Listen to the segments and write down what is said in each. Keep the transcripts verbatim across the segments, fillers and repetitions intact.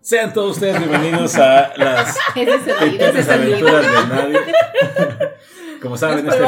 Sean todos ustedes bienvenidos a las pequeñas aventuras de nadie. Como saben, este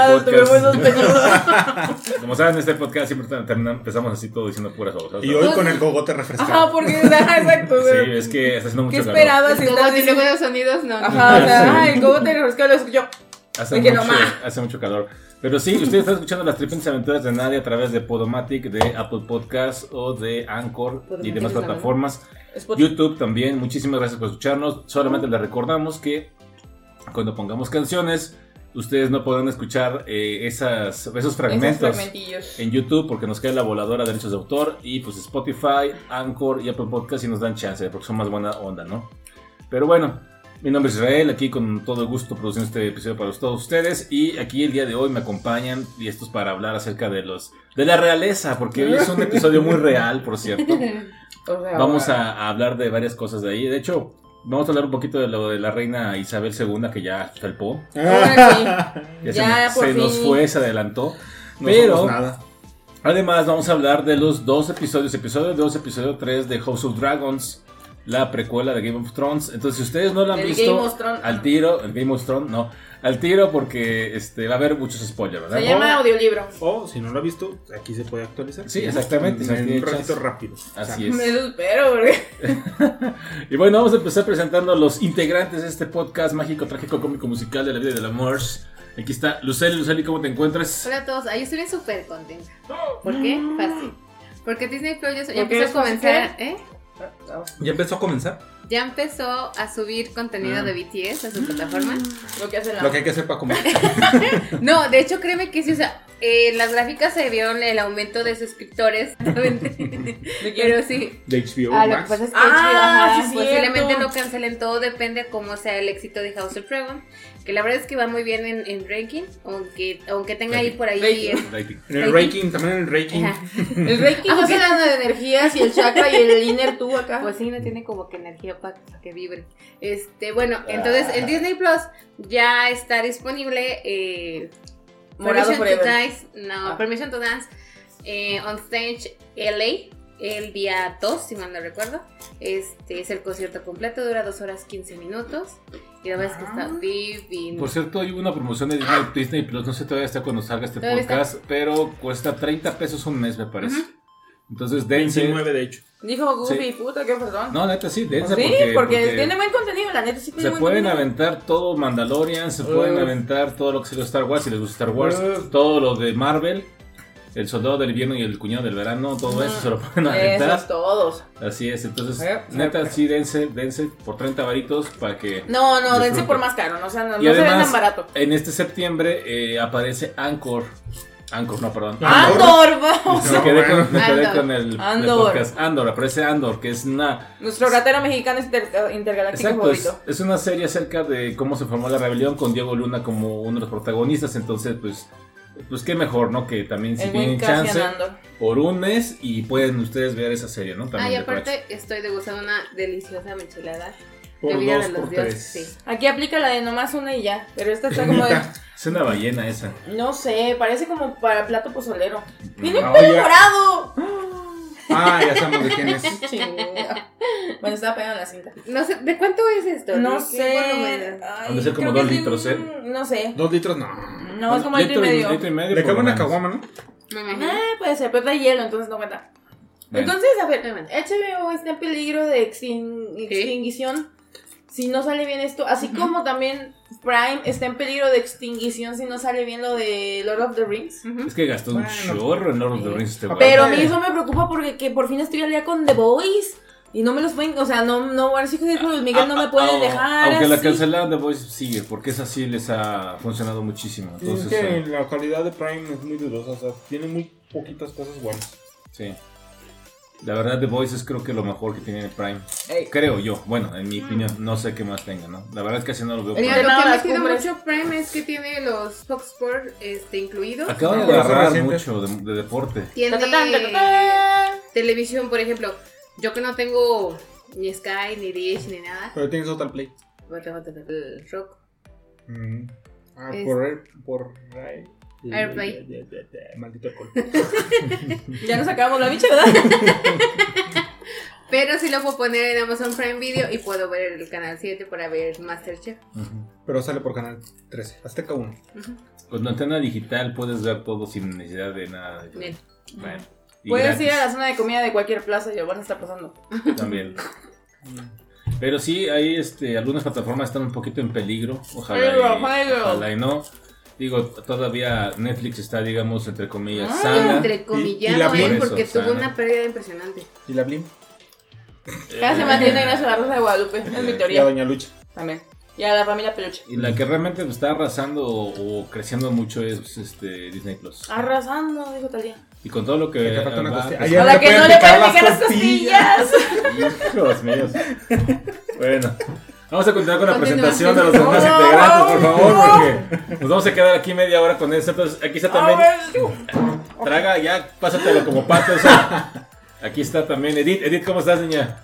podcast. Como saben, este podcast siempre terminamos, empezamos así todo diciendo puras cosas. Y hoy con el cogote refrescado. Ajá, porque exacto. Sí, es que está haciendo mucho calor. ¿Qué esperabas? El cogote y luego los sonidos, no. Ajá, o sea, ay, el cogote refrescado lo escucho. Hace mucho, hace mucho calor. Pero sí, ustedes están escuchando las tripeantes aventuras de nadie a través de Podomatic, de Apple Podcast o de Anchor Podomatic y demás plataformas. Spotify. YouTube también. Muchísimas gracias por escucharnos. Solamente les recordamos que cuando pongamos canciones, ustedes no podrán escuchar eh, esas, esos fragmentos en YouTube porque nos cae la voladora de derechos de autor. Y pues Spotify, Anchor y Apple Podcast y nos dan chance porque son más buena onda, ¿no? Pero bueno, mi nombre es Israel, aquí con todo gusto produciendo este episodio para todos ustedes. Y aquí el día de hoy me acompañan, y esto es para hablar acerca de los de la realeza, porque hoy es un episodio muy real, por cierto. Vamos a, a hablar de varias cosas de ahí. De hecho, vamos a hablar un poquito de lo de la reina Isabel segunda, que ya felpó. Ah, sí. Ya, ya se, se nos fue, se adelantó. No Pero nada. Además vamos a hablar de los dos episodios, episodio dos, episodio tres de House of Dragons, la precuela de Game of Thrones. Entonces, si ustedes no lo han el visto, al tiro, el Game of Thrones, no, al tiro porque este, va a haber muchos spoilers, ¿verdad? Se llama audiolibro. O si no lo ha visto, aquí se puede actualizar. Sí, exactamente. En, en un ratito rápido. Así es. Me lo espero, porque... Y bueno, vamos a empezar presentando a los integrantes de este podcast mágico, trágico, cómico, musical de la vida y del amor. Aquí está Luceli. Luceli, ¿cómo te encuentras? Hola a todos. Ay, yo estoy súper contenta. ¿Por qué? Fácil. Porque Disney Plus ya, ya empezó a comenzar, ¿eh? ¿Ya empezó a comenzar? Ya empezó a subir contenido mm. de B T S a su plataforma. Lo que hace la... Lo que hay que hacer para comer. No, de hecho, créeme que sí, o sea, eh, las gráficas se vieron el aumento de suscriptores. Pero sí. De H B O ah, Max. Lo que pasa es que ah, H B O, ajá, sí, posiblemente cierto. no cancelen, todo depende de cómo sea el éxito de House of Dragon. Que la verdad es que va muy bien en, en ranking, aunque, aunque tenga ahí por ahí rating. el, rating. En el ranking, también en el ranking. El ranking no se dan de energías y el chakra y el inner tú acá. Pues sí, no tiene como que energía para que vibre. Este, bueno, entonces en Disney Plus ya está disponible eh, Permission to Dance, no, ah. Permission to Dance eh, on Stage L A el día dos, si mal no recuerdo. Este es el concierto completo, dura dos horas quince minutos. Y la verdad es que está divino. Por cierto, hay una promoción de Disney, Disney Plus, no sé todavía está cuando salga este podcast, está. Pero cuesta treinta pesos un mes, me parece. Uh-huh. Entonces, dense. veintinueve de hecho. Dijo Goofy, sí. puta, qué perdón. No, neta, sí, dense. Sí, porque, porque, porque tiene buen contenido, la neta sí tiene se buen pueden contenido. aventar todo Mandalorian, se uh. pueden aventar todo lo que sea de Star Wars, si les gusta Star Wars, uh. todo lo de Marvel. El soldado del invierno y el cuñado del verano, todo eso se lo pueden aventar. Esos todos. Así es, entonces, eh, neta, sí, dense, dense por treinta varitos para que... No, no, dense por más caro, no, o sea, no, y no además, se vendan barato. En este septiembre eh, aparece Anchor. Anchor, no, perdón. Andor, vamos. Me quedé con, me quedé con el, Andor. el podcast. Andor, aparece Andor, que es una... Nuestro ratero mexicano inter, intergaláctico Exacto, favorito. Es, es una serie acerca de cómo se formó la rebelión con Diego Luna como uno de los protagonistas, entonces, pues... Pues qué mejor, ¿no? Que también si tienen chance por un mes y pueden ustedes ver esa serie, ¿no? También ah, y aparte estoy degustando una deliciosa michelada. Por de vida dos, de los por dioses, tres. sí. Aquí aplica la de nomás una y ya, pero esta está como de... Es una ballena esa. No sé, parece como para plato pozolero. ¡Tiene un No, pelo ya. morado! Ah, ya sabemos de quién es. Chinga. Bueno, estaba pegando la cinta. No sé, ¿de cuánto es esto? No ¿Qué sé. Han de ser como creo dos que litros, sí, ¿eh? No sé. Dos litros, no. No, es como litro y medio. Litro y medio. Le por cabe lo una menos. caguama, ¿no? Me imagino. Ah, puede ser, pero da hielo, entonces no cuenta. Bueno. Entonces, a ver, H B O está en peligro de extin- extinguición si no sale bien esto. Así uh-huh. como también Prime está en peligro de extinguición si no sale bien lo de Lord of the Rings. Uh-huh. Es que gastó un bueno, chorro en Lord of the Rings este güey. Pero a mí eso me preocupa porque que por fin estoy al día con The Boys. Y no me los pueden, o sea, no, no, ahora sí que dijo Luis Miguel, no me pueden dejar. Aunque así. la cancelaron, The Voice sigue, porque esa sí les ha funcionado muchísimo. Entonces, es que eh, la calidad de Prime es muy dudosa, o sea, tiene muy poquitas cosas buenas. Sí. La verdad, The Voice es creo que lo mejor que tiene Prime. Ey. Creo yo, bueno, en mi mm. opinión, no sé qué más tenga, ¿no? La verdad es que así no lo veo. Mira, Prime. lo que No, ha las metido cumbres. mucho Prime es que tiene los Fox Sports este, incluidos. Acaban Sí, de agarrar reciente. mucho de, de deporte. Tiene Ta-ta-tan, ta-ta-tan. televisión, por ejemplo. Yo que no tengo ni Sky, ni Dish, ni nada. Pero tienes Total Play. Yo tengo el Rock. Mm. Ah, Es- por Air, por Air- Airplay. Ya, ya, ya, ya, maldito alcohol. Ya nos acabamos la bicha, ¿verdad? Pero sí lo puedo poner en Amazon Prime Video y puedo ver el canal siete para ver Masterchef. Uh-huh. Pero sale por canal trece, Azteca uno. Uh-huh. Con la antena digital puedes ver todo sin necesidad de nada. Bien. Bueno, puedes gratis. Ir a la zona de comida de cualquier plaza y lo van a estar pasando. También. Pero sí, ahí este, algunas plataformas están un poquito en peligro. Ojalá, hello, y, hello. ojalá y no. Digo, todavía Netflix está, digamos, entre comillas, ah, sana. Entre comillas, ¿eh? Porque eso, tuvo sana. Una pérdida impresionante. ¿Y la Blim? Ya eh, se mantiene gracias a la Rosa de Guadalupe, eh, es mi teoría. Y a Doña Lucha. También. Y a la familia Peluche. Y la que realmente está arrasando o, o creciendo mucho es este Disney Plus. Arrasando, dijo Talía. Y con todo lo que... que va, pues, a la que no le pueden picar las costillas. Hijos míos. Bueno, vamos a continuar con la presentación de los demás oh, integrantes, por favor, porque nos vamos a quedar aquí media hora con eso. Entonces, aquí está también... Traga, ya, pásatelo como pato. O sea, aquí está también Edith. Edith, ¿cómo estás, niña?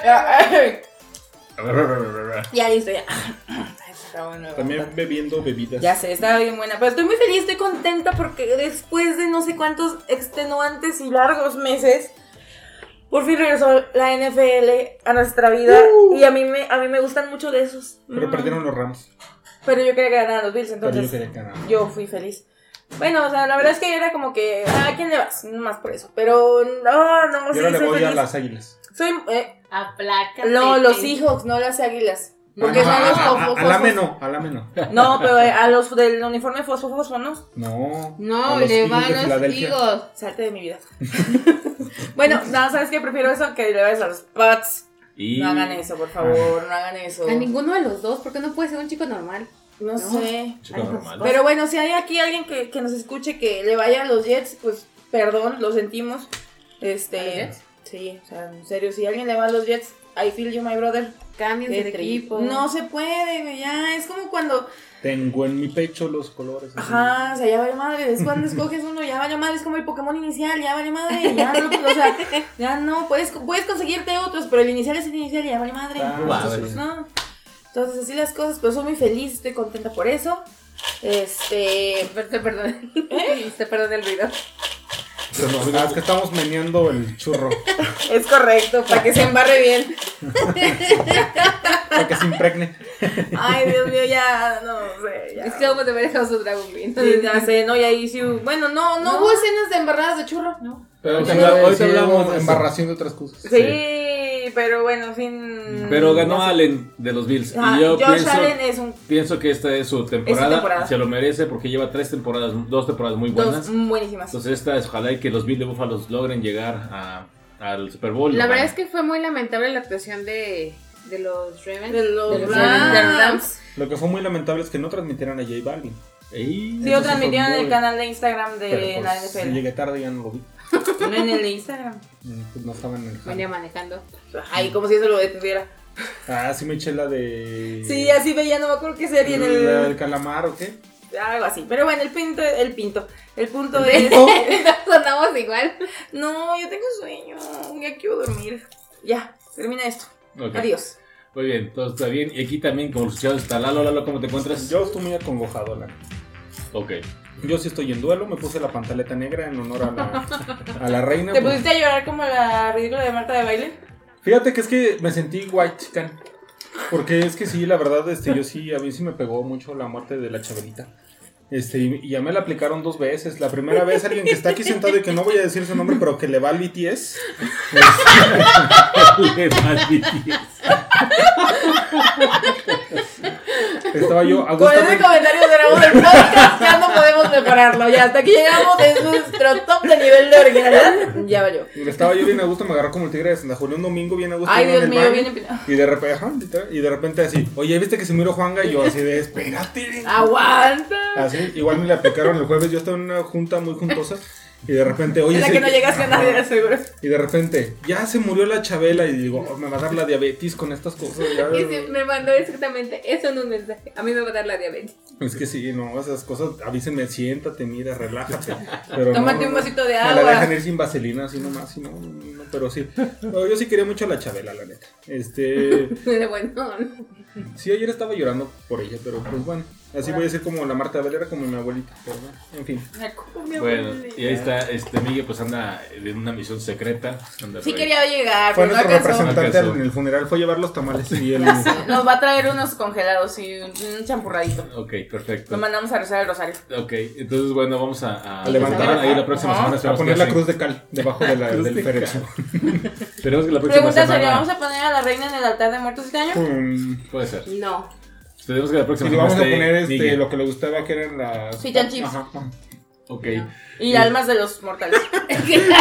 Ya listo, ya. Bueno, también bebiendo bebidas. Ya sé, estaba bien buena. Pero estoy muy feliz, estoy contenta porque después de no sé cuántos extenuantes y largos meses, por fin regresó la N F L a nuestra vida. Uh. Y a mí me a mí me gustan mucho de esos. Pero mm. perdieron los Rams. Pero yo quería que ganaran los Bills, entonces Pero yo, quería que yo fui feliz. Bueno, o sea, la verdad es que era como que, ¿a quién le vas? No más por eso. Pero, no, no, sí, yo le voy feliz. A las Águilas. Soy, eh. Aplácate. No, los Seahawks, no las Águilas. Porque son los fosfos. A la menos, a la menos. No, pero a los del uniforme fosfo, fosfo, ¿no? No. No, le van a los Eagles. Salte de mi vida. Bueno, no, ¿sabes qué? Prefiero eso que le vayas a los Pats. Y... No hagan eso, por favor, no hagan eso. A ninguno de los dos, porque no puede ser un chico normal. No, no sé. Chico normal. Pero bueno, si hay aquí alguien que, que nos escuche que le vaya a los Jets, pues perdón, lo sentimos. Este. Jets? Sí, o sea, en serio, si alguien le va a los Jets, I feel you, my brother. Cambios de equipo. No se puede, güey, ya. Es como cuando... Tengo en mi pecho los colores. Así. Ajá, o sea, ya vale madre. Es cuando escoges uno, ya vale madre. Es como el Pokémon inicial, ya vale madre. Ya no, o sea, ya no. Puedes, puedes conseguirte otros, pero el inicial es el inicial y ya vale madre. Ah, Entonces, pues, no. Entonces, así las cosas. Pero soy muy feliz, estoy contenta por eso. Este... Te perdón. ¿Eh? Te perdón el ruido. No, es que estamos meneando el churro. Es correcto, para que se embarre bien. Para que se impregne. Ay, Dios mío, ya, no sé. Ya. Es que vamos a ver House of Dragon Queen. Sí, ya sé, no, y ahí sí. Bueno, no, no, no hubo escenas de embarradas de churro, no. Pero hoy hablamos, hablamos de embarración de otras cosas. Sí, sí, pero bueno, en fin. Pero ganó Allen de los Bills. Ah, y yo Josh pienso, Allen es un... pienso que esta es su temporada. Es su temporada. Se lo merece porque lleva tres temporadas, dos temporadas muy buenas. Dos buenísimas. Entonces esta es, ojalá y que los Bills de Buffalo logren llegar a, al Super Bowl. La verdad es que fue muy lamentable la actuación de, de los Ravens. De los, de los Rams. Rams. Lo que fue muy lamentable es que no transmitieran a J Balvin. Sí, lo transmitieron en el canal de Instagram de pues, la N F L. Si llegué tarde ya no lo vi. No en el de Instagram. Pues no estaba en el... Venía manejando. Ay, como si eso lo detuviera. Ah, sí me eché la de... Sí, así veía, no me acuerdo qué sería en el... ¿La del calamar o qué? Algo así, pero bueno, el pinto, el pinto. El punto ¿El es... pinto? Sonamos igual. No, yo tengo sueño, ya quiero dormir. Ya, termina esto. Okay. Adiós. Muy bien, todo está bien. Y aquí también, como escuchados, está Lalo. Lalo, ¿cómo te encuentras? Yo estoy muy acongojado, Lalo. Ok. Yo sí estoy en duelo, me puse la pantaleta negra en honor a la, a la reina. ¿Te pusiste a llorar como la ridícula de Marta de Baile? Fíjate que es que me sentí white chican. Porque es que sí, la verdad, este, yo sí, a mí sí me pegó mucho la muerte de la Chabelita. Este, y, y ya me la aplicaron dos veces. La primera vez alguien que está aquí sentado y que no voy a decir su nombre, pero que le va al B T S. Le va al B T S. Estaba yo a gusto. Con ese comentario cerramos el podcast, ya no podemos prepararlo. Ya hasta aquí llegamos, es nuestro top de nivel de originalidad. Ya valió. Estaba yo bien a gusto, me agarró como el tigre de Santa Julia un domingo bien a gusto. Ay, Dios mío, bien empinado. Y de repente, ajá, y de repente así, oye, ¿viste que se murió Juanga? Y yo así de, espérate. Aguanta. Así, igual me le aplicaron el jueves, yo estaba en una junta muy juntosa. Y de repente, oye, en la que no llegaste a nadie, seguro. Y de repente, ya se murió la Chabela. Y digo, oh, me va a dar la diabetes con estas cosas. Ya. Y sí, me mandó exactamente eso en un mensaje. A mí me va a dar la diabetes. Es que sí, no, esas cosas, avísenme, siéntate, mira, relájate. Pero tómate no, un vasito de me agua. la dejan ir sin vaselina, así nomás, y no, no, pero sí. No, yo sí quería mucho a la Chabela, la neta. Este. Bueno. Sí, ayer estaba llorando por ella, pero pues bueno. Así voy a decir como la Marta de Valera, como mi abuelita. Pero bueno, en fin. Bueno, y ahí está, este Miguel pues anda en una misión secreta. Anda sí quería llegar, fue pero nuestro no alcanzó. representante en el funeral, fue llevar los tamales y él... Nos va a traer unos congelados y un champurradito. Ok, perfecto. Lo mandamos a rezar el rosario. Ok, entonces bueno, vamos a, a, a levantar ahí la próxima Ajá. semana. A poner la cruz de cal debajo de la, del féretro. Esperemos que la próxima Pregunta semana... sería, ¿vamos a poner a la reina en el altar de muertos este año? Um, Puede ser. No. Esperemos que la próxima y le vamos a esté poner este, Miguel. lo que le gustaba, que eran las... Fish and chips. Ajá. Ok. No. Y almas de los mortales. Es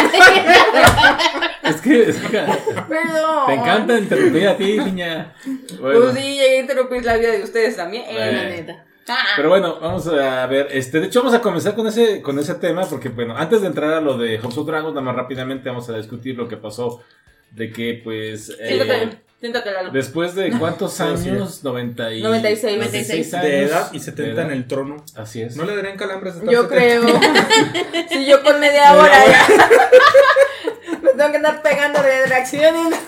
que, es que Perdón. te encanta interrumpir a ti, niña. Bueno. Pues sí, llegué a interrumpir la vida de ustedes también. Eh, Eh. la neta. Ah. Pero bueno, vamos a ver, este, de hecho vamos a comenzar con ese, con ese tema, porque bueno, antes de entrar a lo de House of Dragons, nada más rápidamente vamos a discutir lo que pasó, de que pues... Siéntate, Eh, siéntate, Lalo. después de cuántos No, sí. años, noventa y... noventa y seis. noventa y seis años De edad y setenta de edad. en el trono. Así es. ¿No le darían calambres de estar Yo setenta? creo. Si yo con media hora ya. Me tengo que andar pegando de reacciones.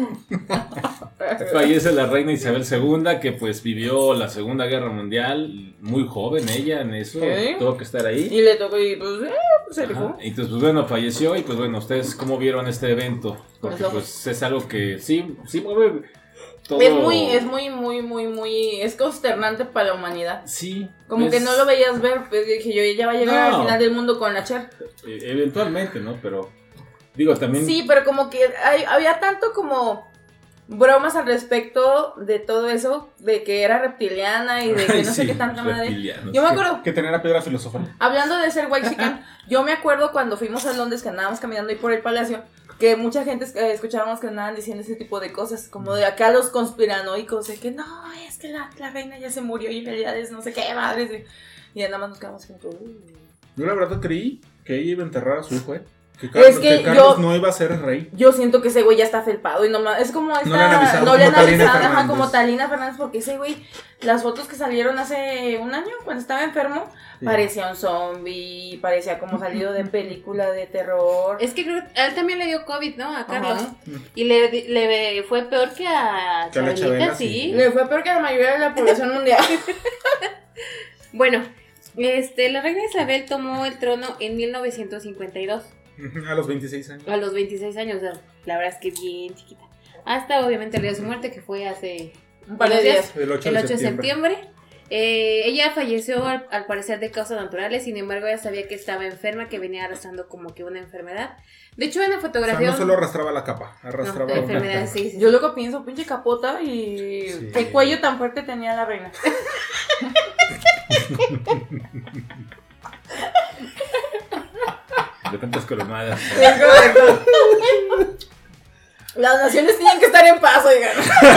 Fallece la reina Isabel segunda, que pues vivió la Segunda Guerra Mundial, muy joven ella en eso, ¿Sí? tuvo que estar ahí. Y le tocó y pues, eh, pues se rifó. Ajá. Entonces, pues bueno, falleció y pues bueno, ¿ustedes cómo vieron este evento? Porque Pues, pues es algo que sí, sí mueve todo. Es muy, es muy, muy, muy, muy, es consternante para la humanidad. Sí. Como es- que no lo veías ver, pues dije yo, ella va a llegar No. al final del mundo con la Cher. eh, Eventualmente, ¿no? Pero, digo, también... Sí, pero como que hay, había tanto como bromas al respecto de todo eso, de que era reptiliana y de que Ay, no sé sí, qué tanta madre. reptilianos. Yo me acuerdo, Que tener la piedra filosofal. hablando de ser white chican, yo me acuerdo cuando fuimos a Londres, que andábamos caminando ahí por el palacio, que mucha gente eh, escuchábamos que andaban diciendo ese tipo de cosas, como de acá los conspiranoicos, de que no, es que la, la reina ya se murió y en realidad es no sé qué madres. Y, y nada más nos quedamos como, "Uh". Yo la verdad creí que ella iba a enterrar a su hijo, ¿eh? Que, Es Carlos, que que Carlos yo- no iba a ser rey. Yo siento que ese güey ya está felpado y nomás, es como esta, No le han avisado, no le han como Talina avisado, ajá, Fernández. como Talina Fernández, porque ese güey, las fotos que salieron hace un año, cuando estaba enfermo, Sí. parecía un zombie, parecía como salido de película de terror. Es que creo que a él también le dio COVID, ¿no? A Carlos. Ajá. Y le, le fue peor que a Que a la Chabelita, Chabela, sí. sí. Le fue peor que a la mayoría de la población mundial. Bueno, este, la reina Isabel tomó el trono en mil novecientos cincuenta y dos. Ujú, a los veintiséis años. A los veintiséis años, o sea, la verdad es que bien chiquita. Hasta obviamente el día de su muerte, que fue hace Un par de unos días. El ocho el de ocho de septiembre. septiembre. Eh, ella falleció al, al parecer de causas naturales, sin embargo ella sabía que estaba enferma, que venía arrastrando como que una enfermedad. De hecho en la O sea, fotografía... no solo arrastraba la capa, arrastraba no, una enfermedad, sí, sí. Yo luego pienso, pinche capota y Sí. qué cuello tan fuerte tenía la reina. De tantas coronadas. Es correcto. Las naciones tienen que estar en paz, oigan.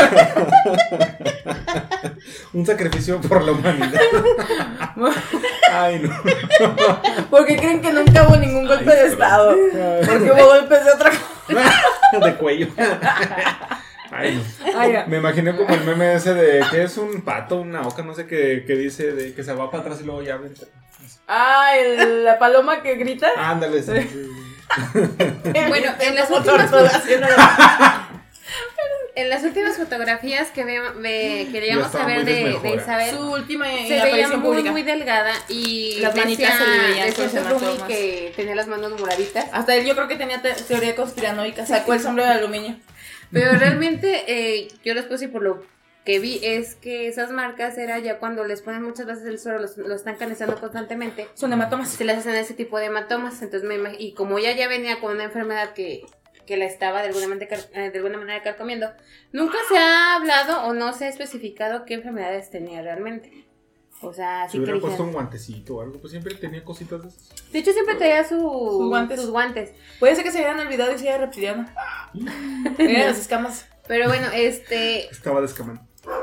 Un sacrificio por la humanidad. Ay, no. Porque creen que nunca hubo ningún golpe Ay, de pero- estado. Porque hubo golpes de otra cosa. De cuello. Ay, no. Ay, ya. Me imaginé como el meme ese de que es un pato, una oca, no sé qué, que dice de que se va para atrás y luego ya ven. Ah, el- la paloma que grita. Ándale, sí, sí, sí. Bueno, en las Como últimas tortuga haciendo la- En las últimas fotografías que, ve, ve- que llegamos estaba a ver muy de, de desmejorada. Isabel, Su última se veía aparición muy, pública. muy delgada y Las manitas decía- se le veían decía con su hematomas. roomie que tenía las manos moraditas. Hasta él yo creo que tenía te- teoría conspiranoica. Sacó el sombrero de aluminio. Pero realmente eh, yo les puedo decir por lo que vi es que esas marcas era ya cuando les ponen muchas veces el suero, los, lo están canalizando constantemente, Son hematomas. se les hacen ese tipo de hematomas. Entonces me imag- y como ella ya venía con una enfermedad que, que la estaba de alguna, manera, car- eh, de alguna manera carcomiendo, nunca se ha hablado o no se ha especificado qué enfermedades tenía realmente. O sea, Se así que hubiera puesto dijeron- un guantecito o algo, pues siempre tenía cositas de esas. de hecho siempre traía su, Sus guantes. sus guantes. Puede ser que se hayan olvidado y sea reptiliana. Mira las escamas. Pero bueno, este Estaba descamando.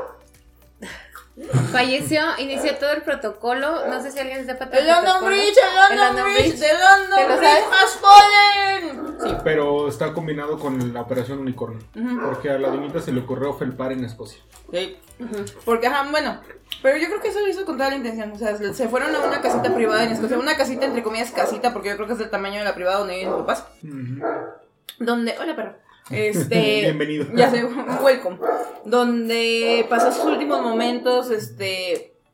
falleció, inició todo el protocolo. No sé si alguien sepa todo El London protocolo. Bridge, el El London London Bridge, Bridge. the ¿Te London lo Bridge sabes? has fallen. Sí, pero está combinado con la operación unicornio. Ujú. Porque a la dinita se le ocurrió felpar en Escocia. Sí. Porque, ajá, bueno, pero yo creo que eso lo hizo con toda la intención. O sea, se fueron a una casita privada en Escocia. Una casita, entre comillas, casita, porque yo creo que es del tamaño de la privada donde viven mis papás. Ujú. Donde, hola perro. Este. Bienvenido. Ya sé, welcome. Donde pasó sus últimos momentos, este.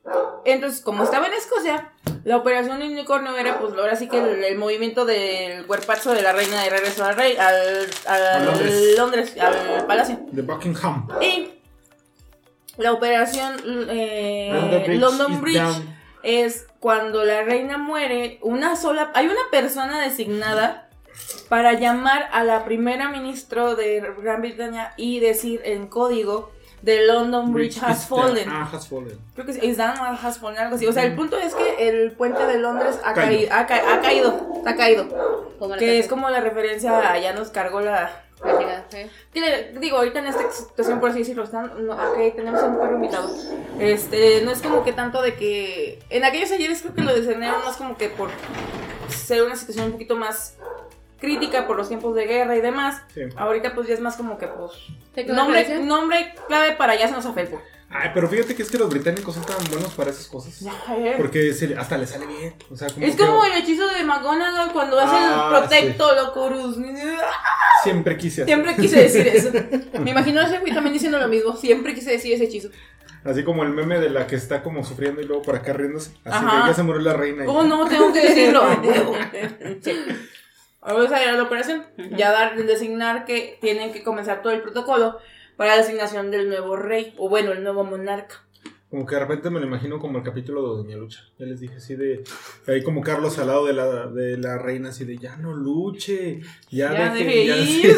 Entonces, como estaba en Escocia, la operación Unicornio era, pues, ahora sí que el, el movimiento del cuerpazo de la reina de regreso al rey, al, al a Londres. Londres, al palacio. De Buckingham. Y la operación eh, Bridge London Bridge down. es cuando la reina muere, una sola, hay una persona designada para llamar a la primera ministra de Gran Bretaña y decir en código The London Bridge, Bridge has fallen. Ah, has fallen. Creo que es down o has fallen, algo así. O sea, el punto es que el puente de Londres ha caído, ha, ca ha caído, ha caído. Que es como la referencia a ya nos cargó la... ¿eh? Digo, ahorita en esta situación, por así decirlo, están, no, okay, tenemos un perro invitado. Este, no es como que tanto de que... En aquellos ayeres creo que lo designaron más como que por ser una situación un poquito más crítica por los tiempos de guerra y demás. Sí. Ahorita pues ya es más como que pues nombre, nombre clave para ya se nos a Facebook. Ay, pero fíjate que es que los británicos son tan buenos para esas cosas. Porque se, hasta les sale bien. O sea, como es que... como el hechizo de McGonagall cuando ah, hace el Protecto sí. Locurus. Siempre quise hacer. Siempre quise decir eso. Me imagino a ese güey también diciendo lo mismo. Siempre quise decir ese hechizo. Así como el meme de la que está como sufriendo y luego por acá riéndose. Así Ajá. de ya se murió la reina. Oh, no, tengo que decirlo. Sí. Vamos a ir a la operación. Uh-huh. Ya dar, designar que tienen que comenzar todo el protocolo para la asignación del nuevo rey. O bueno, el nuevo monarca. Como que de repente me lo imagino como el capítulo de Doña Lucha. Ya les dije así de... Ahí como Carlos al lado de la, de la reina así de... Ya no luche. Ya, ya deje, deje ya ir.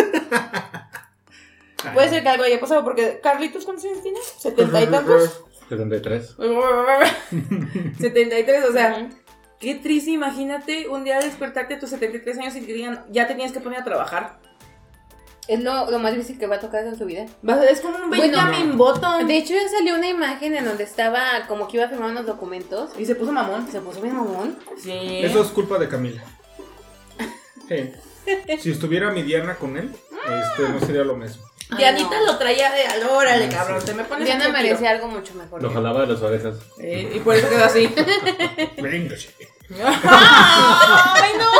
Puede ser que algo haya pasado porque... Carlitos, ¿cuántos años tiene? ¿Setenta y tantos? Setenta y tres. Setenta y tres, o sea... Qué triste, imagínate un día despertarte a tus setenta y tres años y te digan, ya te tienes que poner a trabajar. Es lo, lo más difícil que va a tocar en su vida. Es como un Benjamin bueno, Button. De hecho, ya salió una imagen en donde estaba como que iba a firmar unos documentos. Y se puso mamón. Se puso bien mamón. Sí. Eso es culpa de Camila. Sí. Si estuviera mi Diana con él, este, no sería lo mismo. Dianita no. Lo traía de alórale, ah, cabrón. Sí. Te me pones Diana merecía algo mucho mejor. Lo jalaba de las orejas. Eh, y por eso quedó así. Venga, sí. ¡Ay, no!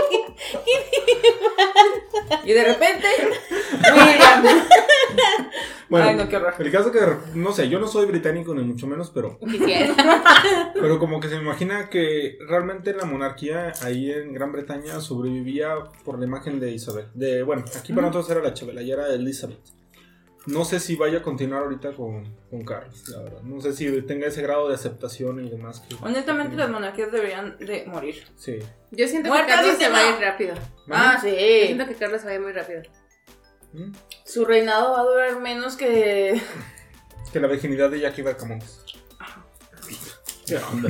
Y de repente, William. Bueno, ay, no, qué horror. El caso que, no sé, yo no soy británico ni mucho menos, pero... Pero como que se me imagina que realmente la monarquía ahí en Gran Bretaña sobrevivía por la imagen de Isabel. De, bueno, aquí para nosotros era la Chabela, ya era Elizabeth. No sé si vaya a continuar ahorita con, con Carlos, la verdad. No sé si tenga ese grado de aceptación y demás. Que, honestamente, que las monarquías deberían de morir. Sí. Yo siento Muerta que Carlos se va a ir rápido. Ah, sí. Yo siento que Carlos se va a ir muy rápido. ¿Mm? Su reinado va a durar menos que... Que la virginidad de Jackie Bercamontes. ¿Qué onda?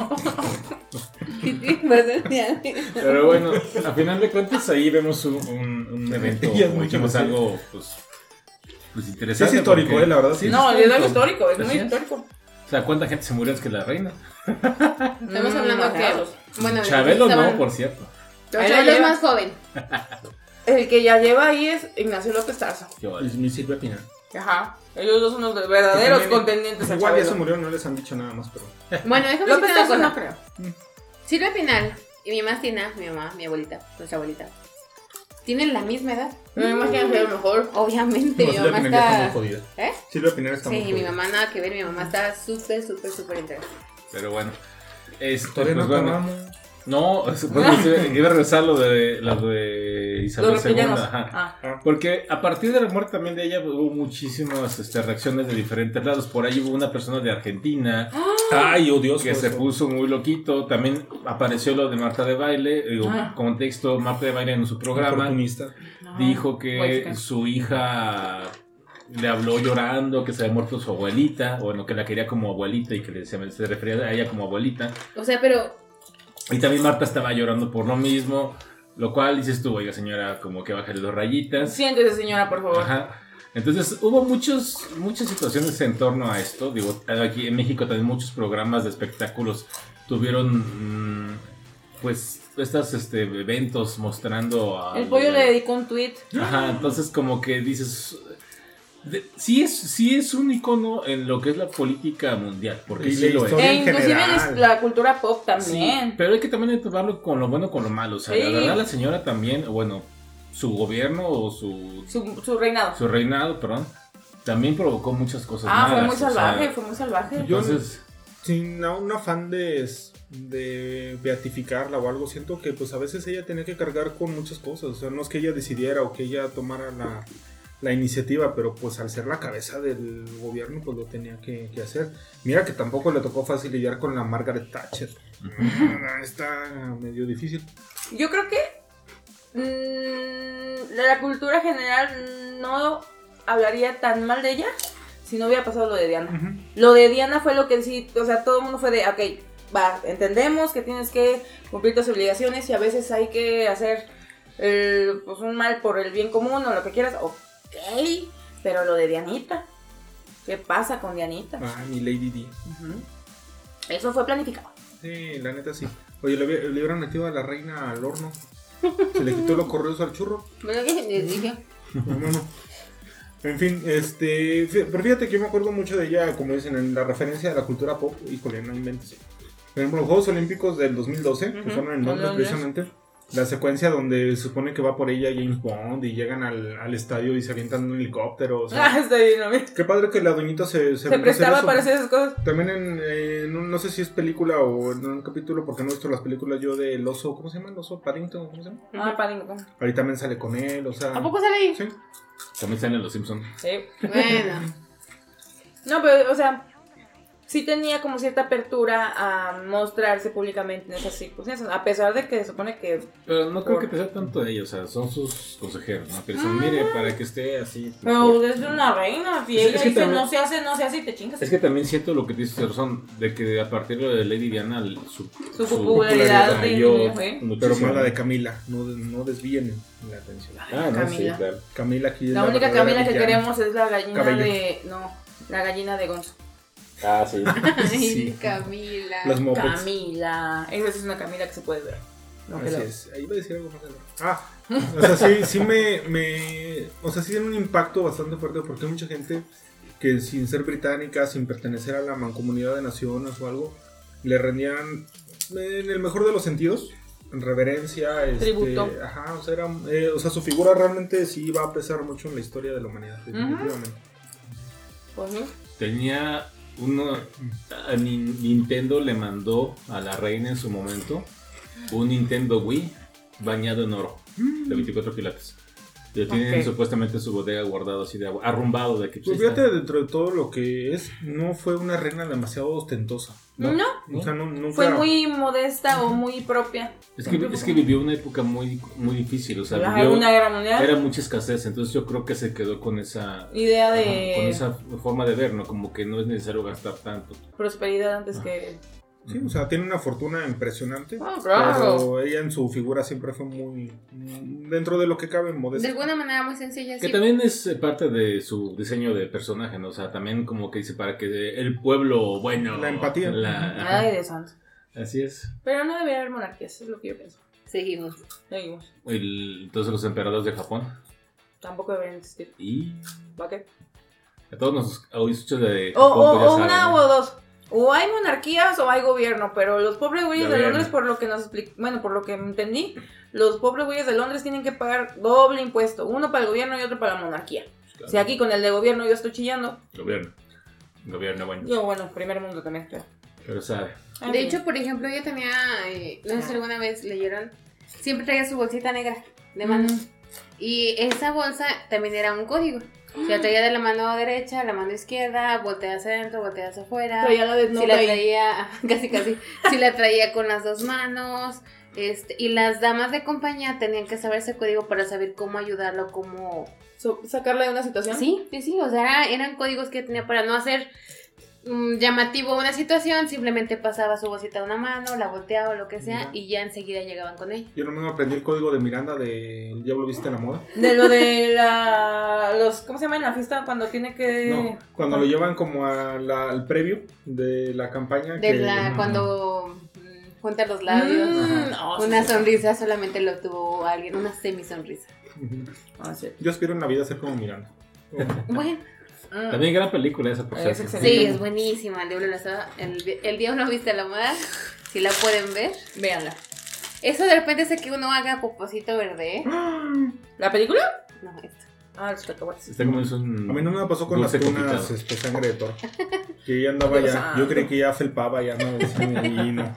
Pero bueno, a final de cuentas ahí vemos un, un, un evento, como dijimos, algo pues, pues interesante. Sí, es histórico, porque... eh, la verdad sí. No, es algo histórico, es muy histórico. O sea, ¿cuánta gente se murió antes que la reina? Estamos hablando mm, que... Bueno, Chabelo estaban... no, por cierto. Chabelo es más joven. El que ya lleva ahí es Ignacio López Tarso. Es mi Silvia Pinal. Ajá. Ellos dos son los verdaderos también, contendientes. Igual ya se murió, no les han dicho nada más, pero... Bueno, déjame decirte una cosa. No creo. Mm. Silvia Pinal y mi mamá Tina, mi mamá, mi abuelita, nuestra abuelita, tienen la misma edad. Me imagino que a lo mejor. Obviamente, no, mi mamá está... está muy jodida. ¿Eh? Silvia Pinal está sí, muy jodida. Sí, mi mamá nada que ver, mi mamá está súper, súper, súper interesante. Pero bueno. Este, Todavía pues no bueno. acabamos. No, bueno, iba a regresar lo de, lo de Isabel segunda. Ajá. Ah. Porque a partir de la muerte también de ella hubo muchísimas este, reacciones de diferentes lados. Por ahí hubo una persona de Argentina. Ay, oh Dios, que se eso. puso muy loquito. También apareció lo de Marta de Baile. Ah. Contexto, Marta de Baile en su programa dijo que no, su hija le habló llorando, que se había muerto su abuelita. O bueno, que la quería como abuelita y que le, se, se refería a ella como abuelita. O sea, pero... Y también Marta estaba llorando por lo mismo, lo cual dices tú, oiga señora, como que bájale dos rayitas. Siéntese señora, por favor. Ajá. Entonces hubo muchos, muchas situaciones en torno a esto. Digo, aquí en México también muchos programas de espectáculos tuvieron, mmm, pues, estos este, eventos mostrando a... El pollo le dedicó un tweet. Ajá, entonces como que dices... De, sí, es, sí es un icono en lo que es la política mundial, porque y sí lo es. E inclusive la cultura pop también. Sí, pero hay que también tomarlo con lo bueno con lo malo. O sea, sí. La verdad la señora también, bueno, su gobierno o su... Su, su reinado. Su reinado, perdón, también provocó muchas cosas Ah, malas. fue muy salvaje, o sea, fue muy salvaje. Entonces... sin un afán de, de beatificarla o algo, siento que pues a veces ella tenía que cargar con muchas cosas. O sea, no es que ella decidiera o que ella tomara la, la iniciativa, pero pues al ser la cabeza del gobierno pues lo tenía que, que hacer. Mira que tampoco le tocó fácil lidiar con la Margaret Thatcher. Uh-huh. Está medio difícil. Yo creo que mmm, la cultura general no hablaría tan mal de ella si no hubiera pasado lo de Diana. Uh-huh. Lo de Diana fue lo que sí, o sea, todo el mundo fue de, ok, va, entendemos que tienes que cumplir tus obligaciones y a veces hay que hacer el, pues, un mal por el bien común o lo que quieras, ok, pero lo de Dianita, ¿qué pasa con Dianita? Ah, mi Lady D. Uh-huh. Eso fue planificado. Sí, la neta sí. Oye, le, le hubieran metido a la reina al horno. Se le quitó los correos al churro. Bueno, que les dije. Bueno, en fin, este. Pero fíjate que yo me acuerdo mucho de ella, como dicen, en la referencia a la cultura pop. Híjole, no inventes. Por ejemplo, los Juegos Olímpicos del dos mil doce, uh-huh, que fueron en Londres precisamente. La secuencia donde se supone que va por ella James Bond y llegan al, al estadio y se avientan en un helicóptero. O sea, ah, está bien, ¿no? Qué padre que la doñita se... Se, se prestaba hacer para hacer esas cosas. También en, en, no sé si es película o en un capítulo, porque no he visto las películas yo del oso, ¿cómo se llama? El oso Paddington, ¿cómo se llama? Ah, Paddington. Ahí también sale con él, o sea... ¿A poco sale ahí? Sí. También salen los Simpsons. Sí. Bueno. No, pero, o sea... sí tenía como cierta apertura a mostrarse públicamente en esas circunstancias, a pesar de que se supone que... Pero no creo por... que sea tanto de ellos, o sea, son sus consejeros, ¿no? Que dicen, mire, para que esté así... Pero mejor. Es una reina, y es, ella es dice, también, no se hace, no se hace y te chingas. Es que también siento lo que dices, razón, de que a partir de Lady Diana, su, su, su popularidad cayó, pero mala de Camila, no, no desvíen la atención. Ah, no, Camila. Sí, claro. Camila aquí es la, la única Camila que queremos es la gallina Cabello. de... No, la gallina de Gonzo. Ah, sí. sí. Camila. Los Muppets. Camila. Esa es una Camila que se puede ver. No, así es. Ahí iba a decir algo más de lo... Ah, o sea, sí, sí me, me... O sea, sí tiene un impacto bastante fuerte porque hay mucha gente que sin ser británica, sin pertenecer a la mancomunidad de naciones o algo, le rendían, en el mejor de los sentidos, reverencia, tributo. Este, ajá, o sea, era, eh, o sea, su figura realmente sí va a pesar mucho en la historia de la humanidad, definitivamente. Uh-huh. Pues sí. Tenía... Uno, a Nintendo le mandó a la reina en su momento un Nintendo Wii bañado en oro de veinticuatro quilates. Lo tienen okay. supuestamente en su bodega guardado así de agua, arrumbado de que pues fíjate, dentro de todo lo que es, no fue una reina demasiado ostentosa. No, no. O sea, no nunca... fue muy modesta o muy propia. Es que, es que vivió una época muy, muy difícil, o sea, la vivió, una guerra mundial. Era mucha escasez, entonces yo creo que se quedó con esa idea de... Ajá, con esa forma de ver, ¿no? Como que no es necesario gastar tanto. Prosperidad antes ah. que... Sí, o sea, tiene una fortuna impresionante. Oh, claro. Pero ella en su figura siempre fue muy... dentro de lo que cabe, modesta. De alguna manera muy sencilla. Que sí. también es parte de su diseño de personaje, ¿no? O sea, también como que dice para que el pueblo, bueno... La empatía. La... Ay, de santo. Así es. Pero no debería haber monarquías, es lo que yo pienso. Seguimos. Seguimos. El, entonces los emperadores de Japón. Tampoco deberían existir. ¿Y? ¿Para qué? A todos nos oídos de Japón, o, o, pues o saben, una ¿no? o dos. O hay monarquías o hay gobierno, pero los pobres güeyes de Londres, por lo que nos explicó, bueno, por lo que entendí, los pobres güeyes de Londres tienen que pagar doble impuesto, uno para el gobierno y otro para la monarquía. Claro. Si aquí con el de gobierno yo estoy chillando. Gobierno. Gobierno, bueno. Yo, bueno, primer mundo también, pero. Pero sabe. De hecho, por ejemplo, ella tenía, eh, no sé si alguna vez leyeron, siempre traía su bolsita negra de mano. Mm. Y esa bolsa también era un código. O sea, traía de la mano derecha, la mano izquierda, voltea hacia adentro, voltea hacia afuera. Traía la si la traía, casi casi, si la traía con las dos manos. Este, y las damas de compañía tenían que saber ese código para saber cómo ayudarlo, cómo... So, ¿sacarla de una situación? Sí, sí, sí, o sea, era, eran códigos que tenía para no hacer um, llamativo una situación, simplemente pasaba su bolsita de una mano, la volteaba o lo que sea, no. Y ya enseguida llegaban con ella. Yo no me aprendí el código de Miranda de El Diablo Viste la Moda. De lo de la... los ¿cómo se llama en la fiesta? Cuando tiene que... No, cuando lo llevan como a la, al previo de la campaña. De que, la... Uh, cuando... junta los labios, mm, no, una sí, sonrisa sí. Solamente lo tuvo alguien, una semisonrisa. Uh-huh. Ah, sí. Yo aspiro en la vida a ser como Miranda. Oh. Bueno. También gran película esa, por cierto. Sí, es buenísima. El diablo, la, el, el diablo viste la moda. Si la pueden ver, véanla. Eso de repente hace que uno haga poposito verde, ¿eh? ¿La película? No, esto. Ah, los cacahuates. Está como es un... A mí no me pasó con las tunas, este, sangre de toro. Que ya andaba ya, yo creí que ya felpaba, ya no, y no.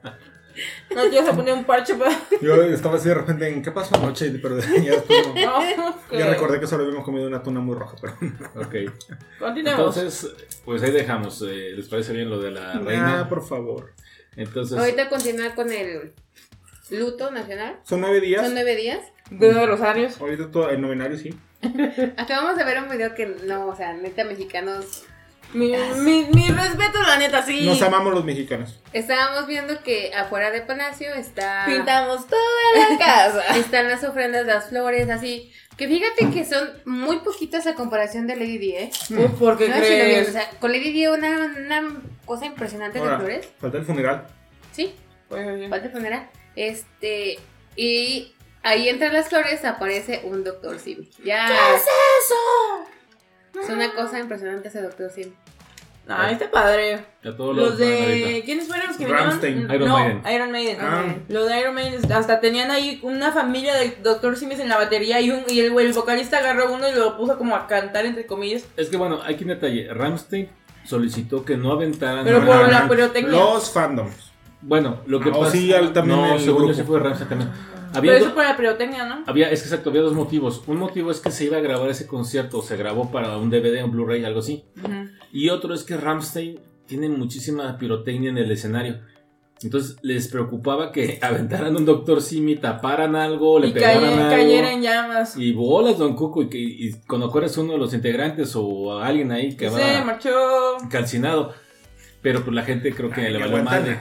No, yo se ponía un parche para... Yo estaba así de repente, ¿en qué pasó anoche? Pero ya después no. No, okay. Ya recordé que solo habíamos comido una tuna muy roja, pero... Ok. Continuemos. Entonces, pues ahí dejamos. Eh, ¿Les parece bien lo de la reina? Ah, por favor. Entonces... Ahorita continuar con el luto nacional. ¿Son nueve días? Son nueve días. De Rosarios. Ahorita todo el novenario, sí. Acabamos de ver un video que no, o sea, neta, mexicanos... Mi, mi, mi respeto, la neta, sí. Nos amamos los mexicanos. Estábamos viendo que afuera de Palacio está... Pintamos toda la casa. Están las ofrendas, las flores, así. Que fíjate que son muy poquitas a comparación de Lady Di, ¿eh? Mm. ¿Por qué no, crees? O sea, con Lady Di una, una cosa impresionante Ahora, de flores. falta el funeral. Sí, Pues, falta el funeral. Este, y ahí entre las flores aparece un doctor Sim. Ya. ¿Qué es eso? Es una cosa impresionante ese doctor Sim. Ay, está padre. Ya todos Los los de... ¿Quiénes fueron los que Rammstein. vinieron? Iron no, Maiden. Iron Maiden. Ah. Los de Iron Maiden hasta tenían ahí una familia de doctor Simis en la batería y, un, y el, el vocalista agarró uno y lo puso como a cantar, entre comillas. Es que bueno, hay que un detalle. Rammstein solicitó que no aventaran... Pero a- por la pirotecnia. Los fandoms. Bueno, lo que Ah, o pasa... sí, al- también no, el según yo grupo. sí fue Rammstein también. Había, Pero do- eso por la pirotecnia, ¿no? había, es que exacto, había dos motivos. Un motivo es que se iba a grabar ese concierto, se grabó para un D V D, un Blu-ray, algo así. Uh-huh. Y otro es que Rammstein tiene muchísima pirotecnia en el escenario. Entonces les preocupaba que aventaran un doctor Simi, taparan algo, le Y pegaran caye- algo. cayera en llamas. Y bolas, Don Cuco, y, que, y cuando acuerdas uno de los integrantes o a alguien ahí que Se va marchó. calcinado. Pero pues la gente creo que Ay, le ni valió aguanta madre.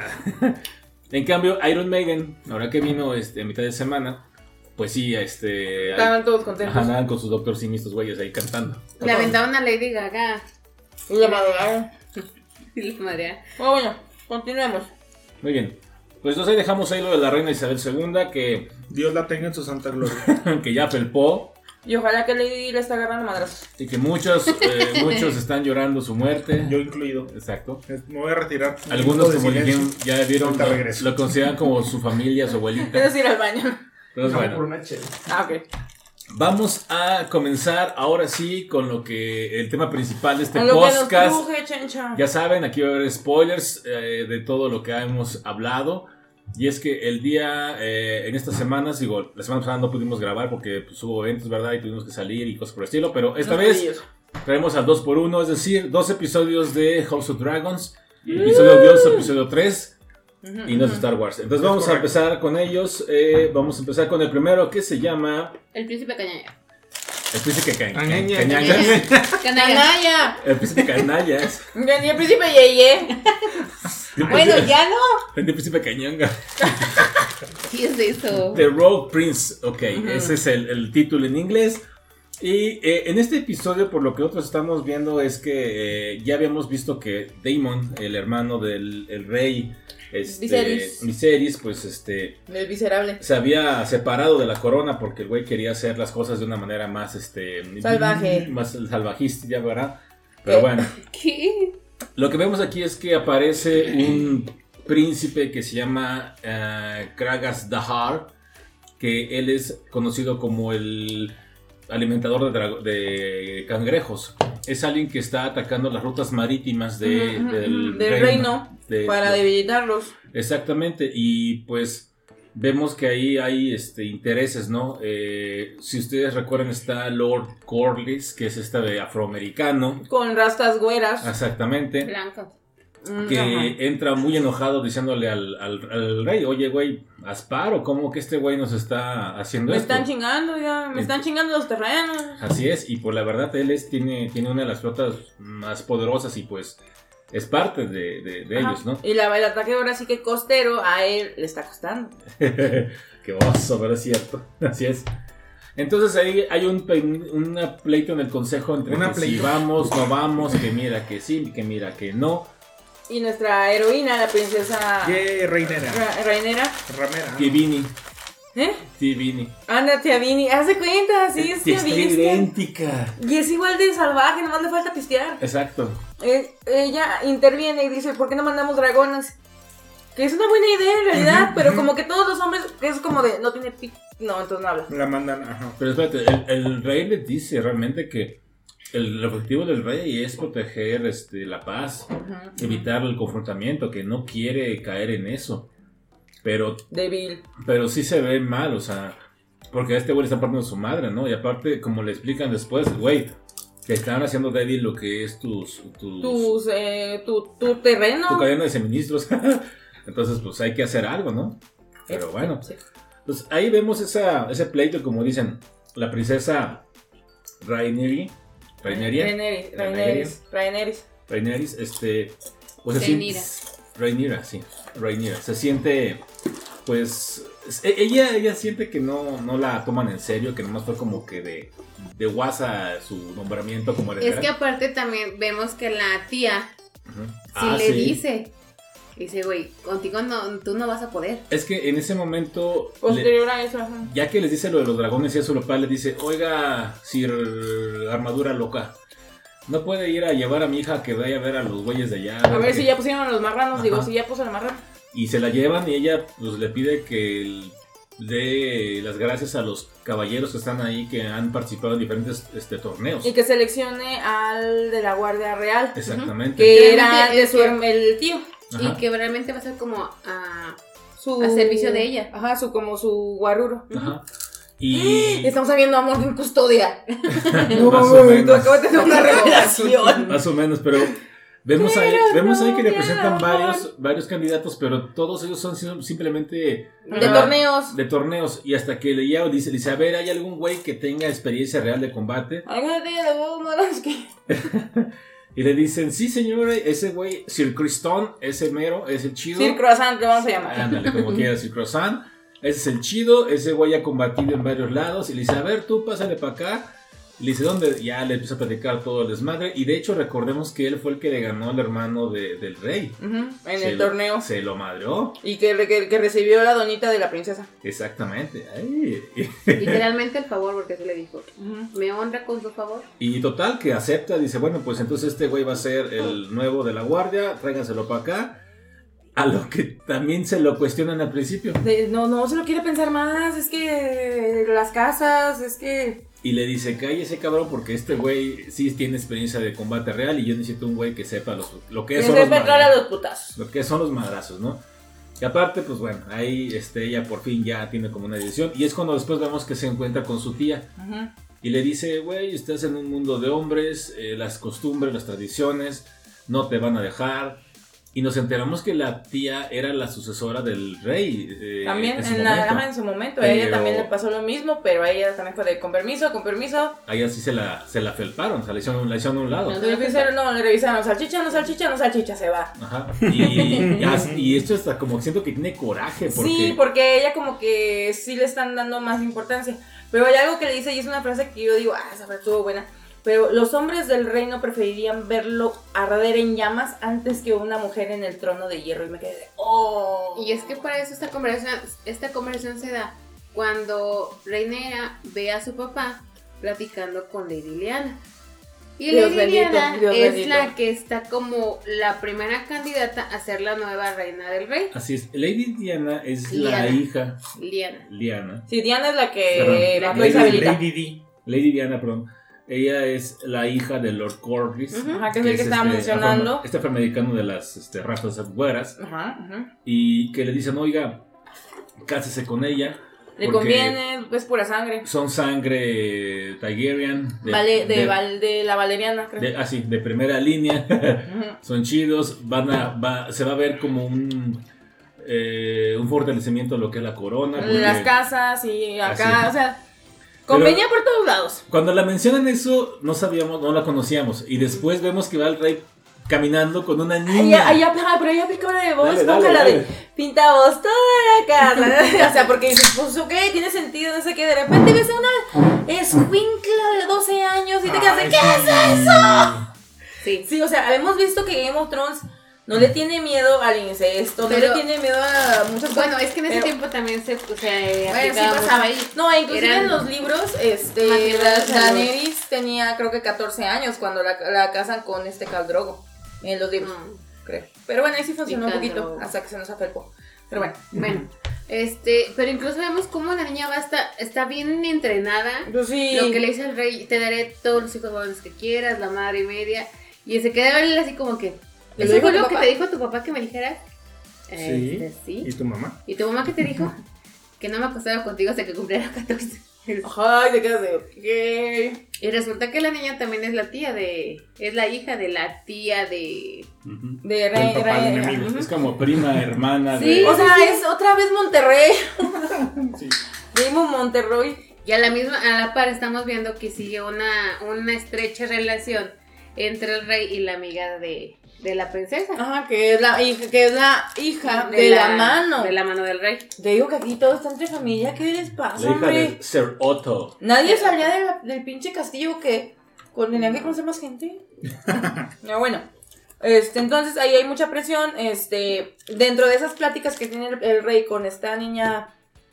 En cambio, Iron Maiden, ahora que vino este, a mitad de semana, pues sí, este... Estaban todos contentos. Ajá, andaban con sus doctor Simi, estos güeyes ahí cantando. Le aventaron a Lady Gaga. Y la madrearon. Y la madre. Bueno, bueno, continuemos. Muy bien. Pues entonces ahí dejamos ahí lo de la reina Isabel segunda, que, Dios la tenga en su santa gloria. que ya felpó. Y ojalá que Lady Di le está agarrando madrazos. Y que muchos, eh, muchos están llorando su muerte. Yo incluido. Exacto. Me voy a retirar. Algunos, Un como minuto de dijeron, silencio. ya vieron, Ahorita lo, regreso. lo consideran como su familia, su abuelita. Tienes que ir al baño. Entonces, No, bueno, por una chela. Ah, ok. vamos a comenzar ahora sí con lo que el tema principal de este A lo que nos podcast. truje, chencha. Ya saben, aquí va a haber spoilers eh, de todo lo que hemos hablado. Y es que el día, eh, en estas semanas, digo, la semana pasada no pudimos grabar porque pues, hubo eventos, ¿verdad? Y tuvimos que salir y cosas por el estilo. Pero esta Unos vez pedillos. traemos al dos por uno, es decir, dos episodios de House of Dragons, episodio dos, episodio tres Ujú, y no es ujú. Star Wars. Entonces Es vamos correcto. a empezar con ellos. Eh, vamos a empezar con el primero que se llama El príncipe Cañaya. El Príncipe Ca- Ca- Cañaña. Cañaña. Canalla. ¡Canalla! El Príncipe Canallas. Ni el príncipe Yeye. Bueno, ya no. El Príncipe Cañanga. ¿Qué es eso? The Rogue Prince, ok, Ujú. ese es el, el título en inglés. Y eh, en este episodio, por lo que nosotros estamos viendo, es que eh, ya habíamos visto que Daemon, el hermano del el rey este, Viserys. Viserys, pues este El miserable. se había separado de la corona porque el güey quería hacer las cosas de una manera más este Salvaje. más salvajista, ya verdad. Pero ¿Qué? bueno, ¿Qué? lo que vemos aquí es que aparece un príncipe que se llama uh, Kragas Dahar, que él es conocido como el alimentador de, dra- de cangrejos. Es alguien que está atacando las rutas marítimas de, Ujú, ujú, del, ujú, del reino, de- Para de- debilitarlos. Exactamente, y pues vemos que ahí hay este, intereses, ¿no? Eh, si ustedes recuerdan, está Lord Corlys, que es este de afroamericano. Con rastas güeras. Exactamente. Blanco. Mm, Que ajá. entra muy enojado diciéndole al, al, al rey, oye, güey, Asparo, ¿cómo que este güey nos está haciendo Me esto? están chingando ya, me están chingando los terrenos. Así es, y por la verdad él es, tiene, tiene una de las flotas más poderosas y pues es parte de, de, de Ajá. ellos, ¿no? Y la, el ataque ahora sí que costero a él le está costando. Qué oso, pero es cierto, así es. Entonces ahí hay un pe- una pleito en el consejo entre Una que si pleito. vamos, no vamos, que mira que sí, que mira que no. Y nuestra heroína, la princesa Yeah, reinera. Ra- Reinera. Ramera. Tivini, ¿Eh? Tivini. Anda, tía Vini. Hace cuenta, sí, es tía Está Vini. es tía- idéntica. Y es igual de salvaje, nomás le falta pistear. Exacto. Eh, ella interviene y dice, ¿por qué no mandamos dragones? Que es una buena idea en realidad, uh-huh, pero uh-huh. como que todos los hombres, es como de, no tiene pic, no, entonces no habla. La mandan, ajá. Pero espérate, el, el rey le dice realmente que el objetivo del rey es proteger este, la paz, uh-huh, evitar el confrontamiento, que no quiere caer en eso. Pero... Débil. Pero sí se ve mal, o sea, porque a este güey le están partiendo su madre, ¿no? Y aparte, como le explican después, güey, que están haciendo débil lo que es tus... Tus, tus eh, tu, tu terreno. Tu cadena de suministros. Entonces, pues hay que hacer algo, ¿no? Pero bueno. Sí. Pues ahí vemos esa, ese pleito, como dicen, la princesa Rhaenyra. Rhaenyra. Rhaenyra. Rhaenyra. Rhaenyra, este... Pues así, Rhaenyra, sí. Rhaenyra. Se siente, pues... Ella, ella siente que no, no la toman en serio, que nomás fue como que de, de guasa su nombramiento como heredera. Es que aparte también vemos que la tía uh-huh. sí ah, le sí. dice... Dice, güey, contigo no, tú no vas a poder. Es que en ese momento... Posterior a eso, ajá. Ya que les dice lo de los dragones y a su papá le dice, oiga, Sir Armadura Loca, ¿no puede ir a llevar a mi hija a que vaya a ver a los güeyes de allá? A ver que... si ya pusieron a los marranos, ajá. digo, si ya puso a la marrana. Y se la llevan y ella pues le pide que dé las gracias a los caballeros que están ahí, que han participado en diferentes este, torneos. Y que seleccione al de la Guardia Real. Exactamente. Uh-huh. Que era de su el tío. Ajá. Y que realmente va a ser como a, su, a servicio de ella. Ajá, su, como su guaruro. Ajá. Y... Estamos sabiendo amor en custodia. No, más o menos. Tú acabas de tener una revelación. Más o menos, pero vemos ahí, vemos ahí que le presentan varios, varios candidatos, pero todos ellos son simplemente... De uh, torneos. De torneos. Y hasta que le llama, dice, dice, a ver, ¿hay algún güey que tenga experiencia real de combate? ¿Alguna de ellas de que Y le dicen, sí señor, ese güey, Sir Criston, ese mero, ese chido. Sir Croissant, le vamos a llamar. Ándale, como quieras, Sir Croissant. Ese es el chido, ese güey ha combatido en varios lados. Y le dice, a ver, tú pásale para acá. Le dice, ¿dónde? Ya le empieza a platicar todo el desmadre. Y de hecho, recordemos que él fue el que le ganó al hermano de, del rey. Uh-huh, en se el lo, torneo. Se lo madreó. Y que, que, que recibió la donita de la princesa. Exactamente. Ay. Literalmente el favor, porque se le dijo, uh-huh. me honra con su favor. Y total, que acepta, dice, bueno, pues entonces este güey va a ser el nuevo de la guardia, tráiganselo para acá. A lo que también se lo cuestionan al principio. De, no, no se lo quiere pensar más, es que las casas, es que... Y le dice, cállese cabrón, porque este güey sí tiene experiencia de combate real y yo necesito un güey que sepa los, lo que, que son los madrazos, los putazos. Lo que son los madrazos, ¿no? Y aparte, pues bueno, ahí este, ella por fin ya tiene como una decisión. Y es cuando después vemos que se encuentra con su tía. Uh-huh. Y le dice, güey, estás en un mundo de hombres, eh, las costumbres, las tradiciones, no te van a dejar. Y nos enteramos que la tía era la sucesora del rey. Eh, también en, en, la, en su momento. Pero, a ella también le pasó lo mismo, pero a ella también fue de con permiso, con permiso. A ella sí se la, se la felparon, o sea, le hicieron, la hicieron a un lado. No, le revisaron, no, le revisaron, salchicha, no salchicha, no salchicha, se va. Ajá. Y, y, y esto está como siento que tiene coraje. Porque... Sí, porque ella como que sí le están dando más importancia. Pero hay algo que le dice y es una frase que yo digo, ah, esa frase estuvo buena. Pero los hombres del reino preferirían verlo arder en llamas antes que una mujer en el trono de hierro. Y me quedé de, oh. Y es que para eso esta conversación, esta conversación se da cuando Rhaenyra ve a su papá platicando con Lady Lyanna. Y Dios Lady bendito, Lyanna Dios es bendito. La que está como la primera candidata a ser la nueva reina del rey. Así es, Lady Diana es Lyanna. La hija. Lyanna. Lyanna. Sí, Diana es la que la Lady, Lady D. Lady Diana, perdón. Ella es la hija de Lord Corlys. Uh-huh. Ajá, que es el que, que estaba este, mencionando. Afro, este afroamericano de las este, razas güeras. Ajá, ajá. Y que le dicen, oiga, cásese con ella. Le conviene, es pura sangre. Son sangre Targaryen. De, vale, de, de, val, de la Valeriana, creo. De, ah, sí, de primera línea. Uh-huh. Son chidos. Van a, va, se va a ver como un... Eh, un fortalecimiento de lo que es la corona. Porque, las casas y acá, así. O sea... Convenía por todos lados. Cuando la mencionan eso, no sabíamos, no la conocíamos. Y después vemos que va el rey caminando con una niña. Ay, ay, pero ella pica de voz, la de pintamos toda la casa. O sea, porque dices, pues ok, tiene sentido, no sé qué. De repente ves a una escuincla de doce años y te quedas de, ¿qué es eso? Sí, sí, o sea, hemos visto que Game of Thrones no le tiene miedo al incesto, pero, no le tiene miedo a muchas cosas. Bueno, es que en ese pero, tiempo también se, o sea, bueno, sí pasaba ahí. No, inclusive eran, en los libros, este, Daenerys tenía creo que catorce años cuando la, la casan con este Khal Drogo, en los libros. Mm. creo. Pero bueno, ahí sí funcionó un poquito hasta que se nos afelpó. Pero bueno. Bueno, este, pero incluso vemos cómo la niña va está, está bien entrenada. Pues sí. Lo que le dice el rey, te daré todos los hijos varones que quieras, la madre y media. Y se queda él así como que, ¿eso fue lo que te dijo tu papá que me dijeras? Sí. Este, sí. ¿Y tu mamá? ¿Y tu mamá qué te dijo? Que no me acostaba contigo hasta que cumpliera catorce. Ay, te quedas de ok. Y resulta que la niña también es la tía de... Es la hija de la tía de... Uh-huh. De Rey. Rey uh-huh. Es como prima, hermana sí, de... o sea, es otra vez Monterrey. Sí. Vimos Monterrey. Y a la misma, a la par estamos viendo que sigue una, una estrecha relación entre el rey y la amiga de, de la princesa. Ajá, que es la hija, que es la hija de, de la, la mano. De la mano del rey. Te digo que aquí todo está entre familia. ¿Qué les pasa, la hija hombre? de Sir Otto. Nadie salía de la, del pinche castillo que con, tenían que conocer más gente. Pero bueno, este, entonces ahí hay mucha presión. Este, dentro de esas pláticas que tiene el, el rey con esta niña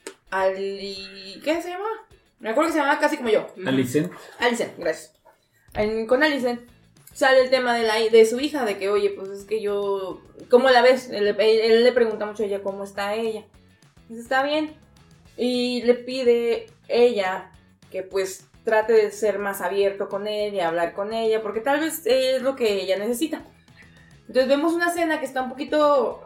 Ali, ¿qué se llama? Me acuerdo que se llamaba casi como yo. Alicent. Alicent, gracias. En, con Alicent sale el tema de, la, de su hija, de que, oye, pues es que yo, ¿cómo la ves? Él, él, él le pregunta mucho a ella cómo está ella. Dice, está bien. Y le pide ella que pues trate de ser más abierto con él y hablar con ella, porque tal vez es lo que ella necesita. Entonces vemos una escena que está un poquito...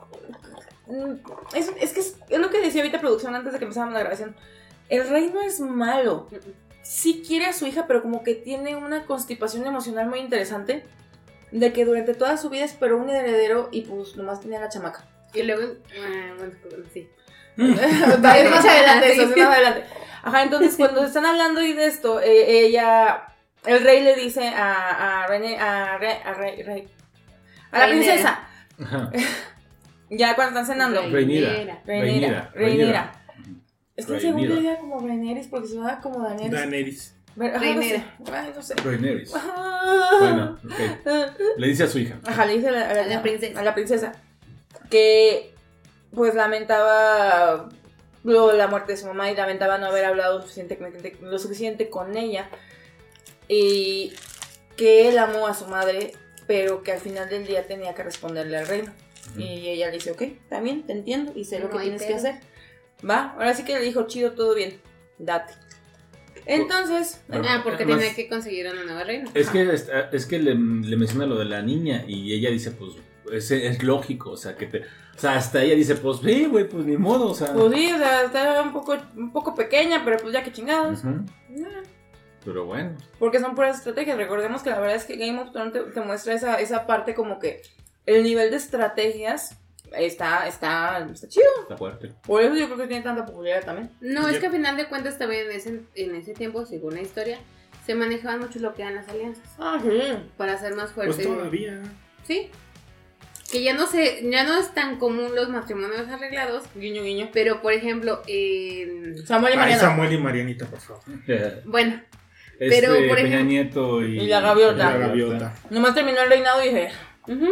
Es, es que es, es lo que decía ahorita producción antes de que empezáramos la grabación. El rey no es malo. Sí quiere a su hija, pero como que tiene una constipación emocional muy interesante. De que durante toda su vida esperó un heredero y pues nomás tenía la chamaca. Y luego, uh, bueno, sí. Es más adelante, eso es más adelante. Ajá, entonces cuando están hablando y de esto, eh, ella, el rey le dice a, a René, a, Re, a, Re, Re, a la princesa. Ajá. Ya cuando están cenando. Reinira. Reinira. Reinira. Es que en segundo era como Rhaenyra porque se llama como Daenerys. Daenerys. Reinira. Ay, no sé. Rhaenyra. Bueno, ok. Le dice a su hija. Ajá, le dice a la, a la, a la princesa. A la princesa. Que pues lamentaba luego la muerte de su mamá y lamentaba no haber hablado suficientemente, lo suficiente con ella. Y que él amó a su madre, pero que al final del día tenía que responderle al reino. Uh-huh. Y ella le dice, ok, está bien, te entiendo y sé no lo que tienes que hacer. Va, ahora sí que le dijo, chido, todo bien, date. Entonces... Bueno, ah, porque además, tenía que conseguir una nueva reina. Es que, es, es que le, le menciona lo de la niña y ella dice, pues, es, es lógico, o sea, que te... O sea, hasta ella dice, pues, sí, güey, pues, ni modo, o sea... Pues sí, o sea, está un poco, un poco pequeña, pero pues ya que chingados. Uh-huh. Yeah. Pero bueno. Porque son puras estrategias, recordemos que la verdad es que Game of Thrones te, te muestra esa, esa parte como que el nivel de estrategias... Está, está, está chido. Está fuerte. Por eso yo creo que tiene tanta popularidad también. No, es que a final de cuentas también en ese, en ese tiempo, según la historia, se manejaban mucho lo que eran las alianzas. Ah, sí. Para ser más fuerte. Pues todavía. Sí. Que ya no se, ya no es tan común los matrimonios arreglados. Guiño, guiño. Pero, por ejemplo, en... Samuel y Mariana. Ay, Samuel y Marianita, por favor. Yeah. Bueno. Este, pero, por Peña ejemplo... Nieto y... Y la gaviota. Y la gaviota. Nomás terminó el reinado y dije... Uh-huh.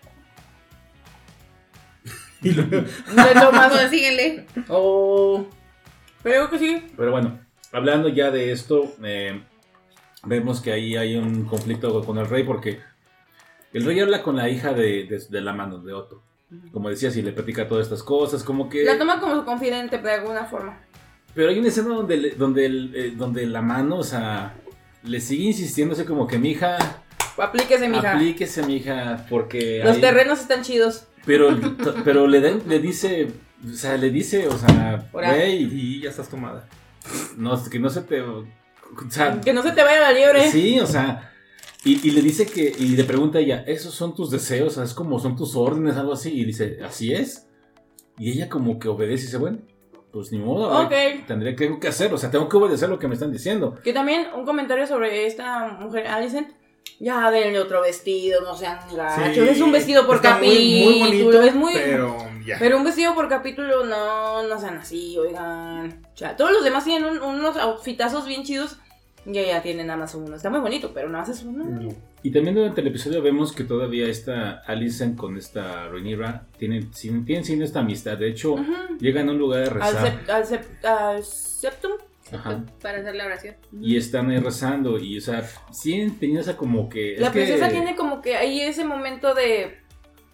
Y lo... lo más, bueno, síguenle. Oh, pero que sí. Pero bueno, hablando ya de esto, eh, vemos que ahí hay un conflicto con el rey porque el rey habla con la hija de, de, de la mano de Otto. Como decía, si le platica todas estas cosas, como que... La toma como su confidente de alguna forma. Pero hay una escena donde, donde, el, eh, donde la mano, o sea, le sigue insistiendo, así como que mi hija... Aplíquese, mija. Aplíquese, mija, porque... Los hay... terrenos están chidos. Pero, pero le, den, le dice, o sea, le dice, o sea, güey, y ya estás tomada. No, que no se te, o sea, que no se te vaya la liebre. Sí, o sea, y, y le dice que, y le pregunta a ella, ¿esos son tus deseos? ¿Es como son tus órdenes? Algo así, y dice, ¿así es? Y ella como que obedece y dice, bueno, pues ni modo, okay. ver, tendría que, que hacer, o sea, tengo que obedecer lo que me están diciendo. Que también un comentario sobre esta mujer, Alicent. Ya denle otro vestido, no sean gachos. Sí, es un vestido por capítulo. Muy, muy bonito, es muy, pero ya. Pero un vestido por capítulo, no, no sean así, oigan. O sea, todos los demás tienen un, unos outfitazos bien chidos. Y ella tiene nada más uno. Está muy bonito, pero nada más es uno. No. Y también durante el episodio vemos que todavía esta Alicent con esta Rhaenyra tienen, tienen sin esta amistad. De hecho, uh-huh. llegan a un lugar de rezar. Al, sep, al, sep, al septum. Ajá. Para hacer la oración. Y están ahí rezando y, o sea, sí tenía esa como que... La es princesa que... tiene como que ahí ese momento de...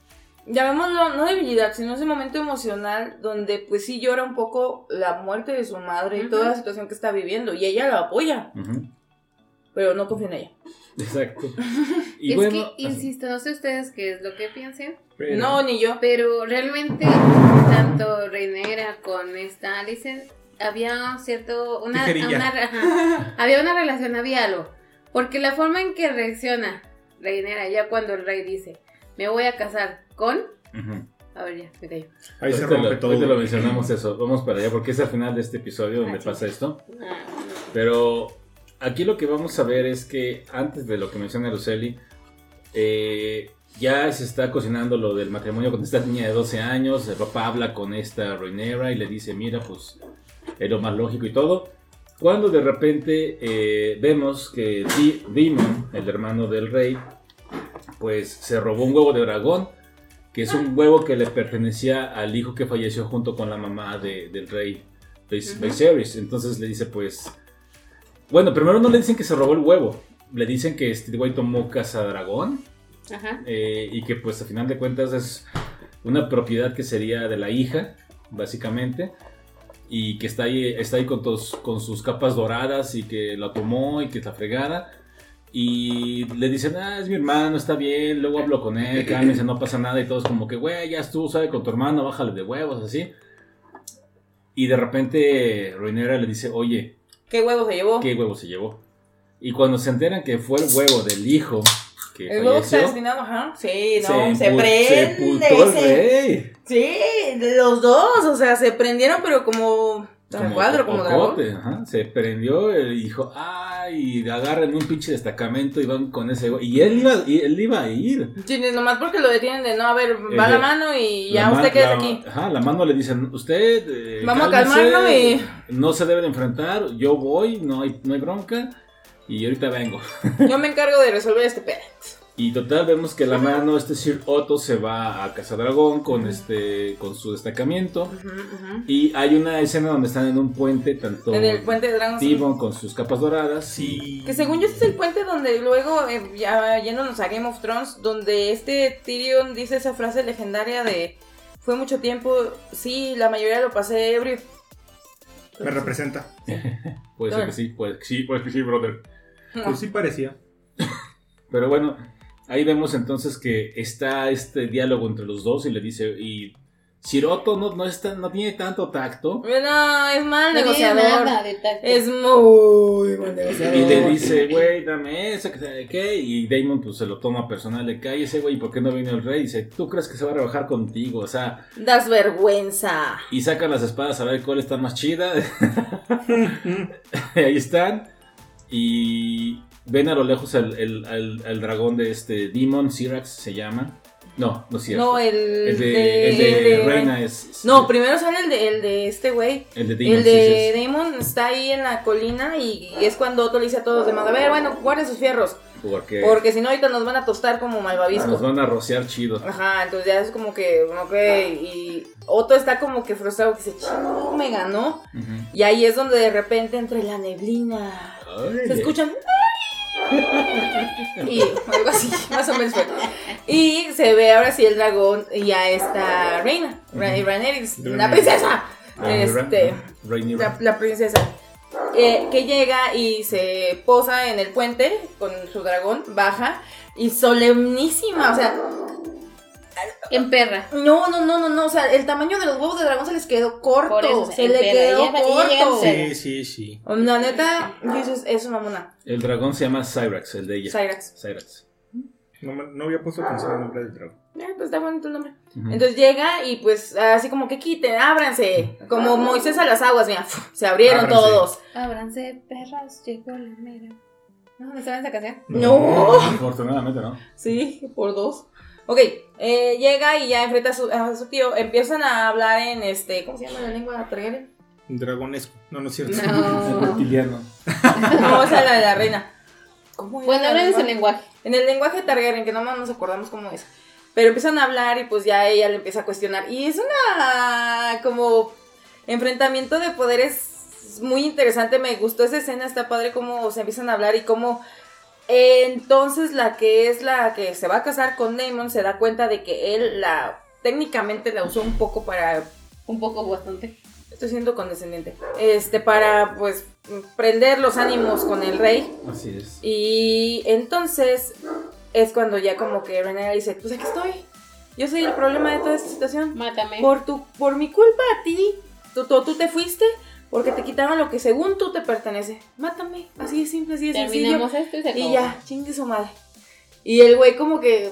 llamémoslo, no debilidad, sino ese momento emocional donde pues sí llora un poco la muerte de su madre uh-huh. y toda la situación que está viviendo, y ella la apoya, uh-huh. pero no confía en ella. Exacto. Y es bueno, que, insisto, no sé ustedes qué es lo que piensen. Pero, no, ni yo. Pero realmente, tanto Rhaenyra con esta Alicent, había cierto, una, una ajá, había una relación, había algo. Porque la forma en que reacciona Rhaenyra ya cuando el rey dice, me voy a casar con... Uh-huh. A ver, ya, me callo. Ahí se rompe lo, todo. Ahorita lo mencionamos eso, vamos para allá, porque es al final de este episodio donde ah, pasa sí. esto. Ah, no. Pero aquí lo que vamos a ver es que antes de lo que menciona Lucely, eh, ya se está cocinando lo del matrimonio con esta niña de doce años. El papá habla con esta Rhaenyra y le dice, mira, pues es lo más lógico y todo. Cuando de repente eh, vemos que D- Daemon, el hermano del rey, pues se robó un huevo de dragón, que es un huevo que le pertenecía al hijo que falleció junto con la mamá de, del rey Viserys. Uh-huh. Entonces le dice, pues... Bueno, primero no le dicen que se robó el huevo, le dicen que este güey tomó cazadragón. Uh-huh. eh, y que pues a final de cuentas es una propiedad que sería de la hija, básicamente. Y que está ahí, está ahí con, tos, con sus capas doradas y que la tomó y que es la fregada. Y le dicen, ah, es mi hermano, está bien. Luego hablo con él, cálmense, no pasa nada. Y todos como que, güey, ya estuvo, sabe, con tu hermano, bájale de huevos, así. Y de repente Rhaenyra le dice, oye, ¿qué huevo se llevó? ¿Qué huevo se llevó? Y cuando se enteran que fue el huevo del hijo que el huevo está destinado, ajá. Sí, no, se, se prende. Se putó el rey. Sí, los dos, o sea, se prendieron, pero como tan cuadro, como dragón. Ajá, se prendió y dijo, ay, agarren un pinche destacamento y van con ese huevo. Y él iba, y él iba a ir. Sí, nomás porque lo detienen de no, a ver, va el la mano y ya usted queda aquí. Ajá, la mano le dicen, usted, eh, vamos cálmese, a calmarlo y... no se debe de enfrentar, yo voy, no hay, no hay bronca. Y ahorita vengo. Yo me encargo de resolver este pedo. Y total, vemos que la mano, este Sir Otto, se va a Cazadragón con uh-huh. este, con su destacamiento. Uh-huh, uh-huh. Y hay una escena donde están en un puente, tanto en el puente de Dragon Daemon con sus capas doradas. Y... que según yo este es el puente donde luego, eh, ya yéndonos a Game of Thrones, donde este Tyrion dice esa frase legendaria de, fue mucho tiempo, sí, la mayoría lo pasé ebrio. Me representa. Puede ser que sí, puede que sí, puede que sí, brother. No. Pues sí parecía. Pero bueno, ahí vemos entonces que está este diálogo entre los dos y le dice, y Sir Otto no, no, está, no tiene tanto tacto. No, es mal no negociador. Tiene nada de tacto. Es muy mal negociador. Y le dice, güey, dame eso, que sabe qué. Y Daemon pues se lo toma personal, le cae ese güey, ¿por qué no vino el rey? Y dice, ¿tú crees que se va a rebajar contigo? O sea... das vergüenza. Y sacan las espadas a ver cuál está más chida. Ahí están. Y ven a lo lejos el, el, el, el dragón de este Daemon, Syrax se llama. No, no es cierto. No, el, el de, de, el de, de Reina es, es... No, primero sale el de, el de este güey. El de Daemon. El de sí, Daemon está ahí en la colina y, y es cuando Otto le dice a todos los demás, a ver, bueno, guarden sus fierros. ¿Por qué? Porque si no ahorita nos van a tostar como malvaviscos. Nos van a rociar chido. Ajá, entonces ya es como que, ok, y Otto está como que frustrado, que dice, chingo, me ganó. Uh-huh. Y ahí es donde de repente entre la neblina Ay, se escuchan... y algo así, más o menos fue. Y se ve ahora sí el dragón y a esta reina, uh-huh. Rhaenyra, la princesa, uh, este, la, la princesa, eh, que llega y se posa en el puente con su dragón, baja y solemnísima, o sea, en perra. No, no, no, no, no, o sea, el tamaño de los huevos de dragón se les quedó corto, eso, o sea, se le perra. quedó ya, corto. Sí, sí, sí. La neta, dices, es una mona. El dragón se llama Syrax, el de ella. Syrax. Syrax. No, no había puesto atención al nombre del dragón. Eh, pues está bonito el nombre. Uh-huh. Entonces llega y pues así como que quiten, ábranse. Como Moisés a las aguas, mira, se abrieron ábranse. todos. Ábranse, perras, llegó la mera. ¿No? ¿No saben esa canción? No. no. Afortunadamente no. Sí, por dos. Ok, eh, llega y ya enfrenta a su, a su tío. Empiezan a hablar en este, ¿cómo se llama la lengua Targaryen? Dragonesco. No, no es cierto. No. Reptiliano. No, esa es la de la reina. ¿Cómo bueno, hablan en ese lenguaje. En el lenguaje Targaryen, que no más nos acordamos cómo es. Pero empiezan a hablar y pues ya ella le empieza a cuestionar. Y es una como enfrentamiento de poderes muy interesante. Me gustó esa escena, está padre cómo se empiezan a hablar y cómo Entonces la que es la que se va a casar con Daemon se da cuenta de que él la técnicamente la usó un poco para... Un poco bastante. Estoy siendo condescendiente. Este, para pues prender los ánimos con el rey. Así es. Y entonces es cuando ya como que Rhaenyra dice, pues aquí estoy. Yo soy el problema de toda esta situación. Mátame. Por tu, por mi culpa a ti. Tú, tú, tú te fuiste porque te quitaron lo que según tú te pertenece. Mátame. Así de simple, así de Terminamos sencillo. esto y se acabó. Y ya, chingue su madre. Y el güey como que,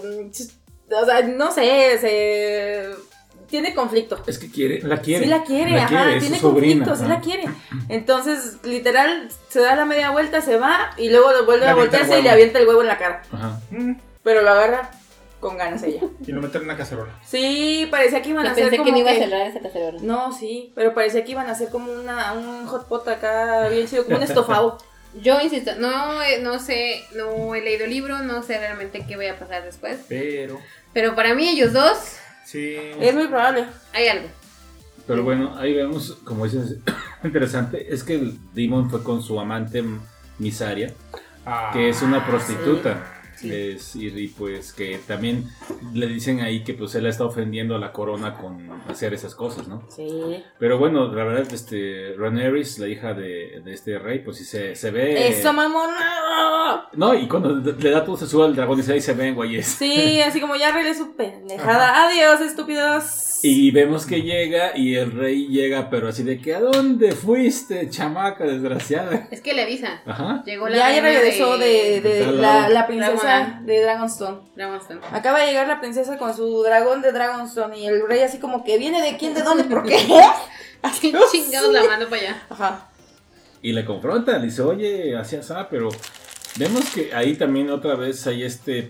o sea, no sé, se... tiene conflicto. Es que quiere, la quiere. Sí la quiere, la ajá, quiere, tiene sobrina, conflicto, sí ajá. la quiere. Entonces, literal, se da la media vuelta, se va y luego vuelve Le a avienta el voltearse y le huevo. avienta el huevo en la cara. Ajá. Pero lo agarra con ganas ella. Y lo meten en una cacerola. Sí, parecía que iban Yo a hacer pensé como que no iba a que- cerrar esa cacerola. No, sí, pero parecía que iban a hacer como una, un hot pot acá bien chido, como un estofado. Yo insisto, no, eh, no sé, no he leído el libro, no sé realmente qué vaya a pasar después. Pero, Pero para mí ellos dos, sí. Es muy probable. hay algo. Pero bueno, ahí vemos, como dices, interesante, es que el Demon fue con su amante Misaria, Ah, que es una prostituta. Sí. Es, y, y pues que también le dicen ahí que pues él está ofendiendo a la corona con hacer esas cosas, ¿no? Sí. Pero bueno, la verdad, este Rhaenyra, la hija de, de este rey, pues sí se, se ve... ¡Eso, mamona! No, y cuando le da todo se sube al dragón y se, ahí se ven, güeyes. Sí, así como ya arreglé su pendejada. Adiós, estúpidos. Y vemos que llega y el rey llega, pero así de que ¿a dónde fuiste, chamaca desgraciada? Es que le avisa. Ajá. Llegó la Ya, ya reina regresó de, de de la, la princesa Dragonstone. de Dragonstone. Dragonstone. Acaba de llegar la princesa con su dragón de Dragonstone y el rey así como que viene de quién, de dónde, por qué. Así chingados la mando para allá. Ajá. Y le confronta, le dice, oye, así asá, pero vemos que ahí también otra vez hay este...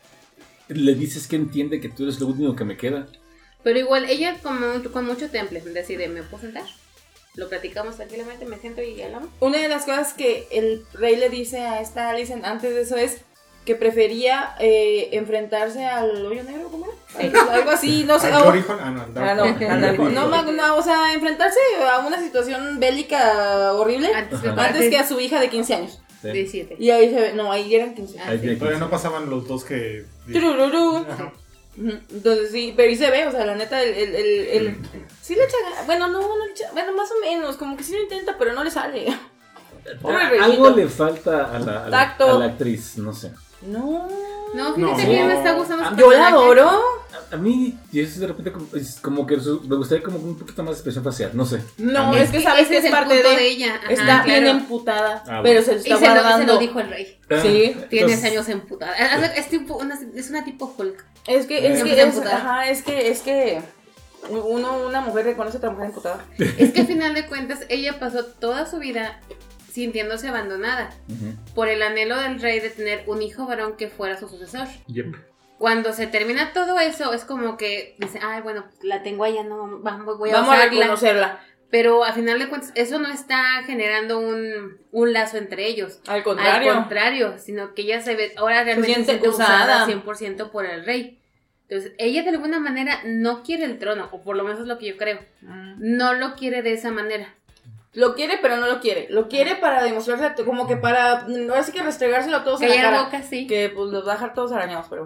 Le dices que entiende que tú eres lo único que me queda. Pero igual, ella con, mu- con mucho temple decide, ¿me puedo sentar? Lo platicamos tranquilamente, me siento y hablamos. Una de las cosas que el rey le dice a esta Alicent antes de eso es que prefería eh, enfrentarse al hoyo negro, ¿cómo era? Algo así, no sé. ¿Al oh. Glory Hall? Ah, no, al Ah, no, Dark Hall. al Dark Hall. no, ma- no, o sea, enfrentarse a una situación bélica horrible Antes, Ajá. antes que a su hija de quince años. Sí. diecisiete. Y ahí se ve, no, ahí eran quince. Ah, Ahí sí. tiene que- Todavía no pasaban los dos que... Turururu. Ajá. Ujú. Entonces sí, pero ahí se ve, o sea, la neta, el, el, el, el- sí le echa ganas. Bueno, no, no le echa, bueno, más o menos, como que sí lo intenta, pero no le sale. Pobre Algo reyito. le falta a la, a la- Tacto. a la actriz, no sé. No. No, fíjate No. que me está gustando su Yo la personaje. adoro. A, a mí, y eso de repente como, es como que su- me gustaría como un poquito más de expresión facial, no sé. No, Es es que que sabes ese que es es el parte punto de, de ella. Ajá, está bien claro. emputada, Ah, pero bueno. se lo Y está se lo, se guardando. lo dijo el rey. Sí. Tienes Entonces, años emputada. Es, es tipo una, es una tipo Hulk. Es que, es Eh. que, Se es, emputada. ajá, es que, es que uno, una mujer reconoce a otra mujer emputada. Es que al final de cuentas, ella pasó toda su vida sintiéndose abandonada Ujú. por el anhelo del rey de tener un hijo varón que fuera su sucesor. Yep. Cuando se termina todo eso, es como que dice, ay, bueno, la tengo allá, no, vamos, voy a Vamos a usarla. reconocerla. Pero al final de cuentas, eso no está generando un, un lazo entre ellos. Al contrario. Al contrario, sino que ella se ve, ahora realmente se siente siente usada. usada cien por ciento por el rey. Entonces, ella de alguna manera no quiere el trono, o por lo menos es lo que yo creo. Mm. No lo quiere de esa manera. Lo quiere, pero no lo quiere. Lo quiere para demostrarse, como que para, ahora sí que restregárselo a todos en la Callar cara. boca, sí. Que pues los va a dejar todos arañados, pero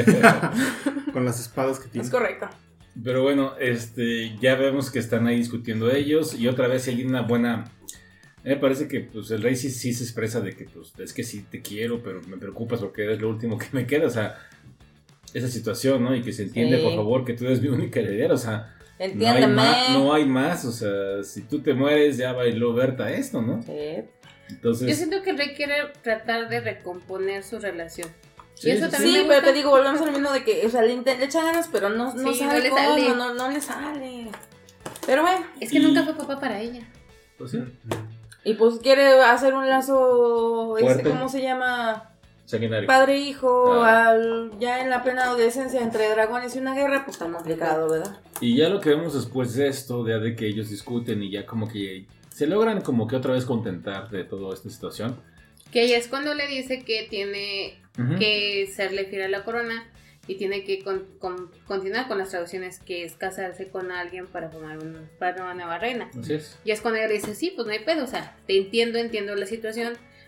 Con las espadas que tiene. es correcto. Pero bueno, este, ya vemos que están ahí discutiendo ellos y otra vez hay una buena... Me parece que pues el rey sí, sí se expresa de que pues es que sí te quiero, pero me preocupas porque eres lo último que me queda, o sea, esa situación, ¿no? Y que se entiende, Sí. por favor, que tú eres mi única heredera, o sea, no hay, Entiéndeme. más, no hay más, o sea, si tú te mueres ya bailó Berta esto, ¿no? Sí. Entonces... Yo siento que el rey quiere tratar de recomponer su relación. Sí, y eso sí, también Sí, me pero gusta. te digo, volvemos al mismo de que, o sea, le, inte- le echa ganas, pero no, no Sí, sabe no le cómo, sale. no, no le sale. Pero bueno, Es que Y- nunca fue papá para ella. pues sí, y pues quiere hacer un lazo, ese, Fuerte. ¿cómo se llama? sanguinario. Padre-hijo, Ah. al, ya en la plena adolescencia entre dragones y una guerra, pues está complicado, ¿verdad? Y ya lo que vemos después de esto, de, de que ellos discuten y ya como que se logran como que otra vez contentar de toda esta situación. Que ella es cuando le dice que tiene Ujú. que serle fiel a la corona y tiene que con- con- continuar con las tradiciones, que es casarse con alguien para formar un, para una nueva reina. Así es. Y es cuando ella le dice, sí, pues no hay pedo, o sea, te entiendo, entiendo la situación,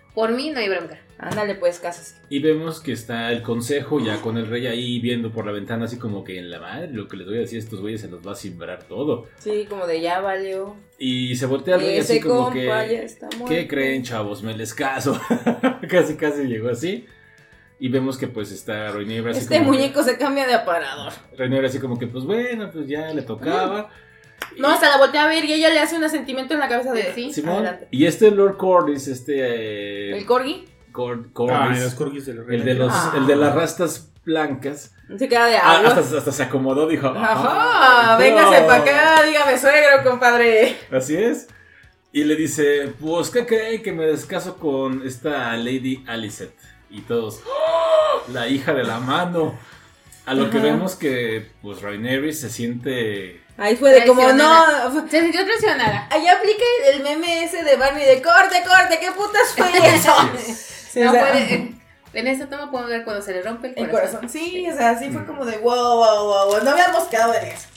Por mí no hay bronca. Ándale pues, casas. Y vemos que está el consejo ya con el rey ahí viendo por la ventana así como que en la madre, lo que les voy a decir a estos güeyes se los va a simbrar todo. Sí, como de ya valió. Y se voltea el rey Ese así como compa que, ya está muerto. ¿qué creen, chavos? Me les caso. Casi casi llegó así. Y vemos que pues está Rhaenyra así Este como muñeco que, se cambia de aparador. Rhaenyra así como que pues bueno, pues ya le tocaba. No, hasta la voltea a ver y ella le hace un asentimiento en la cabeza de Sí, sí. Simón. Adelante. Y este Lord Corlys, este eh, El corgi Cor- Ah, Corlys, los corgis del rey. el de los Ah. el de las rastas blancas. se queda de Ah, agua. hasta, hasta se acomodó, dijo. Ajá, "Ah, véngase no". para acá, dígame suegro, compadre. Así es. Y le dice, pues, ¿qué creen que me descaso con esta Lady Alicent? Y todos, ¡oh! La hija de la mano. A lo Ajá. que vemos que, pues, Rhaenyra se siente... Ahí fue de como Traicionada. no. Se sintió traicionada. Ahí aplica el meme ese de Barney de corte, corte, ¿qué putas fue eso? Sí, No o sea, puede, en, en esta toma podemos ver cuando se le rompe el el corazón. corazón. Sí, o sea, sí fue como de wow, wow, wow, wow. No habíamos quedado en eso.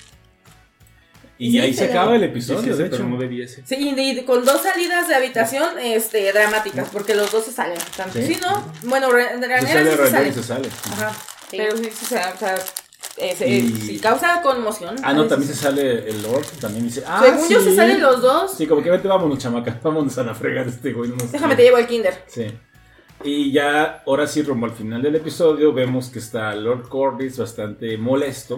Y Sí, ahí se pero- acaba el Sí, episodio, sí, de pero hecho. no bebiese. Sí, y, y con dos salidas de habitación este, dramáticas, porque los dos se salen. Tanto. Sí. Sí, ¿no? Bueno, Re- Se Rhaenyra sale, sí se Rhaenyra sale. y se sale. Ajá. Sí. Pero sí, sí, o sea, o sea, eh, se- Y- sí causa conmoción. Ah, no, también se sale el Lord, también dice, ah, Según yo sí. se salen los dos. Sí, como que vete, vámonos, chamaca, vámonos a la fregada este güey. No nos Déjame, quiere. te llevo al kinder. Sí. Y ya, ahora sí, rumbo al final del episodio, vemos que está Lord Corlys bastante molesto.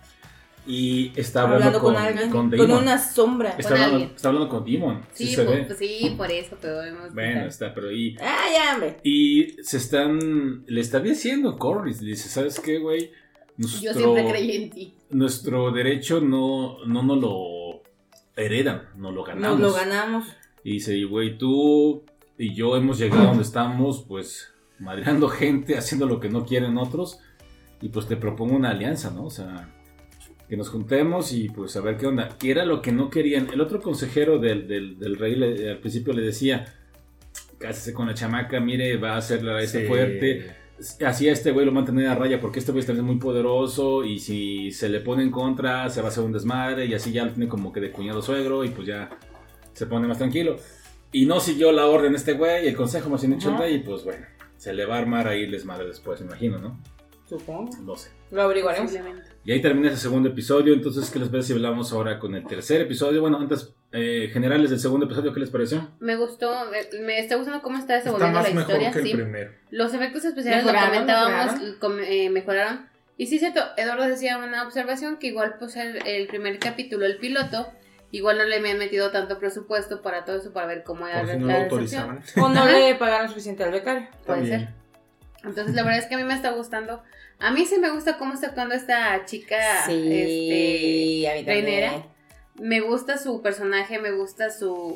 Y está hablando, Hablando con, con, alguien. con Con, Daemon. una sombra. Está Con hablando, alguien. está hablando con Daemon. Sí, Sí, se por, ve. pues sí, por eso podemos. Bueno, está, pero ahí. Ah, ya, hombre. Y se están. Le está diciendo Corlys. Le dice, ¿sabes qué, güey? Nuestro, Yo siempre creí en ti. nuestro derecho no, no nos lo heredan, no lo ganamos. Nos lo ganamos. Y dice, güey, tú y yo hemos llegado a donde estamos, pues, madreando gente, haciendo lo que no quieren otros. Y pues te propongo una alianza, ¿no? O sea, que nos juntemos y pues a ver qué onda. Y era lo que no querían. El otro consejero del, del, del rey le- al principio le decía, cásese con la chamaca, mire, va a hacer la raíz Sí. fuerte. Así a este güey lo mantener a raya porque este güey también es muy poderoso y si se le pone en contra se va a hacer un desmadre y así ya lo tiene como que de cuñado suegro y pues ya se pone más tranquilo. Y no siguió la orden este güey, el consejo más bien dicho, Ajá. y pues bueno, se le va a armar ahí el desmadre después, me imagino, ¿no? Supongo. No sé. Lo averiguaremos. Posiblemente. Y ahí termina ese segundo episodio, entonces, ¿qué les parece si hablamos ahora con el tercer episodio? Bueno, antes, eh, generales del segundo episodio, ¿qué les pareció? Me gustó, me, me está gustando cómo está Está desenvolviendo más la mejor historia. que el Sí. primero. Los efectos especiales lo Mejoraron, comentábamos, mejoraron. com- eh, mejoraron. Y sí, cierto, Eduardo decía una observación que igual pues el, el primer capítulo, el piloto, igual no le habían metido tanto presupuesto para todo eso, para ver cómo era Por la, si no la lo recepción. autorizaban. O no le pagaron suficiente al becario. Puede También. ser. Entonces la verdad es que a mí me está gustando. A mí sí me gusta cómo está actuando esta chica, Sí, a mí este, también. Rhaenyra. Me gusta su personaje, me gusta su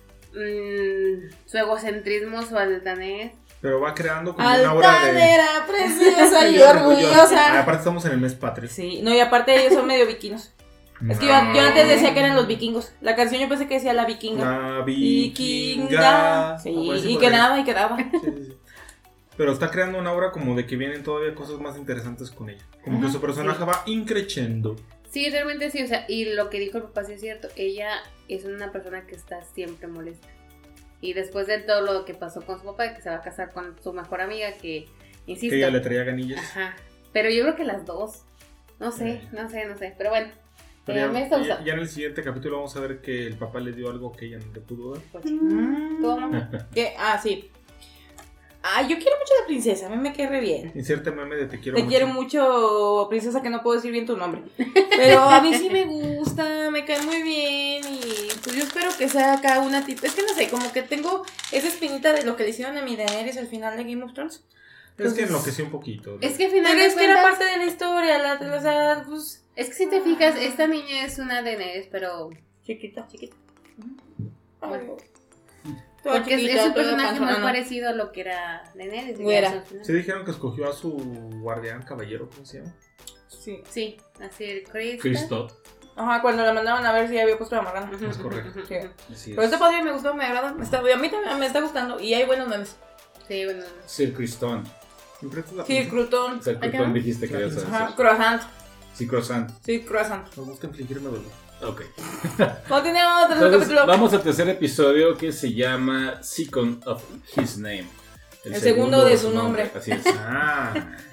mm, su egocentrismo, su altanez. Pero va creando como una aura de... Altanera, preciosa y Ah, orgullosa. aparte estamos en el mes patrio. Sí, no, y aparte ellos son medio vikinos. Es que yo, yo antes decía que eran los vikingos. La canción yo pensé que decía la vikinga. La Vikinga. vikinga. Sí, Puede ser y por quedaba, y quedaba. ahí. Sí, sí, sí. Pero está creando una aura como de que vienen todavía cosas más interesantes con ella. Como que Ajá, su personaje va increciendo. Sí, realmente sí, o sea, y lo que dijo el papá sí es cierto. Ella es una persona que está siempre molesta. Y después de todo lo que pasó con su papá, de que se va a casar con su mejor amiga, que, insisto. Que ella le traía ganillas. Ajá. Pero yo creo que las dos. No sé, no sé, no sé. Pero bueno, Pero eh, ya, me está ya- gustando. ya en el siguiente capítulo vamos a ver que el papá le dio algo que ella no le pudo dar. Pues, Mm. ¿cómo? ¿Qué? Ah, sí. Ah, yo quiero mucho a la princesa, a mí me cae re bien. Inserte meme de te quiero Te mucho. quiero mucho, princesa, que no puedo decir bien tu nombre. Pero a mí sí me gusta, me cae muy bien. Y pues yo espero que sea acá una tipo. Es que no sé, como que tengo esa espinita de lo que le hicieron a mi Daenerys al final de Game of Thrones. Es que Entonces- enloqueció un poquito. ¿no? Es que al final Pero de es que era cuentas- parte de la historia, la, o sea, pues. Es que si te fijas, esta niña es una Daenerys, pero Chiquita. chiquita. Bueno. Porque es, es un personaje muy parecido a lo que era Daenerys. Güera. digamos, al final. Se dijeron que escogió a su guardián caballero, ¿cómo se llama? Sí. Sí, así el Chris. Cristo. Ajá, cuando la mandaban a ver si había puesto la marrana. Ujú, Es correcto. ujú, Sí. ujú. Así Pero es. este padre me gustó, me agrada. Me está, a mí también me está gustando. Y hay buenos memes. Sí, bueno. Sir Cristón. Siempre es la Sí, Crutón. Sir Acá. Cristón dijiste que ibas a Ajá, decir. croissant. Sí, croissant. Sí, croissant. Me gusta infligirme dolor. Ok. Continuemos otro Entonces, capítulo. vamos al tercer episodio que se llama Second of His Name. El, el segundo, segundo de su nombre. nombre. Así es. Ah.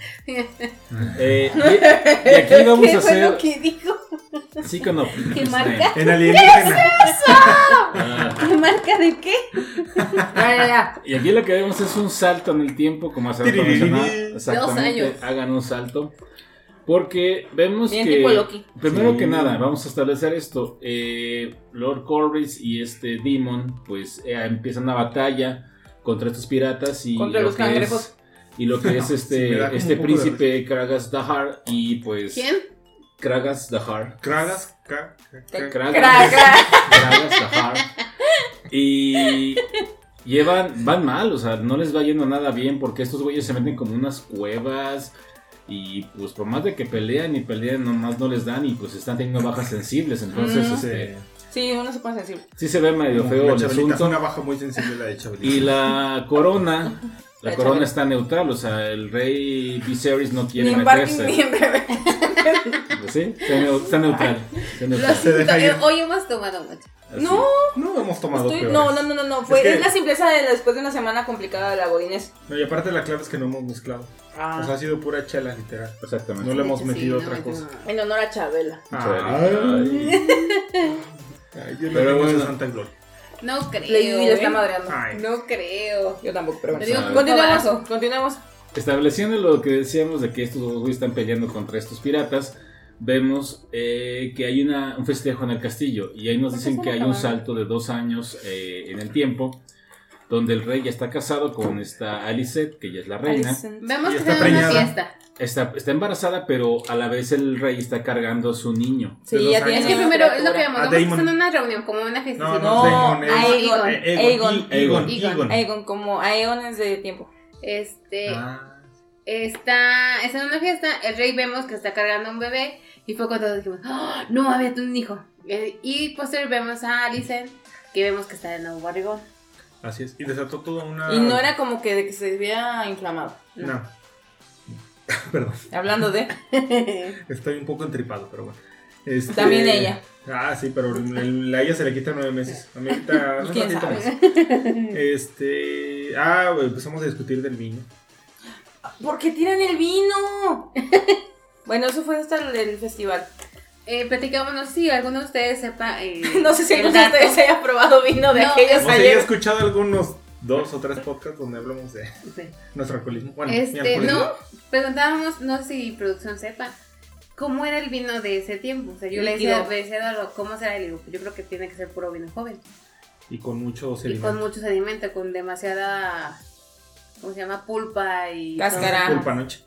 eh, y, y aquí vamos ¿Qué a hacer. Fue lo que dijo? Second of ¿Qué His marca? Name. En alienígena. ¿Qué es eso? Ah. ¿Qué marca de qué? Ya, ya, ya. Y aquí lo que vemos es un salto en el tiempo, como hace rato mencionaba. Exactamente. Hagan un salto. Porque vemos Bien que, tipo Loki. primero Sí. que nada, vamos a establecer esto. Eh, Lord Corvus y este Demon, pues eh, empiezan una batalla contra estos piratas y contra lo los que cangrejos. Es, y lo que es este, Sí, me da como este un poco de príncipe Kragas Dahar y pues. ¿Quién? Kragas Dahar. Kragas. Kragas. Kragas, Cra, cra. Kragas Dahar. Y llevan, van mal, o sea, no les va yendo nada bien porque estos güeyes se meten como unas cuevas. Y pues por más de que pelean y pelean, nomás no les dan y pues están teniendo bajas sensibles. Entonces, Mm. este, Sí, uno se pone sensible. sí se ve medio feo La el Chabelita fue asunto. una baja muy sensible la de Chabelita. Y la corona, la, La corona Chabela. está neutral, o sea, el rey Viserys no quiere Ni en parking meterse. ni en bebé. ¿Sí? Está, neu- está neutral. Está Lo neutral. Se deja siento, ir. hoy hemos tomado mucho. Así. No, No hemos tomado estoy, peores. no, no, no, no, no. Fue, Es es, que- la simpleza de la- después de una semana complicada de la godinés. No, y aparte la clave es que no hemos mezclado. Ah. O sea, ha sido pura chela, literal. Exactamente. No le hemos Sí, metido no, otra no, cosa. no. En honor a Chabela. Ay. Ay, yo Pero le tengo bueno. esa Santa Gloria. No creo. Le, y le está ¿eh? madreando. Ay. No creo. Yo tampoco, pero Te bueno. digo Ah. Continuemos, abajo. continuemos. Estableciendo lo que decíamos de que estos dos güeyes están peleando contra estos piratas, vemos eh, que hay una, un festejo en el castillo y ahí nos ¿Por qué dicen se que me hay un acabaron? salto de dos años eh, en el tiempo, donde el rey ya está casado con esta Alicent, que ya es la reina. Alicent. Vemos Y que está está en una preñada. fiesta. Está, está embarazada, pero a la vez el rey está cargando a su niño. Sí, de ya dos tiene Es que años. primero es lo que vemos. A Vemos que Damon. están en una reunión, como una fiesta. No, no, No, Damon, es- Aegon. Eh, Aegon. Aegon. Aegon. Aegon. Aegon, como Aeones de tiempo. Este. Ah. Está, está en una fiesta, el rey vemos que está cargando un bebé y fue cuando dijimos, ¡oh, no, había un hijo! Eh, Y posterior vemos a Alicent, que vemos que está de nuevo barrigón. Así es. Y desató toda una. Y no era como que de que se hubiera inflamado. No. Perdón. Hablando de. Estoy un poco entripado, pero bueno. Este... También ella. Ah, sí, pero el- a ella se le quita nueve meses. A mí ahorita. ¿Y un quién ratito sabe? más. Este. Ah, empezamos a discutir del vino. ¿Por qué tiran el vino? Bueno, eso fue hasta el, el festival. Eh, platicamos, no sé si alguno de ustedes sepa. Eh, No sé si el alguno de dato. ustedes haya probado vino de No, aquellos O sea, yo he ayer. escuchado algunos dos o tres podcasts donde hablamos de Sí. nuestro alcoholismo. Bueno, mi Este, alcoholismo. no, preguntábamos, no sé si producción sepa, ¿cómo era el vino de ese tiempo? O sea, yo le decía, Líquido. le decía a Eduardo, ¿cómo será el vino? Yo creo que tiene que ser puro vino joven. Y con mucho Y sedimento. con mucho sedimento, con demasiada, ¿cómo se llama? Pulpa y... Cáscara. todo. Pulpa noche.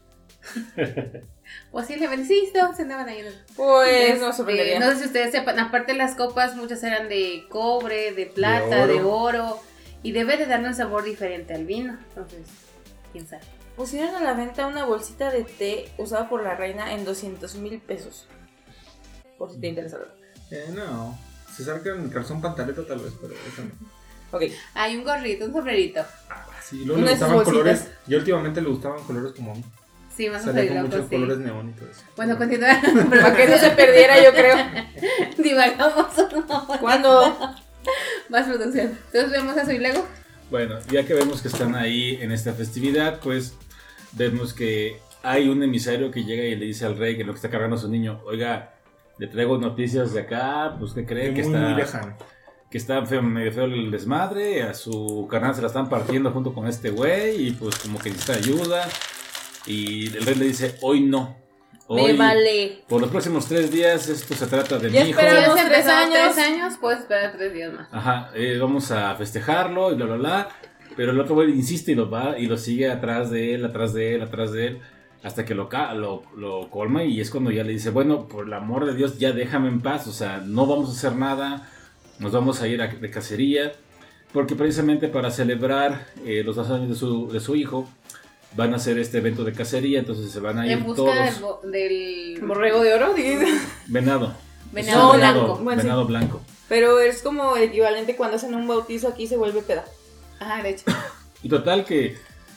Posiblemente, sí, todos andaban ahí. Pues no Este, sorprendería. no sé si ustedes sepan, aparte las copas, muchas eran de cobre, de plata, De de oro. oro, y debe de darle un sabor diferente al vino. Entonces, quién sabe. Pusieron a la venta una bolsita de té usada por la reina en doscientos mil pesos. Por si te interesa. Eh, no. Se sacan el calzón pantaleta tal vez, pero eso no. Ok. Hay un gorrito, un sombrerito. Ah, sí, luego Una le de sus gustaban bolsitas. colores. Yo últimamente le gustaban colores como a mí. Sí, más o Salía con menos. muchos Sí. colores neón y todo eso. Bueno, continúa. Para que no se perdiera, yo creo. Divagamos. Cuando. Más producción. Entonces vemos a Soy Lego. Bueno, ya que vemos que están ahí en esta festividad, pues vemos que hay un emisario que llega y le dice al rey que lo que está cargando a su niño, oiga, le traigo noticias de acá, pues ¿qué cree? Muy, Que muy está, lejano. que está feo, medio feo el desmadre, a su carnal se la están partiendo junto con este güey y pues como que necesita ayuda. Y el rey le dice, hoy no. Hoy, Me vale. por los próximos tres días esto se trata de Ya mi hijo. esperamos. Si has Tenemos tres empezado años. tres años, puedes esperar tres días más. Ajá, eh, vamos a festejarlo y bla, bla, bla. Pero el otro güey insiste y lo va y lo sigue atrás de él, atrás de él, atrás de él, hasta que lo, ca- lo, lo colma y es cuando ya le dice, bueno, por el amor de Dios, ya déjame en paz, o sea, no vamos a hacer nada, nos vamos a ir a, de cacería, porque precisamente para celebrar eh, los dos años de su, de su hijo, van a hacer este evento de cacería, entonces se van a ir En busca todos. del, bo- del Borrego de oro. Venado. venado Es un blanco. Bueno, sí. venado blanco. Pero es como el equivalente cuando hacen un bautizo aquí se vuelve peda. Ajá, de hecho. Y total que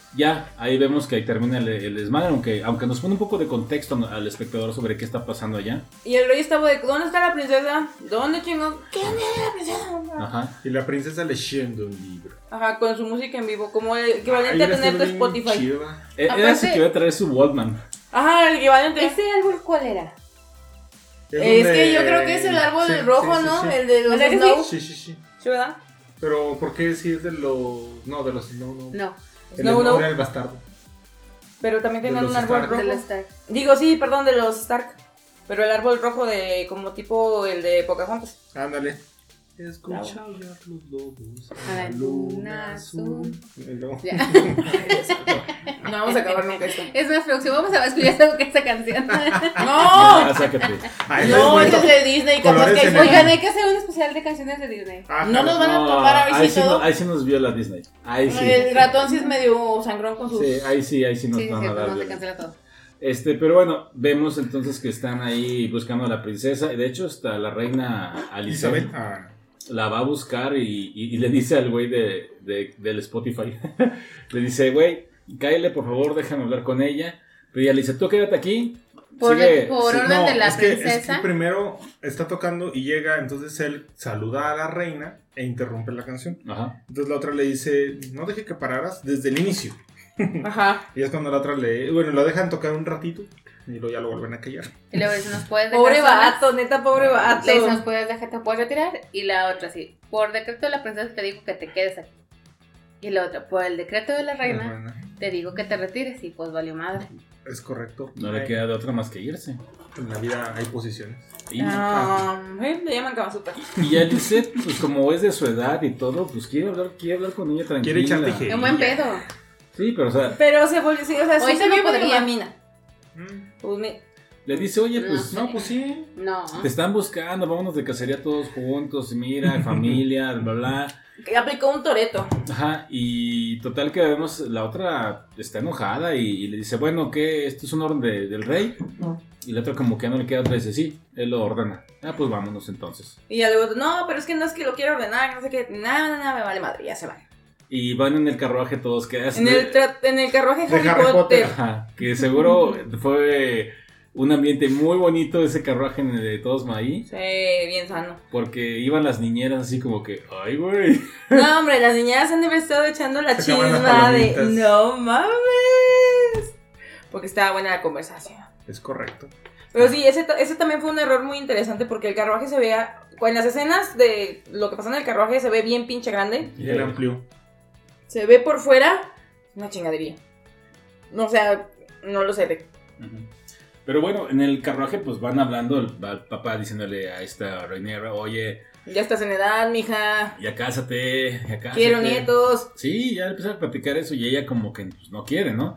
ya, ahí vemos que ahí termina el, el desmadre, aunque, aunque nos pone un poco de contexto al espectador sobre qué está pasando allá. Y el rey estaba de, ¿dónde está la princesa? ¿Dónde chingón? ¿Quién es la princesa? Ajá. Y la princesa leyendo un libro. Ajá, con su música en vivo, como el equivalente Ay, a tener tu Spotify. Chiva. Era ese que iba a traer su Walkman. Ajá, el equivalente. ¿Ese árbol cuál era? Es, es de... que yo creo que es el árbol sí, rojo, sí, sí, ¿no? Sí. El de los Snow. Sí, sí, sí. ¿Sí, verdad? Pero, ¿por qué si es de los... No, de los Snow, no. No. El Snow, no. Era el bastardo. Pero también tenían un árbol Stark. rojo. De los Stark. Digo, sí, perdón, de los Stark. Pero el árbol rojo de como tipo el de Pocahontas. Ándale. Escucha hablar los lobos a la luna azul. No. Ya. No vamos a acabar nunca esto. Es más, producción, vamos a escuchar esta canción. ¡No! Ya, sácate. Ay, no, esto es de Disney. Capaz que hay... Oigan, hay que hacer un especial de canciones de Disney. Ah, no nos van a tomar a ahí sí, todo. no, ahí sí nos vio la Disney. Ahí sí. El ratón sí es medio sangrón con sus... Sí, ahí sí, ahí sí nos sí, van sí, a dar. No, cancela todo. Este, pero bueno, vemos entonces que están ahí buscando a la princesa. De hecho, hasta la reina Alicia Isabel ah. la va a buscar y, y, y le dice al güey de, de, del Spotify. Le dice, güey, cáele por favor, déjame hablar con ella. Pero ella le dice, tú quédate aquí. Por, sigue, por orden no, de la es que, princesa. Es que primero está tocando y llega, entonces él saluda a la reina e interrumpe la canción. Ajá. Entonces la otra le dice, no dejé que pararas desde el inicio. Ajá. Y es cuando la otra le... Bueno, lo dejan tocar un ratito y luego ya lo vuelven a callar. Y luego dice, ¿nos puedes dejar Pobre solas? vato, neta, pobre vato. Le dice, ¿nos puedes dejar, te puedes retirar? Y la otra sí, por decreto de la princesa te digo que te quedes aquí. Y la otra, por el decreto de la reina, la reina. te digo que te retires. Y pues valió madre. Es correcto. No le queda de otra más que irse. En la vida hay posiciones. Y, um, ¿eh? Le llaman Kamasutra. Y ya dice, pues como es de su edad y todo, pues quiere hablar, quiere hablar con ella tranquila. Quiere echar tijera. Un buen pedo. Sí, pero o sea... Pero se volvió, sí, o sea, hoy sí se vio no medio mina. Mm. Pues me... Le dice, oye, pues... No, No, pues sí. No. Te están buscando, vámonos de cacería todos juntos, mira, familia, bla, bla. Que aplicó un toreto. Ajá, y total que vemos, la otra está enojada y, y le dice, bueno, ¿qué? ¿Esto es un orden de, del rey? No. Y la otra como que ya no le queda otra, dice, sí, él lo ordena. Ah, pues vámonos entonces. Y ya luego, no, pero es que no es que lo quiero ordenar, no sé qué, nada, nada, me vale madre, ya se van. Y van en el carruaje todos, que En el, tra- en el carruaje de Harry, Harry Potter. Potter. Ajá, que seguro fue un ambiente muy bonito ese carruaje de todos ahí. Sí, bien sano. Porque iban las niñeras así como que, ay, güey. No, hombre, las niñeras han de haber estado echando la Se chisma de, no mames. Porque estaba buena la conversación. Es correcto. Pero sí, ese, ese también fue un error muy interesante porque el carruaje se veía, en las escenas de lo que pasa en el carruaje se ve bien pinche grande. Y él amplió. Se ve por fuera una chingadería. No, o sea, no lo sé. Uh-huh. Pero bueno, en el carruaje pues van hablando, el, el papá diciéndole a esta reinera, oye... Ya estás en edad, mija. Ya cásate, ya cásate. Quiero nietos. Sí, ya empiezan a platicar eso y ella como que pues, no quiere, ¿no?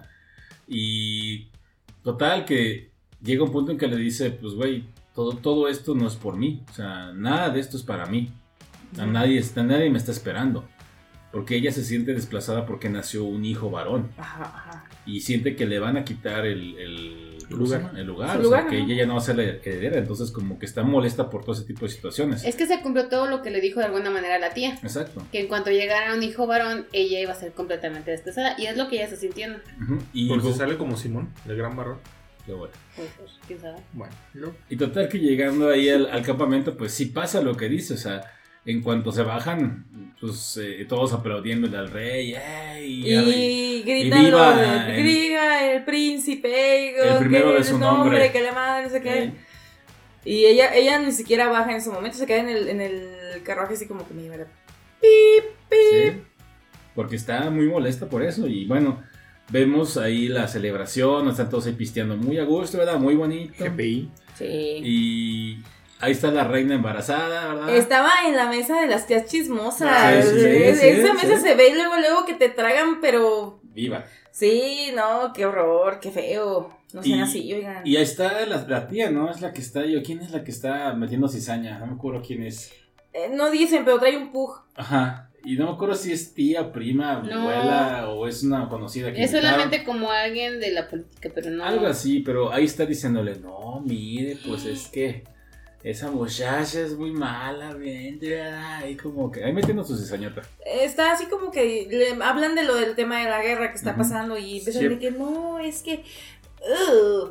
Y total que llega un punto en que le dice, pues güey, todo, todo esto no es por mí. O sea, nada de esto es para mí. A nadie, está, nadie me está esperando. Porque ella se siente desplazada porque nació un hijo varón. Ajá, ajá. Y siente que le van a quitar el, el, el lugar. El lugar, o lugar sea, que ella ya no va a ser la heredera. Entonces como que está molesta por todo ese tipo de situaciones. Es que se cumplió todo lo que le dijo de alguna manera a la tía. Exacto. Que en cuanto llegara un hijo varón, ella iba a ser completamente desplazada. Y es lo que ella está sintiendo. Uh-huh. Y porque luego, sale como Simón, el gran varón. Qué bueno. Pues, pues, quién sabe. Bueno, ¿no? Y total que llegando ahí al, al campamento, pues sí pasa lo que dice, o sea, en cuanto se bajan, pues eh, todos aplaudiéndole al rey, ¡ey! Y, y gritando, viva el, griga el príncipe, el primero de su nombre, nombre, que la madre, no sé qué. Eh. Y ella, ella ni siquiera baja en ese momento, se queda en el, en el carruaje así como que me lleva pip, pip. Sí, porque está muy molesta por eso, y bueno... Vemos ahí la celebración, están todos ahí pisteando muy a gusto, ¿verdad? Muy bonito. G P I. Sí. Y ahí está la reina embarazada, ¿verdad? Estaba en la mesa de las tías chismosas. Sí, sí, sí, sí, Esa sí, mesa sí. se ve luego, luego que te tragan, pero... Viva. Sí, no, qué horror, qué feo. No sean así, oigan. Y ahí está la, la tía, ¿no? Es la que está, yo, ¿quién es la que está metiendo cizaña? No me acuerdo quién es. Eh, no dicen, pero trae un pug. Ajá. Y no me acuerdo si es tía, prima, No. abuela o es una conocida que Es invitaron. solamente como alguien de la política, pero no. Algo así, pero ahí está diciéndole, no, mire, pues es que esa muchacha es muy mala, bien, ahí como que, ahí metiendo su cizañota. Está así como que le hablan de lo del tema de la guerra que está uh-huh. pasando y empiezan sí. de que no, es que... Uh,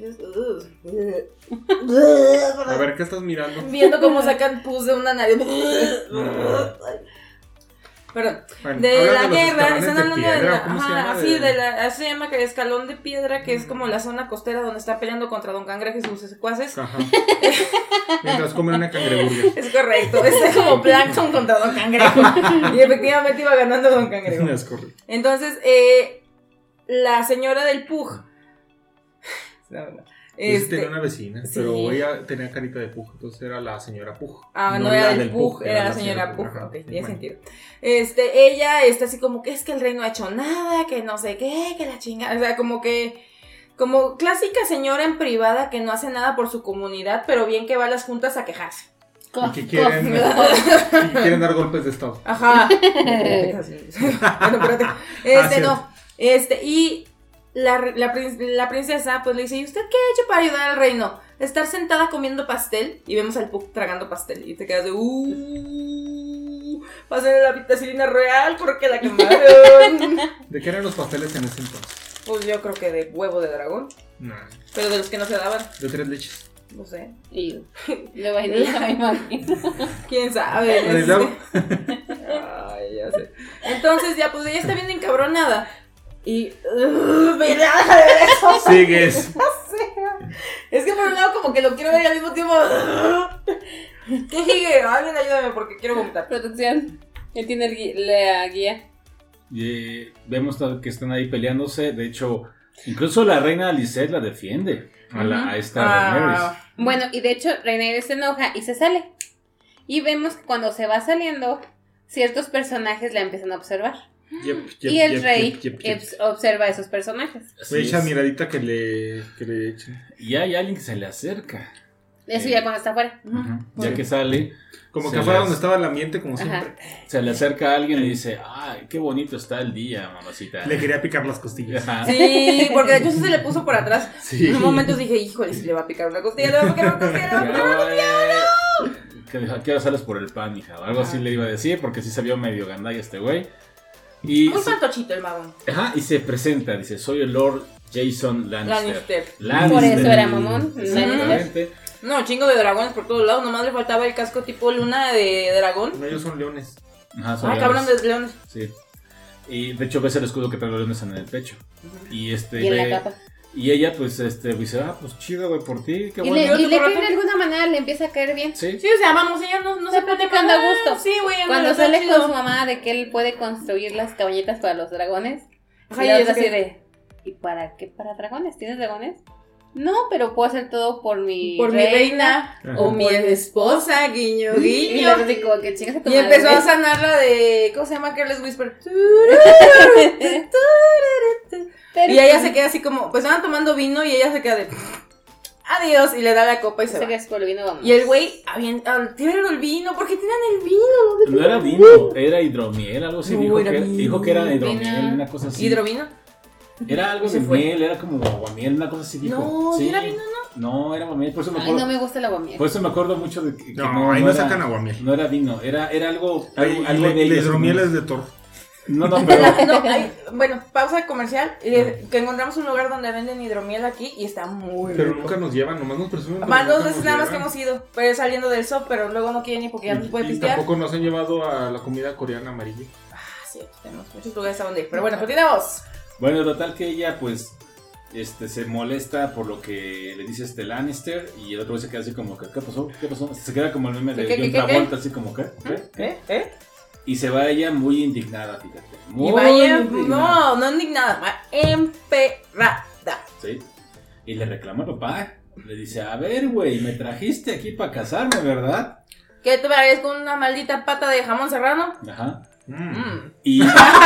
a ver, ¿qué estás mirando? Viendo cómo sacan pus de una nariz. Perdón, bueno, de la de guerra, están hablando de, de la, ajá, así de... de la, así se llama que escalón de piedra, que es como la zona costera donde está peleando contra Don Cangrejo y sus secuaces. Ajá. Mientras comen una cangreburger. Es correcto, es como Plankton contra Don Cangrejo. Y efectivamente iba ganando Don Cangrejo. Es correcto. Entonces, eh, la señora del Pug. Este, tenía una vecina, sí. pero ella tenía carita de Pug, entonces era la señora Pug. Ah, no, no era, era del Pug, Pug, era la señora Pug. Pug. Ok, tiene bueno. sentido. Este, ella está así como que es que el rey no ha hecho nada, que no sé qué, que la chingada. O sea, como que, como clásica señora en privada que no hace nada por su comunidad, pero bien que va a las juntas a quejarse. Y que quieren, y quieren dar golpes de estado. Ajá. Bueno, espérate. Este, ah, no. Este, y. La, la, la princesa pues le dice, ¿y usted qué ha hecho para ayudar al reino? Estar sentada comiendo pastel y vemos al Pug tragando pastel y te quedas de uh, pásenle la vitacilina real porque la quemaron. ¿De qué eran los pasteles en ese entonces? Pues yo creo que de huevo de dragón. No. Pero de los que no se daban. De tres leches. No sé. Y de vainilla me imagino. ¿Quién sabe? Ay, ya sé. Entonces ya pues ella está bien encabronada. Y. Uh, mira, eso. Sigues. Es que por un lado, como que lo quiero ver y al mismo tiempo. ¿Qué sigue? Alguien ayúdame porque quiero vomitar. Protección. Él tiene el gui- la guía. Y eh, vemos que están ahí peleándose. De hecho, incluso la reina Alicet la defiende a, la, a esta ah. Daenerys. Bueno, y de hecho, Daenerys se enoja y se sale. Y vemos que cuando se va saliendo, ciertos personajes la empiezan a observar. Yep, yep, y el yep, rey yep, yep, yep. observa a esos personajes. Me echa miradita que le, que le echen. Y hay alguien que se le acerca. Eso eh, ya cuando está afuera. Uh-huh. Ya que sale. Como que afuera donde estaba el ambiente, como Ajá. siempre. Se le acerca a alguien y le dice, ay, qué bonito está el día, mamacita. Le quería picar las costillas. Ajá. Sí, porque de hecho eso se le puso por atrás. Sí. En un momento dije, híjole, si le va a picar una costilla, le va a picar una costilla, le va a picar una costilla, no. Que dijo, aquí ahora sales por el pan, hija. O algo Ajá. así le iba a decir, porque sí se vio medio gandalla este güey. Y muy fantochito el mago. Ajá, y se presenta, dice, soy el Lord Jason Lannister. Lannister. Lannister. Por eso era mamón. Lannister. No, chingo de dragones por todos lados, nomás le faltaba el casco tipo luna de dragón. No, ellos son leones. Ajá, son ah, leones. Cabrón de leones. Sí. Y de hecho ves el escudo que trae los leones en el pecho. Uh-huh. Y este y en ve, la capa. Y ella pues este dice, ah, pues chido, güey, por ti, qué y bueno. Le, y le cae de alguna manera, le empieza a caer bien. Sí. Sí, o sea, vamos, ella no, no se pone cuando a gusto. Sí, güey. Cuando sale con su mamá de que él puede construir las cabañitas para los dragones. Ajá, y es así que... de, ¿y para qué para dragones? ¿Tienes dragones? No, pero puedo hacer todo por mi por reina, mi reina Ajá. o mi esposa, guiño, guiño. Y, le digo, que chingas a tu y madre, empezó a sanarla de, ¿cómo se llama? Careless Whisper. Pero, y ella se queda así como, pues estaban tomando vino y ella se queda de adiós y le da la copa y se, se va. Es por el vino, vamos. Y el güey, tiran el vino, ¿por qué tiran el vino? No era vino, era hidromiel, algo así. No, dijo, que, dijo que era hidromiel, una cosa así. ¿Hidrovino? Era algo de fue. miel, era como aguamiel, una cosa así dijo. No, sí. ¿Era vino, no? No, era aguamiel, por eso me acuerdo. Ay, no me gusta el aguamiel. Por eso me acuerdo mucho de que, que no, no, ahí no no era, sacan aguamiel. No era vino, era, era algo, algo, Ay, algo le, de ellos. El hidromiel es de Thor. No, no, pero... no, hay, bueno, pausa comercial, eh, que encontramos un lugar donde venden hidromiel aquí y está muy Pero rico. nunca nos llevan, nomás nos presumen. Van dos veces nada más que hemos ido, pero saliendo del shop, pero luego no quieren ir porque ya no se puede pistear. Y tampoco nos han llevado a la comida coreana amarilla. Ah, sí, tenemos muchos lugares a donde ir, pero bueno, continuamos. Bueno, total que ella, pues, este, se molesta por lo que le dice este Lannister y el otro se queda así como que, ¿qué pasó? ¿Qué pasó? Se queda como el meme de John Travolta, así como, ¿qué? ¿Qué? ¿Eh? ¿Eh? Y se va ella muy indignada, fíjate. Muy y vaya, indignada. no, no indignada, va emperrada. Sí. Y le reclama al papá. Le dice, a ver, güey, me trajiste aquí para casarme, ¿verdad? ¿Qué te parece con una maldita pata de jamón serrano? Ajá. Mm. Y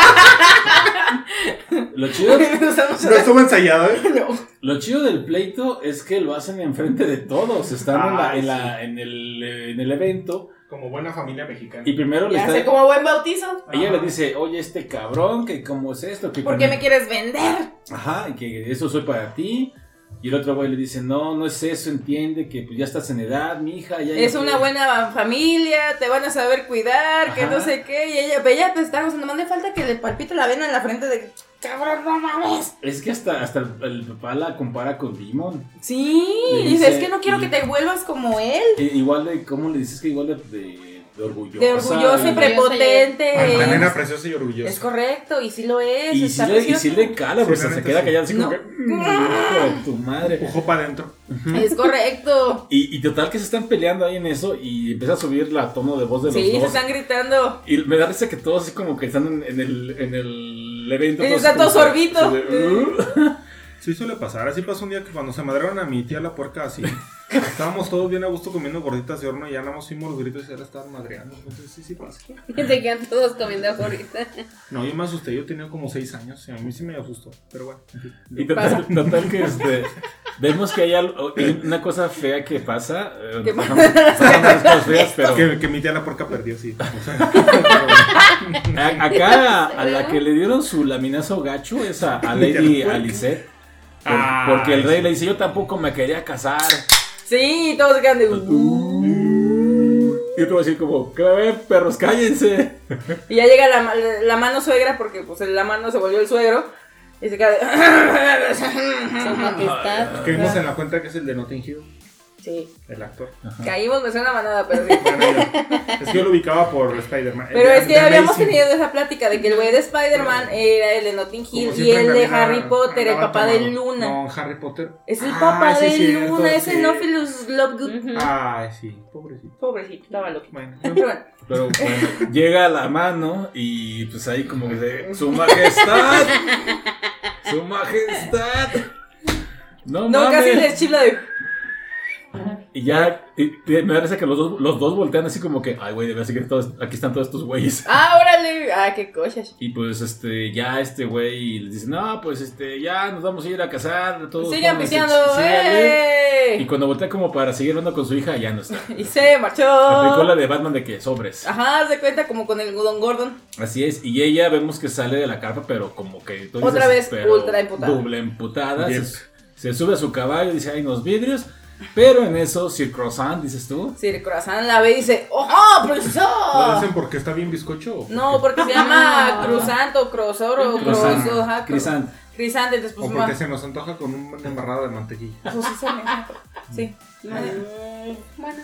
lo chido no estuvo ensayado, ¿eh? No. Lo chido del pleito es que lo hacen enfrente de todos. Están ah, en, la, en, sí. la, en, el, en el evento. Como buena familia mexicana. Y primero le ya está... hace como buen bautizo. Ella Ajá. le dice, oye, este cabrón, que cómo es esto. Que ¿Por qué me quieres vender? Ajá, y que eso soy para ti. Y el otro güey le dice, no, no es eso, entiende que pues, ya estás en edad, mija. Ya, es ya una te... buena familia, te van a saber cuidar, Ajá. que no sé qué. Y ella, ella te está gozando, nomás le falta que le palpite la vena en la frente de, cabrón, no mames. Es que hasta, hasta el, el papá la compara con Demon. Sí, dice, dice, es que no quiero y, que te vuelvas como él. Igual de, ¿cómo le dices que igual de... de De orgullosa. De orgullosa y prepotente. La nena preciosa y orgullosa. Es correcto, y sí lo es. Y, sí le, y sí le cala, porque sí, se queda callada así no. como que. Hijo de tu madre. Ojo para adentro. Uh-huh. Es correcto. Y, y total que se están peleando ahí en eso y empieza a subir la tono de voz de los sí, dos. Sí, se están gritando. Y me da risa que todos así como que están en, en, el, en el evento. Y está todo sorbito. Uh. Sí suele pasar, así pasó un día que cuando se madrearon a mi tía la puerca así, estábamos todos bien a gusto comiendo gorditas de horno y ya nada más fuimos los gritos y ya la estaban madreando, entonces sí, sí pasa. Se quedan todos comiendo gorditas. No, yo me asusté, yo tenía como seis años y a mí sí me asustó, pero bueno. Y total, total que este, vemos que hay algo, una cosa fea que pasa, ¿Qué eh, pasamos, pasamos cosas feas, pero... Que, que mi tía la puerca perdió, sí. O sea, a, acá a la que le dieron su laminazo gacho es a, a Lady Alicet. Por, ah, porque el rey sí. le dice, yo tampoco me quería casar. Sí, todos se quedan de... Uh, y otro va a decir como, ¿qué va a ver, perros? Cállense. Y ya llega la, la mano suegra, porque pues la mano se volvió el suegro. Y se queda de... Su majestad. Que vimos en la cuenta que es el de Notting Hill. Sí. El actor. Ajá. Caímos, me suena manada, pero sí. Bueno, es que yo lo ubicaba por Spider-Man. Pero de, es que habíamos Amazing. tenido esa plática de que el güey de Spider-Man era el de Notting Hill y el de Harry Potter, el papá de Luna. No, Harry Potter. Es el papá ah, sí, de cierto, Luna, sí. es el Nophilus Lovegood. Uh-huh. Ay, sí, pobrecito. Pobrecito, estaba loco. Bueno, pero bueno. Pero bueno, llega la mano y pues ahí como que se... ¡Su majestad! ¡Su majestad! No, no mames. casi les chifla de... Y ya, y, y me parece que los dos, los dos voltean así como que, ay, güey, debe ser que todos, aquí están todos estos güeyes. Ah, órale, ah, qué cosas. Y pues, este, ya este güey les dice, no, pues, este, ya nos vamos a ir a casar. Todos sigan pisteando, ¡eh! Y cuando voltea como para seguir hablando con su hija, ya no está. Y se marchó. Aplicó la de Batman de que sobres. Ajá, se cuenta como con el Don Gordon. Así es, y ella vemos que sale de la carpa, pero como que... Otra dices, vez, ultra emputada. Doble emputada. Se, se sube a su caballo, dice, hay unos vidrios. Pero en eso, Sir Croissant, dices tú. Sir Croissant la ve y dice, ¡oh, precioso! ¿Lo dicen porque está bien bizcocho? ¿O por no, porque se llama Croissant o Croissant o Croissant. Croissant. Croissant. Croissant, entonces pues... O porque se nos antoja con una embarrada de mantequilla. Pues sí, sí. Mm, bueno.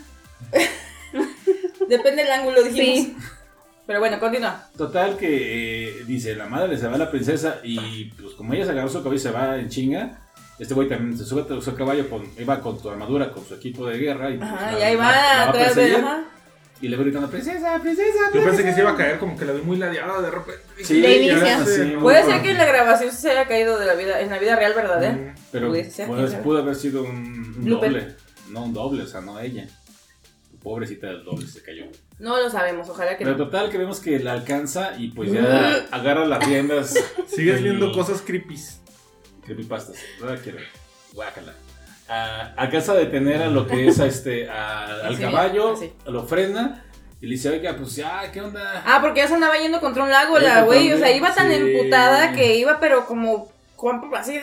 Depende del ángulo, dijimos. Sí. Pero bueno, continúa. Total que eh, dice, la madre se va a la princesa y pues como ella se agarró su cabello y se va en chinga. Este güey también se sube a su caballo, con, iba con su armadura, con su equipo de guerra. Y, ajá, pues, y la, ahí va, la, la atrás de ajá. Y le va gritando, princesa, princesa, princesa. Yo pensé que se iba a caer, como que la vi muy ladeada de repente. Sí, de inicio. Sí, puede ser que en la grabación se haya caído de la vida, en la vida real, ¿verdad? Eh? Mm, pero ser, puede, pudo haber sido un, un doble. No un doble, o sea, no ella. Pobrecita del doble se cayó. No lo sabemos, ojalá que pero no. Pero total, que vemos que la alcanza y pues ya agarra las riendas. Sigues viendo cosas creepies. Creepypastas, no la quiero. Guácala. Uh, alcanza a detener a lo que es a este a, al sí, caballo, sí. Lo frena y le dice, oiga, pues ya, ¿qué onda? Ah, porque ya se andaba yendo contra un lago la güey, o sea, iba tan sí. emputada que iba pero como así,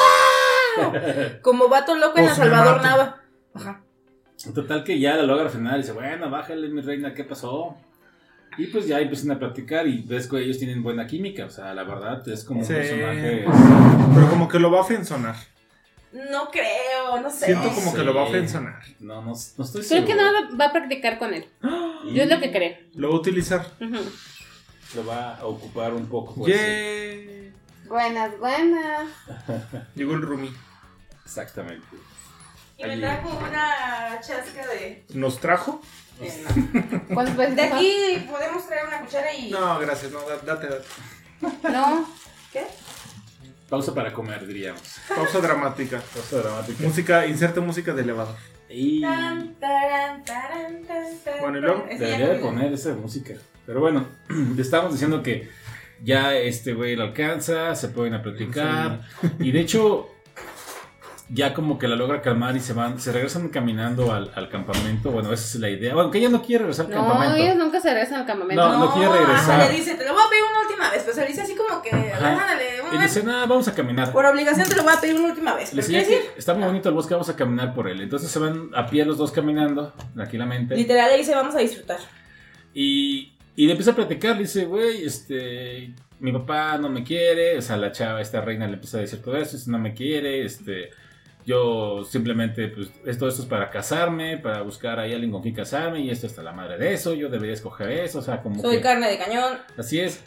como vato loco en la Salvador Nava. Ajá. Total que ya la logra frenar y dice, bueno, bájale mi reina, ¿qué pasó? Y pues ya empiezan a platicar y ves que ellos tienen buena química, o sea, la verdad es como sí. un personaje... Pero como que lo va a frenzonar. No creo, no sé. Siento como sí. que lo va a frenzonar. No, no, no estoy creo seguro. Creo que no va a practicar con él. Y yo es lo que creo. Lo va a utilizar. Uh-huh. Lo va a ocupar un poco. Pues, yeah. Buenas, buenas. Llegó el roomie. Exactamente. Y me trajo una chasca de... ¿Nos trajo? Eh, no. Pues, pues de aquí podemos traer una cuchara y... No, gracias, no, date, date. No. ¿Qué? Pausa para comer, diríamos. Pausa dramática. Pausa dramática. Música, inserte música de elevador. Y... Tan, taran, taran, tan, taran, bueno, y luego... Debería de poner esa música. Pero bueno, le estábamos diciendo que ya este güey lo alcanza, se pueden a platicar. Sí. Y de hecho... ya como que la logra calmar y se van, se regresan caminando al, al campamento. Bueno, esa es la idea. Aunque ella no quiere regresar al no, campamento. No, ellos nunca se regresan al campamento. No, no, no quiere regresar. Le dice, te lo voy a pedir una última última vez, pues se dice así como que, ándale, y dice, nada, vamos a caminar. Por obligación te lo voy a pedir una última vez. Le decía que está muy bonito el bosque, vamos a caminar por él. Entonces se van a pie los dos caminando, tranquilamente. Literal, le dice, vamos a disfrutar. Y, y le empieza a platicar, le dice, güey, este, mi papá no me quiere, o sea, la chava, esta reina le empieza a decir todo eso, dice, no me quiere, este... Yo simplemente, pues, esto, esto es para casarme, para buscar ahí a alguien con quien casarme, y esto está la madre de eso, yo debería escoger eso, o sea, como Soy que, carne de cañón. Así es.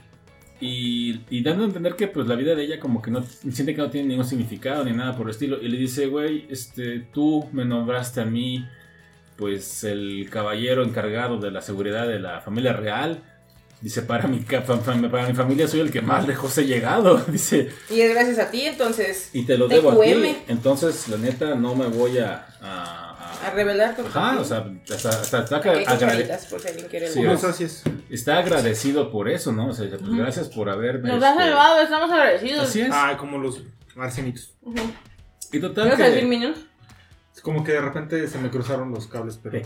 Y, y dando a entender que, pues, la vida de ella como que no, siente que no tiene ningún significado ni nada por el estilo. Y le dice, güey, este, tú me nombraste a mí, pues, el caballero encargado de la seguridad de la familia real. Dice, para mi, para mi familia soy el que más lejos he llegado. Dice, y es gracias a ti, entonces. Y te lo debo a ti. Entonces, la neta, no me voy a. A, a, a revelar con Ajá, o sea, hasta, hasta, hasta agradecido. Sí, está agradecido por eso, ¿no? O sea, pues uh-huh. gracias por haberme. Nos has salvado, estamos agradecidos. Así es. Ah, como los marcianitos. Uh-huh. Y total. ¿Vas a decir Minions? Es como que de repente se me cruzaron los cables, pero.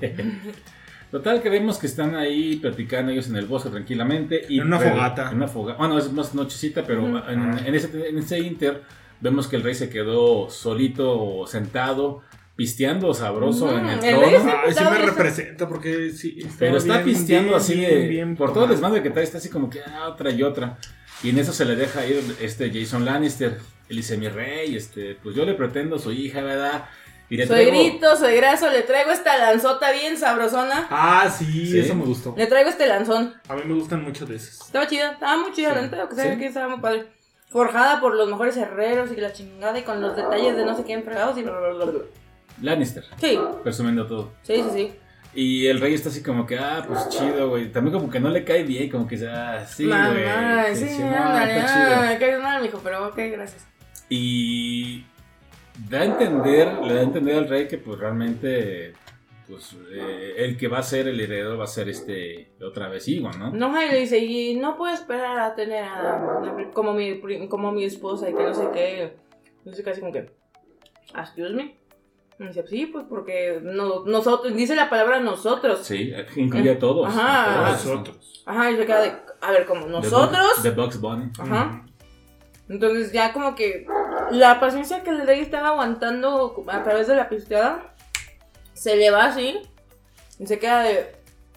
Total, que vemos que están ahí platicando ellos en el bosque tranquilamente. Y en una pero, fogata. En una fogata. Bueno, es más nochecita, pero uh-huh. en, en, ese, en ese inter vemos que el rey se quedó solito, sentado, pisteando sabroso uh-huh. en el trono. Ah, sí me representa porque sí. Pero está bien, pisteando bien, así bien, de... Bien, por todo el desmadre que trae, está así como que ah, otra y otra. Y en eso se le deja ir este Jason Lannister. Él dice, mi rey, este, pues yo le pretendo a su hija, ¿verdad? Y le soy traigo... grito, soy graso, le traigo esta lanzota bien sabrosona. Ah, sí, sí, eso me gustó. Le traigo este lanzón. A mí me gustan mucho de esos. Estaba chida, estaba muy chida, sí. Lo que sabía ¿Sí? que estaba muy padre. Forjada por los mejores herreros y la chingada y con los detalles de no sé qué enfregados y bla, bla, bla, bla. Lannister. Sí. Presumiendo todo. Sí, sí, sí. Y el rey está así como que, ah, pues chido, güey. También como que no le cae bien, como que, ah, sí, güey. Ay, sí, sí, ándale, ah, me caes mal, mijo, pero ok, gracias. Y da a entender, le da a entender al rey que pues realmente, pues, eh, el que va a ser el heredero va a ser este, otra vez Egon, ¿no? No, y le dice, y no puedo esperar a tener a, a como, mi, como mi esposa y que no sé qué, no sé, casi como que, excuse me. Y dice, sí, pues porque no, nosotros, dice la palabra nosotros. Sí, incluye a todos. Ajá. A todos nosotros. Ajá, y se queda de, a ver, como nosotros. De Bugs Bunny. Ajá. Entonces ya como que la paciencia que el rey estaba aguantando a través de la pisteada se le va así y se queda de...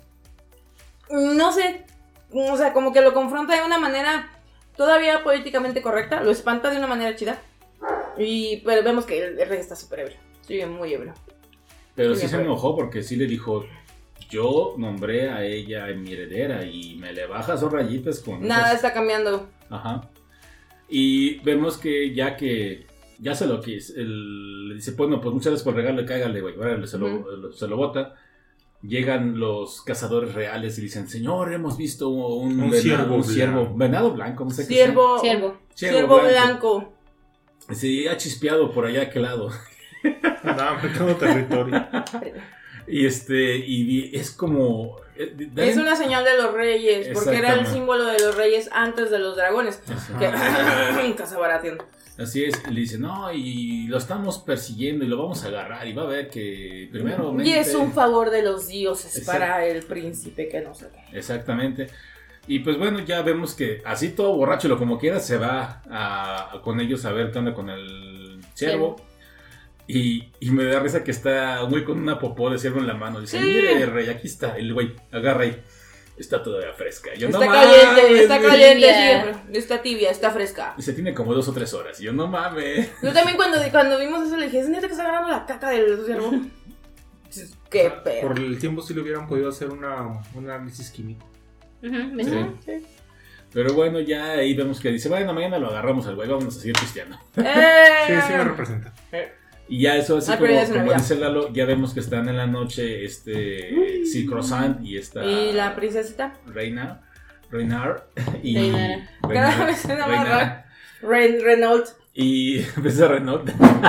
No sé, o sea, como que lo confronta de una manera todavía políticamente correcta, lo espanta de una manera chida y pero vemos que el, el rey está súper ebrio, sí, muy ebrio. Pero sí se enojó porque sí le dijo... Yo nombré a ella en mi heredera y me le baja sus rayitas con... Nada esas... está cambiando. Ajá. Y vemos que ya que ya se lo quiso, le dice, bueno, pues muchas gracias por el regalo, cáigale, güey, bueno, se, uh-huh. lo, se lo bota. Llegan los cazadores reales y dicen, señor, hemos visto un, un, venado, ciervo, un ciervo, venado blanco, no sé qué ciervo, sea. Ciervo, ciervo blanco. blanco. Sí, ha chispeado por allá a aquel lado. Andaba marcando territorio. Y este, y es como... Es una señal de los reyes, porque era el símbolo de los reyes antes de los dragones. Que Casabaratión. Así es, le dice, no, y lo estamos persiguiendo y lo vamos a agarrar y va a ver que primero... Y es un favor de los dioses Exacto. para el príncipe que no sé qué. Exactamente. Y pues bueno, ya vemos que así todo borracho, lo como quiera, se va a, a, con ellos a ver qué onda con el ciervo. Sí. Y, y me da risa que está un güey con una popó de ciervo en la mano. Dice, sí. mire, rey, aquí está. El güey agarra y está todavía fresca. Yo, está no caliente, mames, está caliente, sí, está tibia, está fresca. Dice, tiene como dos o tres horas. Y yo, no mames. Yo también cuando, cuando vimos eso le dije, ¿es neta que está agarrando la caca del ciervo? Qué pedo. Por el tiempo sí le hubieran podido hacer una, un análisis químico. Uh-huh, sí. sí. Pero bueno, ya ahí vemos que dice, bueno, mañana lo agarramos al güey, vamos a seguir pisteando. ¡Eh! Sí, sí me representa. Eh. Y ya eso así ah, como, ya como dice Lalo, ya vemos que están en la noche este sí, Croissant y esta... ¿Y la princesita? Reina, Reinar y... Reinara. Cada vez se llama raro. Ren, Renault. Y princesa Renault.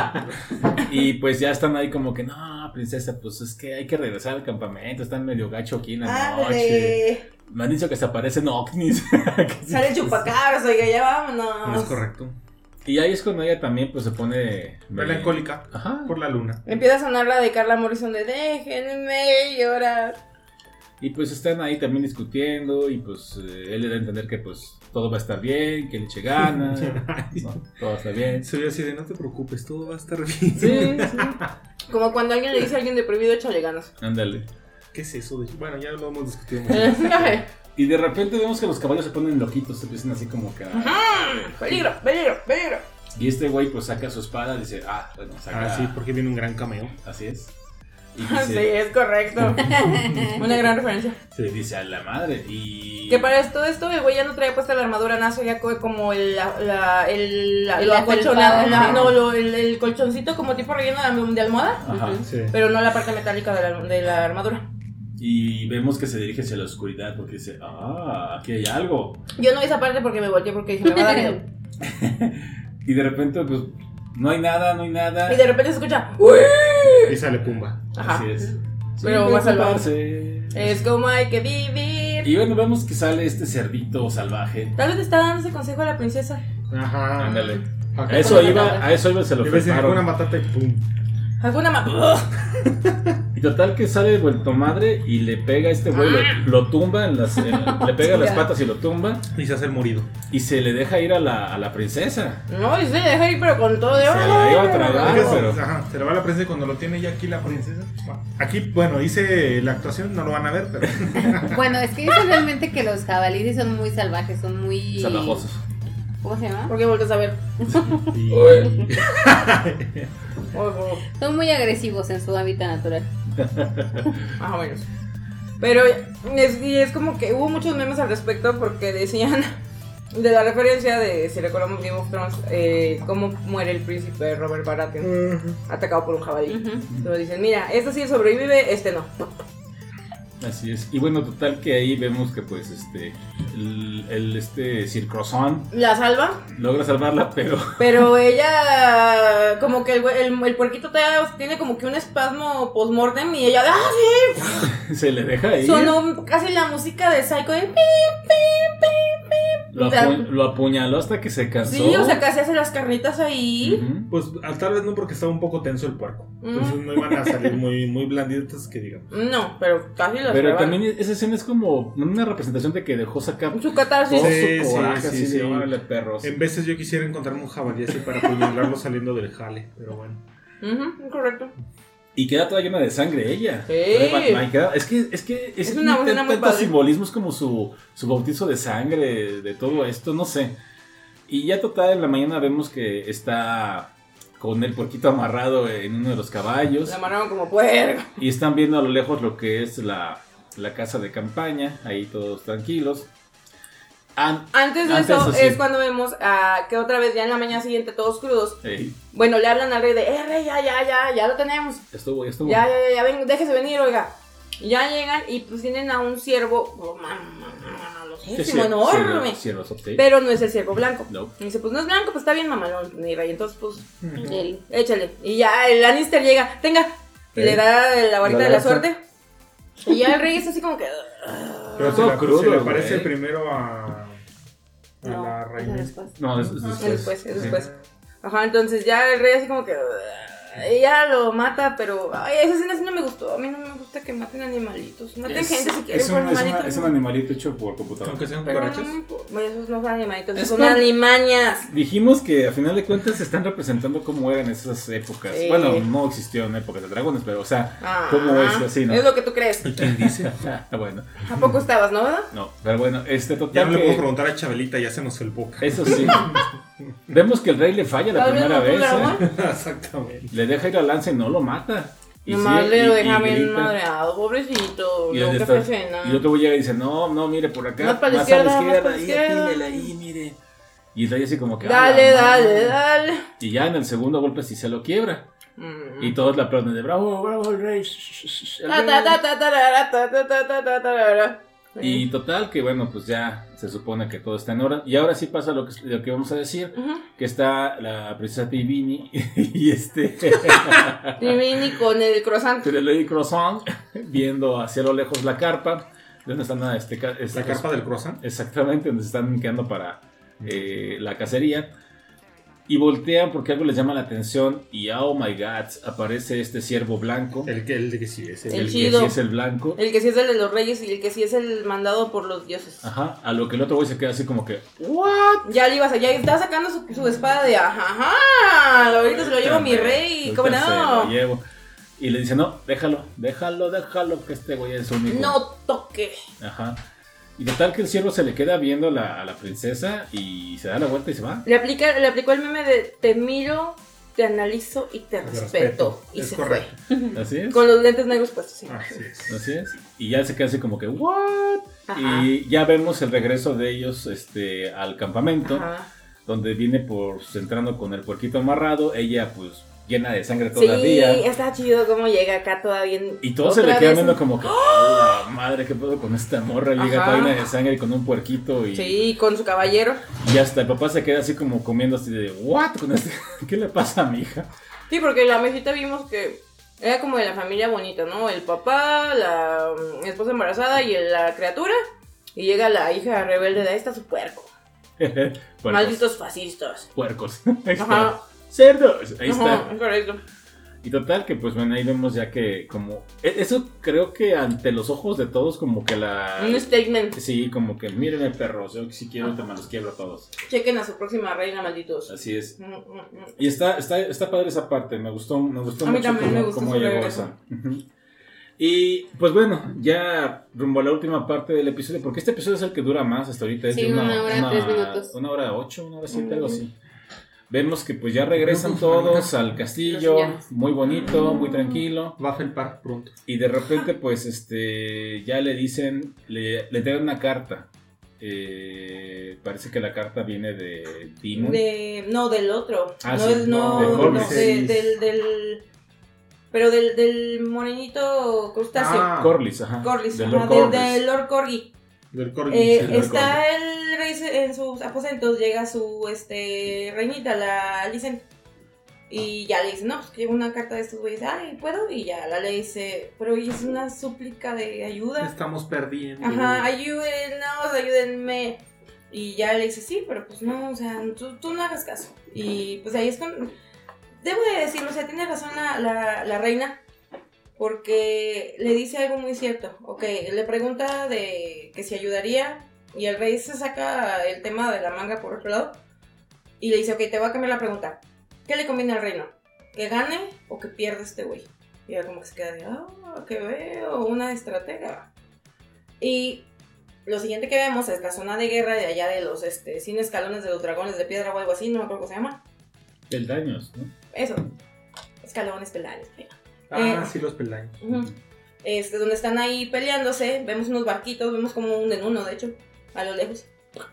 Y pues ya están ahí como que, no, princesa, pues es que hay que regresar al campamento, están medio gacho aquí en la noche. ¡Ale! Me han dicho que se aparecen ovnis. Sale chupacabras, oiga, ya vámonos. No es correcto. Y ahí es cuando ella también pues se pone melancólica. Ajá. Por la luna. Empieza a sonar la de Carla Morrison de déjenme llorar. Y pues están ahí también discutiendo y pues eh, él le da a entender que pues todo va a estar bien, que le eche ganas, ¿no? Todo va a estar bien. Soy así de no te preocupes, todo va a estar bien. Sí, sí. Como cuando alguien le dice a alguien de prohibido, échale ganas. Ándale. ¿Qué es eso? De... Bueno, ya lo hemos discutido. Y de repente vemos que los caballos se ponen loquitos, se empiezan así como que... Peligro, peligro, peligro. Y este güey pues saca su espada y dice, ah, bueno, saca... Ah, sí, porque viene un gran cameo. Así es. Y dice, sí, es correcto. Una gran referencia. Se dice a la madre y... Que para todo esto el güey ya no traía puesta la armadura nazo, ya como el, la, la, el, la, lo acolchonado, la, no, lo, el, el colchoncito como tipo relleno de, de almohada. Ajá. Sí. Pero no la parte metálica de la, de la armadura. Y vemos que se dirige hacia la oscuridad porque dice, ah, aquí hay algo. Yo no vi esa parte porque me volteé porque dije, me va a dar miedo. Y de repente, pues, no hay nada, no hay nada. Y de repente se escucha, ¡uy! Y sale Pumba. Ajá. Así es. Sí, pero va a salvarse. Es como hay que vivir. Y bueno, vemos que sale este cerdito salvaje. Tal vez le está dando ese consejo a la princesa. Ajá. Ándale. A eso iba, a eso iba, se lo ofrecieron. Una matata y pum. Alguna matata. Y total que sale vuelto madre y le pega a este güey, lo, lo tumba, en las, en, le pega las patas y lo tumba. Y se hace el morido. Y se le deja ir a la, a la princesa. No, y se le deja ir pero con todo de oro. Se la iba a tragar, pero... Ajá, se le va a la princesa y cuando lo tiene ya aquí la princesa. Aquí, bueno, hice la actuación, no lo van a ver, pero... Bueno, es que dicen realmente que los jabalíes son muy salvajes, son muy... salvajosos. ¿Cómo se llama? ¿Por qué volteas a ver? Y... Son muy agresivos en su hábitat natural. Más o menos. Pero es, y es como que hubo muchos memes al respecto porque decían de la referencia de, si recordamos Game of Thrones, eh, cómo muere el príncipe Robert Baratheon, uh-huh. atacado por un jabalí. Uh-huh. Entonces dicen, mira, este sí sobrevive, este no. Así es. Y bueno, total que ahí vemos que pues este el, el este Sir Crozon la salva. Logra salvarla, pero pero ella como que el, el, el puerquito tiene como que un espasmo post-mortem y ella ¡ah, sí! Se le deja ir. Sonó casi la música de Psycho de pi, pi, pi, pi. Lo, apu- lo apuñaló hasta que se cansó. Sí, o sea, casi hace las carnitas ahí. Uh-huh. Pues tal vez no, porque estaba un poco tenso el puerco. Entonces uh-huh. no iban a salir muy, muy blanditos que digamos. No, pero casi las Pero rebaron. También esa escena es como una representación de que dejó sacar su catarsis. Todo sí, su coraje, sí, así sí, de, sí. órale, perros. En veces yo quisiera encontrarme un jabalí así para apuñalarlo saliendo del jale, pero bueno. Uh-huh, correcto. Y queda toda llena de sangre ella. Sí. Es que es que es, es una t- muy tantos simbolismos como su, su bautizo de sangre, de todo esto, no sé. Y ya total en la mañana vemos que está con el puerquito amarrado en uno de los caballos. La amarraron como puerco. Y están viendo a lo lejos lo que es la, la casa de campaña, ahí todos tranquilos. An- antes de antes eso, eso sí. Es cuando vemos uh, que otra vez ya en la mañana siguiente todos crudos. Hey. Bueno, le hablan al rey de, eh rey, ya, ya, ya, ya lo tenemos. Ya estuvo, ya estuvo. Ya, ya, ya, ya, ven, déjese venir, oiga. Y ya llegan y pues tienen a un ciervo, oh, mamalosísimo, enorme. Ciervo, ciervo, sí. Pero no es el ciervo blanco. No. Y dice, pues no es blanco, pues está bien mamalón, mi rey. Entonces, pues, uh-huh. échale. Y ya el Lannister llega, tenga, y ¿Eh? le da la varita la de la suerte. Y ya el rey es así como que... Pero todo se, crudo, se le aparece primero a, a no, la reina. Después. No, es, es después. Es después, es después. Sí. Ajá, entonces ya el rey así como que... Ella lo mata, pero... Ay, esa escena sí no me gustó. A mí no me gusta que maten animalitos. Maten es, gente si quieren es, un, es, una, es un animalito hecho por computadora. Aunque sean cucarachas. No, esos no son animalitos, es son por... animañas. Dijimos que a final de cuentas se están representando cómo eran esas épocas. Sí. Bueno, no existieron épocas de dragones, pero o sea, ah, cómo es así, ¿no? Es lo que tú crees. ¿Quién dice? Bueno. ¿A poco estabas, no, verdad? No, pero bueno, este total. Ya no que... le puedo preguntar a Chabelita, ya se nos fue el boca. Eso sí. Vemos que el rey le falla la primera vez. ¿eh? Exactamente. Le deja ir al lance y no lo mata. Y nomás sí, le lo deja bien madreado, pobrecito. Y, no, está, y el otro güey llega y dice, no, no, mire, por acá. Más para la izquierda, más para la izquierda. Ahí, ahí, mire. Y el rey así como que... Dale, dale, dale. Y ya en el segundo golpe sí se lo quiebra. Mm. Y todos le aplauden de bravo, bravo, el rey. Y total que bueno, pues ya se supone que todo está en orden. Y ahora sí pasa lo que, lo que vamos a decir, uh-huh. que está la princesa Tivini y este... Tivini con el croissant. Con el Lady Croissant, viendo hacia lo lejos la carpa. Donde están este, este, ¿La carpa del croissant? Exactamente, donde se están quedando para eh, la cacería. Y voltean porque algo les llama la atención y oh my god, aparece este ciervo blanco. El que, el de que sí es el, El el chido. que sí es el blanco. El que sí es el de los reyes y el que sí es el mandado por los dioses. Ajá, a lo que el otro güey se queda así como que ¿what? Ya le ibas allá y estaba sacando su, su espada de ajá, ajá, ahorita se lo llevo a mi rey, ¿cómo Ahorita no? Se lo llevo. Y le dice, no, déjalo, déjalo, déjalo, que este güey es único. No toque. Ajá. Y total que el ciervo se le queda viendo la, a la princesa y se da la vuelta y se va. Le, aplica, le aplicó el meme de te miro, te analizo y te, te respeto. respeto. Y es se correcto. fue. Así es. Con los lentes negros puestos, sí. Así es. Así es. Y ya se queda así como que, ¿what? Ajá. Y ya vemos el regreso de ellos este, al campamento. Ajá. Donde viene por entrando con el puerquito amarrado. Ella, pues, llena de sangre todavía. Sí, está chido cómo llega acá todavía. Y todos se le quedan viendo como que, ¡oh, la madre, qué pedo con esta morra! Llega toda llena de sangre y con un puerquito. Y, sí, con su caballero. Y hasta el papá se queda así como comiendo así de, ¿what? Con este, ¿qué le pasa a mi hija? Sí, porque la mesita vimos que era como de la familia bonita, ¿no? El papá, la esposa embarazada y la criatura. Y llega la hija rebelde de ahí está su puerco. Malditos fascistas. Puercos. Ahí está. Ajá. Cerdos. Ahí Ajá, está. correcto. Y total que pues bueno, ahí vemos ya que como... Eso creo que ante los ojos de todos como que la... Un statement. Sí, como que mírenme perros, yo si quiero te me los quiebro a todos. Chequen a su próxima reina, malditos. Así es. Mm, mm, mm. Y está, está, está padre esa parte, me gustó, me gustó A mí mucho también cómo, me gustó cómo su llegó regreso. esa. Uh-huh. Y pues bueno, ya rumbo a la última parte del episodio, porque este episodio es el que dura más hasta ahorita. Es Sí, de una, una hora, una, tres minutos. Una hora ocho, una hora siete, Uh-huh. algo así. Vemos que pues ya regresan todos al castillo, muy bonito, muy tranquilo. Va a felpar pronto. Y de repente pues este ya le dicen, le, le dan una carta. Eh, parece que la carta viene de Demon. De, no, del otro. Ah, no, sí, es, no, de no, Corlys. de- del, del. Pero del, del morenito crustáceo. Ah, Corlys, ajá. Corlys, de ajá, Lord del, Corlys. del Lord Corgi. Del Corgi. Eh, sí, del está el rey en sus aposentos, llega su este reinita, la Alicent, y ya le dice, no, pues que llega una carta de estos güeyes, ay, ¿puedo? Y ya la le dice, pero oye, es una súplica de Corgi. ayuda. Estamos perdiendo. Ajá, ayúdennos, ayúdenme. Y ya le dice, sí, pero pues no, o sea, tú, tú no hagas caso. Y pues ahí es con... Debo de decirlo, o sea, tiene razón la, la, la reina, porque le dice algo muy cierto. Ok, le pregunta de que si ayudaría, y el rey se saca el tema de la manga por otro lado, y le dice, ok, te voy a cambiar la pregunta. ¿Qué le conviene al reino? ¿Que gane o que pierda este güey? Y ella como que se queda de, ah, que veo, una estratega. Y lo siguiente que vemos es la zona de guerra de allá de los este, cien escalones de los dragones de piedra o algo así, no me acuerdo cómo se llama. Peldaños, ¿no? Eso, escalones, peldaños. Ah, Eh, sí, los peldaños. Uh-huh. Este, donde están ahí peleándose, vemos unos barquitos, vemos como un en uno, de hecho, a lo lejos.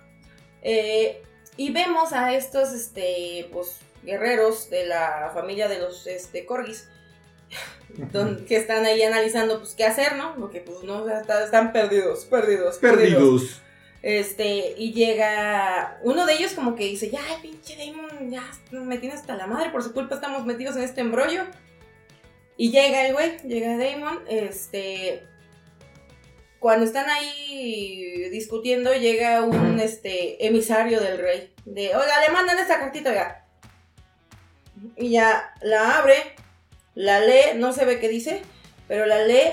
Eh, y vemos a estos, este, pues, guerreros de la familia de los, este, corgis, don, que están ahí analizando, pues, qué hacer, ¿no? Porque, pues, no, o sea, está- están perdidos, perdidos, perdidos. Perdidos. Este, y llega uno de ellos como que dice, ya, pinche Damon, ya me tiene hasta la madre, por su culpa estamos metidos en este embrollo. Y llega el güey, llega Damon, este, cuando están ahí discutiendo, llega un, este, emisario del rey, de, oiga, le mandan esta cartita, oiga. Y ya la abre, la lee, no se ve qué dice, pero la lee.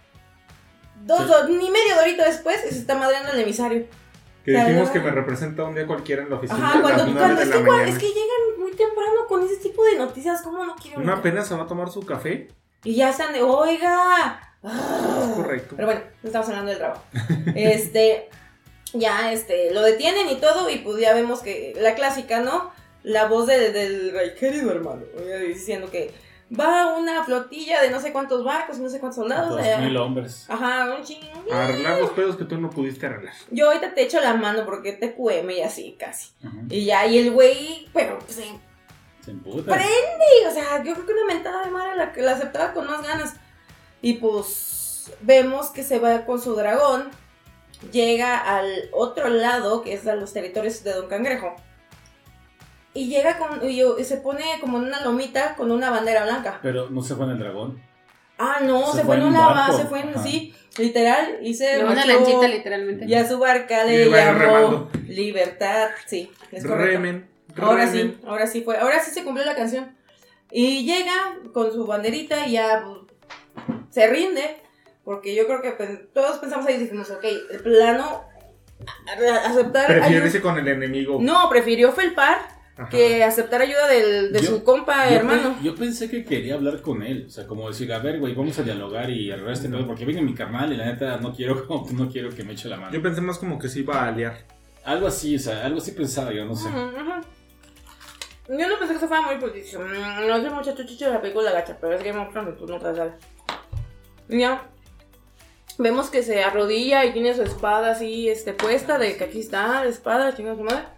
Dos, Sí. dos, ni medio dorito después y se está madreando el emisario. Que La dijimos verdad. que me representa un día cualquiera en la oficina Ajá, a cuando, las nueve cuando de es, la que, cuando- mañana. es que llegan muy temprano con ese tipo de noticias, ¿cómo no quiero? Una ahorita? apenas se va a tomar su café. Y ya están de, oiga. Ah. Es correcto. Pero bueno, no estamos hablando del trabajo. Este, ya, este, lo detienen y todo, y pues ya vemos que la clásica, ¿no? La voz de- del rey, querido hermano, diciendo que va una flotilla de no sé cuántos barcos y no sé cuántos soldados. Dos eh, mil hombres. Ajá, un chingo. A arreglar los pedos que tú no pudiste arreglar. Yo ahorita te echo la mano porque te Q M y así, casi. Ajá. Y ya, y el güey, pero pues, eh, Se emputa. sí, o sea, yo creo que una mentada de madre la que la aceptaba con más ganas. Y pues vemos que se va con su dragón, llega al otro lado, que es a los territorios de Don Cangrejo. Y llega con, y, y se pone como en una lomita con una bandera blanca. Pero no se fue en el dragón. Ah, no, Se se, fue fue en en un una barco. se fue en, Ajá. sí, literal, y se Una marchó. lanchita, literalmente. Y a su barca Y le va llamó remando. Libertad, sí, es correcto. Remen, Ahora sí, ahora sí fue. Ahora sí se cumplió la canción. Y llega con su banderita y ya pues, se rinde. Porque yo creo que pues, todos pensamos ahí y dijimos, ok, el plano, aceptar... Prefiere irse con el enemigo. No, prefirió felpar Ajá. que aceptar ayuda del, de yo, su compa yo hermano. Pe- yo pensé que quería hablar con él, o sea, como decir, a ver, güey, vamos a dialogar y arreglar este pedo, porque viene mi carnal y la neta no quiero, no quiero que me eche la mano. Yo pensé más como que se iba a aliar. Algo así, o sea, algo así pensaba yo, no sé. Uh-huh. Yo no pensé que se fuera muy político. No sé, muchacho chicho de la película gacha, pero es que no, tú no te sabes. Ya. Vemos que se arrodilla y tiene su espada así este, puesta, de que aquí está la espada, chingada su madre.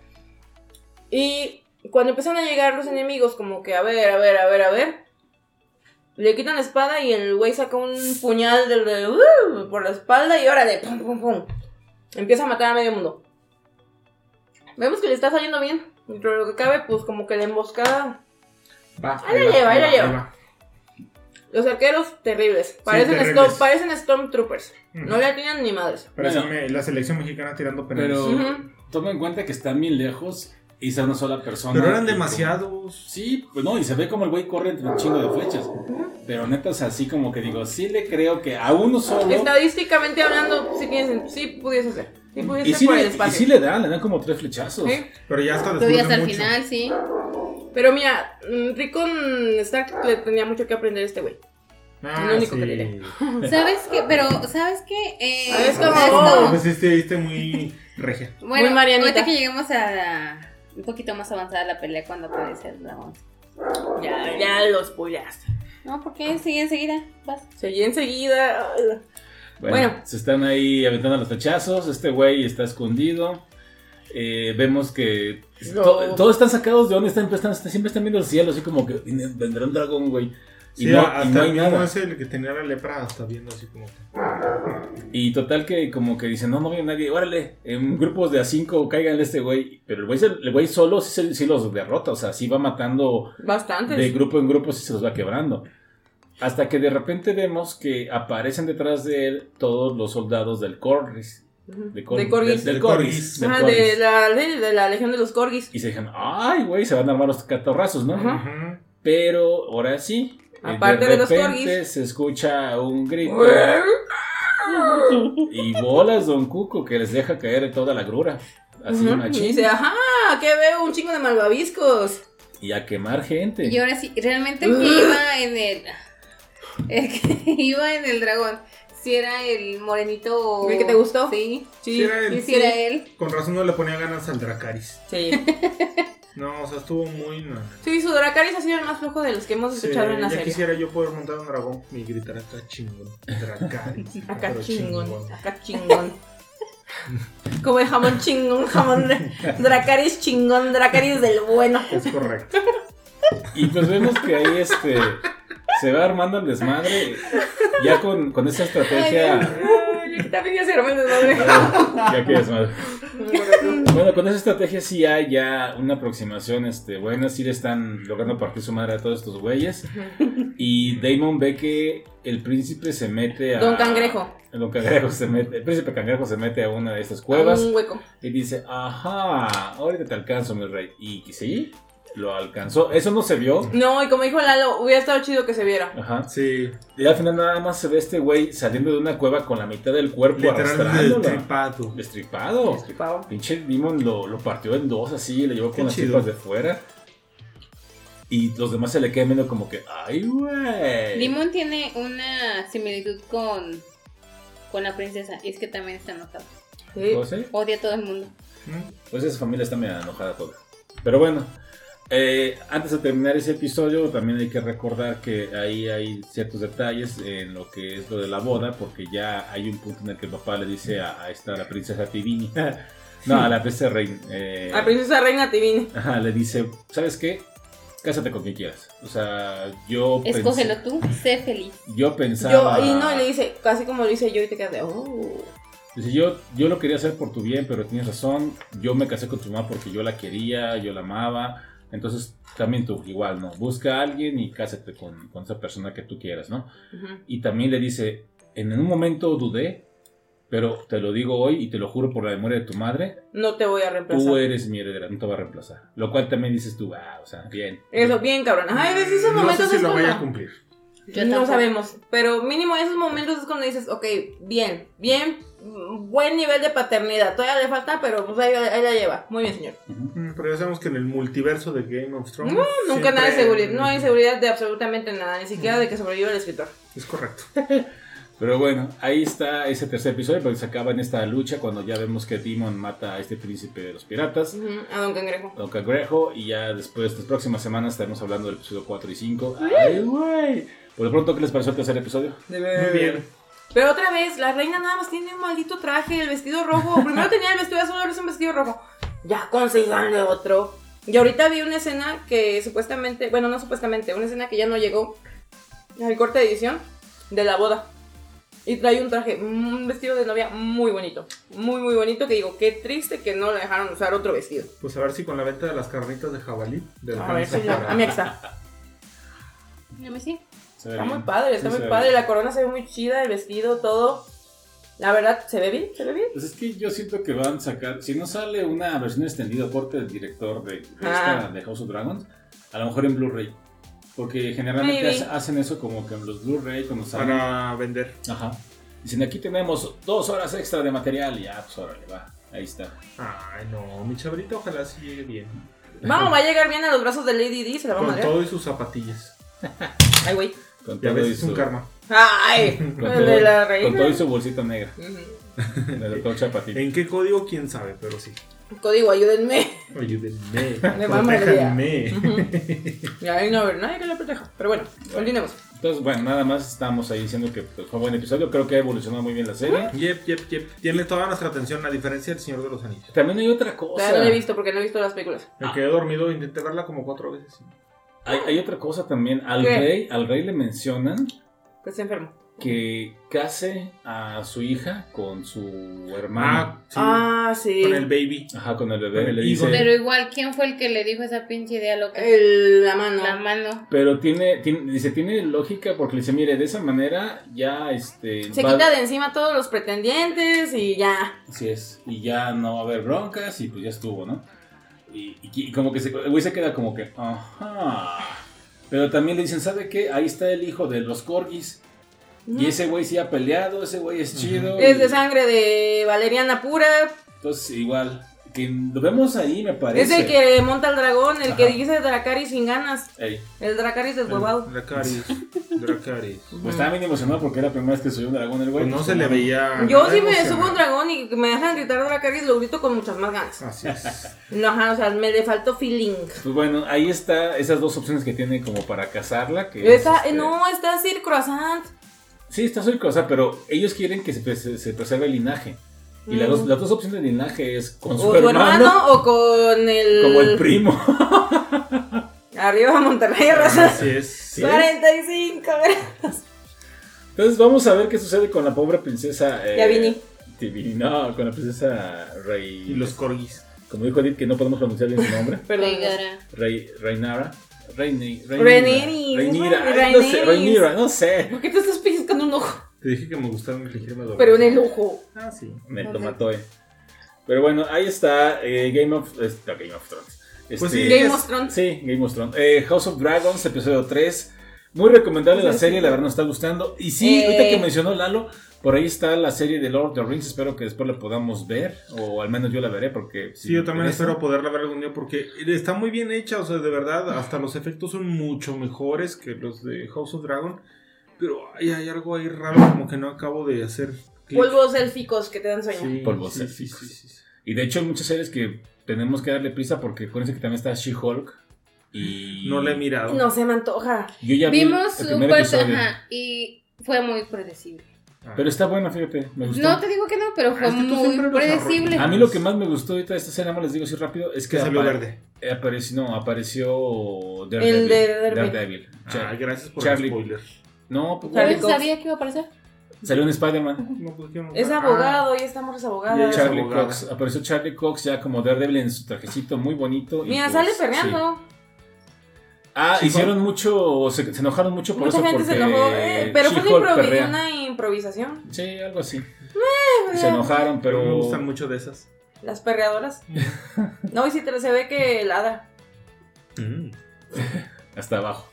Y cuando empiezan a llegar los enemigos, como que a ver, a ver, a ver, a ver, le quitan la espada y el güey saca un puñal del, de, uh, por la espalda y órale, pum, pum, pum. Empieza a matar a medio mundo. Vemos que le está saliendo bien. Dentro de lo que cabe, pues como que la emboscada. Va, ahí, ahí la lleva, ahí la lleva. Los arqueros, terribles. Parecen, sí, terribles. Storm, parecen Stormtroopers. Mm. No le atinan ni madres. Parecen bueno, la selección mexicana tirando penales. Pero uh-huh. toma en cuenta que están bien lejos y son una sola persona. Pero eran demasiados. Como, sí, pues no, y se ve como el güey corre entre un chingo de flechas. Uh-huh. Pero neta, o sea, así como que digo, sí le creo que a uno solo. Estadísticamente hablando, sí, piensen, sí pudiese ser. Sí pudiese y, ser sí por le, el espacio. y sí le dan, le dan como tres flechazos. ¿Sí? Pero ya hasta después. Pero ya hasta de el mucho. final, sí. Pero mira, Rickon Stark le tenía mucho que aprender a este güey. Ah, es lo único sí. que diré. ¿Sabes qué? Pero, ¿sabes qué? Eh, ¿Sabes cómo? Oh, pues este viste muy regia. Bueno, muy Marianita. Ahorita que lleguemos a la, un poquito más avanzada la pelea cuando aparece el dragón. Ya, ya los spoileaste. No, porque sigue enseguida. Vas. Seguí enseguida. Bueno, bueno, se están ahí aventando los flechazos. Este güey está escondido. Eh, vemos que no. to, todos están sacados de donde están, están, siempre están viendo el cielo, así como que vendrá un dragón, güey. Y, sí, no, hasta y no hay el nada. Es el que tenía la lepra, hasta viendo así como que... Y total que como que dicen, no, no viene nadie, órale, en grupos de a cinco caigan este güey. Pero el güey, el güey solo sí, sí los derrota, o sea, sí va matando bastantes. De grupo en grupo, sí se los va quebrando. Hasta que de repente vemos que aparecen detrás de él todos los soldados del Corgis. De, Cor- de Corgis. Del, del Corgis. Del Corgis. De, la, de, de la legión de los Corgis. Y se dijeron, ay, güey, se van a armar los catorrazos, ¿no? Uh-huh. Pero ahora sí. Aparte de, de los Corgis. Se escucha un grito. Y bolas Don Cuco que les deja caer toda la grura. Así uh-huh. una Y dice, ajá, que veo un chingo de malvaviscos. Y a quemar gente. Y ahora sí, realmente el que iba en el... El que iba en el dragón, si era el morenito... ¿El que te gustó? Sí, sí, sí, era él, sí, sí era él. Con razón no le ponía ganas al Dracarys. Sí. No, o sea, estuvo muy... No. Sí, su Dracarys ha sido el más flojo de los que hemos escuchado sí, en la ya serie. Quisiera yo poder montar un dragón y gritar acá chingón. Dracarys. Acá chingón, chingón, acá chingón. Como el jamón chingón, jamón de Dracarys chingón, Dracarys del bueno. Es correcto. Y pues vemos que ahí este... se va armando el desmadre. Ya con, con esa estrategia. Ay, también ya se armó el desmadre. Ya que desmadre. Bueno, con esa estrategia sí hay ya una aproximación este, buena. Sí le están logrando partir su madre a todos estos güeyes. Y Daemon ve que el príncipe se mete a. Don Cangrejo. Don Cangrejo se mete. El príncipe Cangrejo se mete a una de estas cuevas. A un hueco. Y dice: ajá, ahorita te alcanzo, mi rey. Y sí. Lo alcanzó, eso no se vio. No, y como dijo Lalo, hubiera estado chido que se viera. Ajá. Sí. Y al final nada más se ve este güey saliendo de una cueva con la mitad del cuerpo arrastrándola. Destripado. Destripado. Destripado. Pinche Demon lo, lo partió en dos así, le llevó con las tripas de fuera. Y los demás se le quedan viendo como que, ay, güey. Demon tiene una similitud con, con la princesa, y es que también está enojado. ¿Sí? ¿Sí? Odia a todo el mundo. Pues esa familia está medio enojada toda. Pero bueno. Eh, antes de terminar ese episodio también hay que recordar que ahí hay ciertos detalles en lo que es lo de la boda, porque ya hay un punto en el que el papá le dice a, a esta a la princesa Tivini, no, a la princesa reina, eh, a la princesa reina Tivini, ajá, le dice, ¿sabes qué? Cásate con quien quieras, o sea, yo escógelo pensé, tú, sé feliz. Yo pensaba, yo, y no, y le dice, casi como lo hice yo, y te quedas de, oh. Dice, yo, yo lo quería hacer por tu bien, pero tienes razón, yo me casé con tu mamá porque yo la quería, yo la amaba. Entonces, también tú, igual, ¿no? Busca a alguien y cásate con, con esa persona que tú quieras, ¿no? Uh-huh. Y también le dice, en un momento dudé, Pero te lo digo hoy y te lo juro por la memoria de tu madre. No te voy a reemplazar. Tú eres mi heredera, no te voy a reemplazar. Lo cual también dices tú, ah, o sea, bien. Eso, bien, cabrón. Ay, ves, esos momentos no sé si es lo cuando... voy a cumplir. Yo no sabemos, pero mínimo esos momentos es cuando dices, ok, bien, bien, buen nivel de paternidad. Todavía le falta, pero pues ahí, ahí la lleva. Muy bien, señor. Uh-huh. Pero ya sabemos que en el multiverso de Game of Thrones... No, nunca siempre... nada de seguridad. No hay seguridad de absolutamente nada, ni siquiera de que sobreviva el escritor. Es correcto. Pero bueno, ahí está ese tercer episodio, porque se acaba en esta lucha cuando ya vemos que Demon mata a este príncipe de los piratas. Uh-huh. A Don Cangrejo. Don Cangrejo, y ya después, las próximas semanas, estaremos hablando del episodio cuatro y cinco. ¡Ay, güey! Por lo pronto, ¿qué les pareció el tercer episodio? Muy bien. Pero otra vez, la reina nada más tiene un maldito traje, el vestido rojo. Primero tenía el vestido azul, ahora es un vestido rojo. Ya consíganle otro. Y ahorita vi una escena que supuestamente, bueno, no supuestamente, una escena que ya no llegó al corte de edición de la boda. Y trae un traje, un vestido de novia muy bonito. Muy, muy bonito. Que digo, qué triste que no le dejaron usar otro vestido. Pues a ver si con la venta de las carnitas de jabalí. De a ver si ya. A mí está. A mí sí. Está muy padre, está sí, muy padre. Bien. La corona se ve muy chida, el vestido, todo. La verdad, ¿se ve bien? ¿Se ve bien? Pues es que yo siento que van a sacar. Si no sale una versión extendida corte del director de, de, esta, de House of Dragons, a lo mejor en Blu-ray. Porque generalmente Maybe. hacen eso como que en los Blu-ray cuando salen. Para vender. Ajá. Dicen, aquí tenemos dos horas extra de material. Y ya, pues órale, va. Ahí está. Ay, no, mi chabrita ojalá sí llegue bien. Vamos, va a llegar bien a los brazos de Lady Di, se la va a Con madrear. todo y sus zapatillas. Ay, güey. Con ya todo ves, y es su... un karma. Ay, con, todo, todo, de la reina. Con todo y su bolsita negra. Uh-huh. De doctor Chapatín. ¿En qué código? Quién sabe, pero sí. Código, ayúdenme. Ayúdenme. Me va a madrear. Uh-huh. Y ahí no haber nadie que la proteja. Pero bueno, continuemos. Entonces, bueno, nada más estamos ahí diciendo que pues, fue un buen episodio. Creo que ha evolucionado muy bien la serie. Yep, yep, yep. Tiene toda nuestra atención, a diferencia del Señor de los Anillos. También hay otra cosa. Todavía no la he visto porque no he visto las películas. Me quedé dormido, intenté verla como cuatro veces. Hay, hay otra cosa también. Al ¿Qué? rey, al rey le mencionan Que está enfermo. que case a su hija con su hermano. Ah, sí. Ah, sí. Con el baby. Ajá, con el bebé. Con el le hijo. dice, Pero igual, ¿quién fue el que le dijo esa pinche idea loca? El, la mano. La mano. pero tiene, tiene, dice, tiene lógica porque le dice, mire, de esa manera ya este. Se va- quita de encima todos los pretendientes y ya. Así es. Y ya no va a haber broncas y pues ya estuvo, ¿no? Y, y, y como que se, el güey se queda como que, ajá. Pero también le dicen, ¿sabe qué? Ahí está el hijo de los corgis. Y ese güey sí ha peleado, ese güey es chido. Es y- de sangre de valeriana pura. Entonces, igual, que lo vemos ahí, me parece. Es el que monta el dragón, el Ajá. que dice Dracarys sin ganas. Ey, El Dracarys deshuevado. Dracarys. Dracarys. pues estaba bien emocionado porque era la primera vez que subió un dragón el güey. Pues no se le veía. Yo nada si me emocionado. subo un dragón y me dejan gritar Dracarys, lo grito con muchas más ganas. Así es. No, ajá, o sea, me le faltó feeling. Pues bueno, ahí está esas dos opciones que tiene como para casarla. Que Está, es, este, no, está Sir Croissant. Sí, está soy cosa, pero ellos quieren que se, pres- se preserve el linaje. Y las, dos, las dos opciones de linaje es con O su, su hermano, hermano o con el. como el primo. Arriba Monterrey, raza. Así es. Sí. cuarenta y cinco grados. Entonces vamos a ver qué sucede con la pobre princesa. Eh, Yavini. Tivini, no, con la princesa Rey. Y los corgis. Como dijo Edith, que no podemos pronunciar bien su nombre. Perdón. Reigara. Rey, Reinara. Reini, Rhaenyra, Reinira. es Ay, no sé, Rhaenyra. Rhaenyra, no sé. ¿Por qué te estás pellizcando un ojo? Te dije que me gustaron elegirme dos. Pero en el ojo. Ah, sí. Me Ok. lo mató, eh. Pero bueno, ahí está eh, Game of este, Game of Thrones. Pues Este, sí, Game es- of Thrones. Sí, Game of Thrones. Eh, House of Dragons, episodio tres. Muy recomendable la Sí, serie, sí. la verdad nos está gustando. Y sí, Eh. ahorita que mencionó Lalo, por ahí está la serie de Lord of the Rings. Espero que después la podamos ver, o al menos yo la veré, porque... Sí, yo también me espero interesa. poderla ver algún día porque está muy bien hecha, o sea, de verdad, hasta los efectos son mucho mejores que los de House of Dragon, pero hay, hay algo ahí raro como que no acabo de hacer clic. Polvos élficos que te dan sueño. Sí, Polvos sí, sí, élficos. sí, sí, sí. Y de hecho hay muchas series que tenemos que darle prisa porque acuérdense que también está She-Hulk. Y... No la he mirado. No se me antoja. Yo ya vi Vimos el un primer par- episodio. ajá, y fue muy predecible. Ah. Pero está buena, fíjate, me gustó. No te digo que no, pero fue Es que tú muy siempre los predecible. A mí lo que más me gustó ahorita de esta serie, nada más les digo así rápido, es que que salió apa- verde. eh, apareció, no, apareció El Daredevil. de Daredevil. Daredevil. Char- Ay, gracias por Charlie. el spoiler. No, pues, Charlie ¿Él Cox. sabía que iba a aparecer? salió en Spider-Man. No, pues, ¿qué? Es Ah, abogado, ya estamos Ya abogados. es Charlie abogado. Cox. Apareció Charlie Cox ya como Daredevil en su trajecito muy bonito. y Mira, pues, sale sí. perreando. Ah, Sí, hicieron mucho, se, se enojaron mucho por Mucha eso gente porque se enojó. eh, pero fue una, She-Hulk improvi- perrea. una improvisación. Sí, algo así. se enojaron, pero... Me gustan mucho de esas. Las perreadoras. No, y si te se ve que ladra. Mm. Hasta abajo.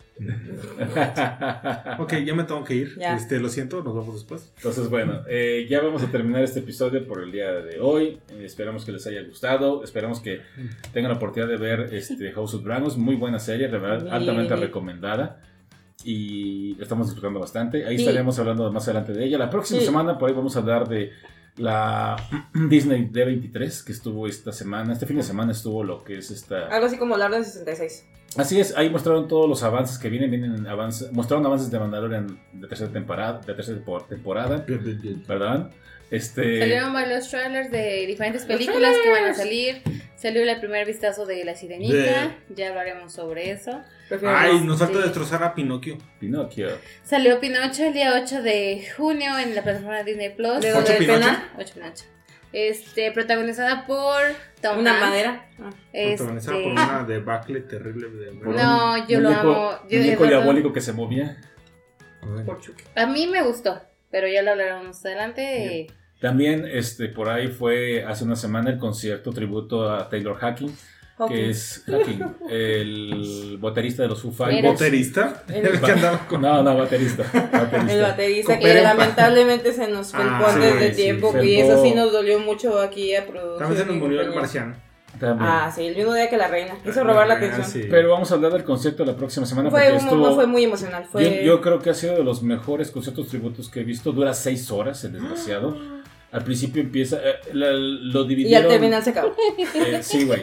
Ok, ya me tengo que ir. Este, lo siento, nos vemos después. Entonces, bueno, eh, ya vamos a terminar este episodio por el día de hoy. Eh, esperamos que les haya gustado. Esperamos que tengan la oportunidad de ver este House of Dragons. Muy buena serie, de verdad, sí, altamente sí. recomendada. Y estamos disfrutando bastante. Ahí sí. estaremos hablando más adelante de ella. La próxima sí. semana, por ahí vamos a hablar de la Disney D veintitrés que estuvo esta semana. Este fin de semana estuvo lo que es esta... Algo así como la Orden sesenta y seis. Así es, ahí mostraron todos los avances que vienen, vienen avances, mostraron avances de Mandalorian de tercera temporada, de tercera temporada, ¿verdad? Este... Salieron varios trailers de diferentes películas que van a salir. Salió el primer vistazo de La Sirenita, de... ya hablaremos sobre eso. Ay, nos falta sí. destrozar a Pinocchio. Pinocchio. Salió Pinocho el día ocho de junio en la plataforma Disney Plus. ¿De dónde Pinocho? ocho Pinocho. Este, protagonizada por Tom Una Hanks. madera. Ah. Este... Protagonizada por una debacle terrible. De... No, yo lo amo. Un muñeco diabólico que se movía. Por Chucky. A mí me gustó, pero ya lo hablaremos más adelante. Yeah. También este, por ahí fue hace una semana el concierto tributo a Taylor Hawkins, okay. que es Hawkins, el baterista de los Foo Fighters. ¿Baterista? El ba- con... No, no, baterista. baterista. El baterista que lamentablemente se nos felpó ah, antes sí, de tiempo, sí, y eso sí nos dolió mucho aquí a producción. También se nos murió el marciano. También. Ah, sí, el mismo día que la reina quiso robar la atención. Sí. Pero vamos a hablar del concierto la próxima semana. Fue, porque un, estuvo, fue muy emocional. Fue... Yo, yo creo que ha sido de los mejores conciertos tributos que he visto. Dura seis horas, el desgraciado. Al principio empieza, eh, la, lo dividieron. Y al terminar se acabó. Eh, sí, güey.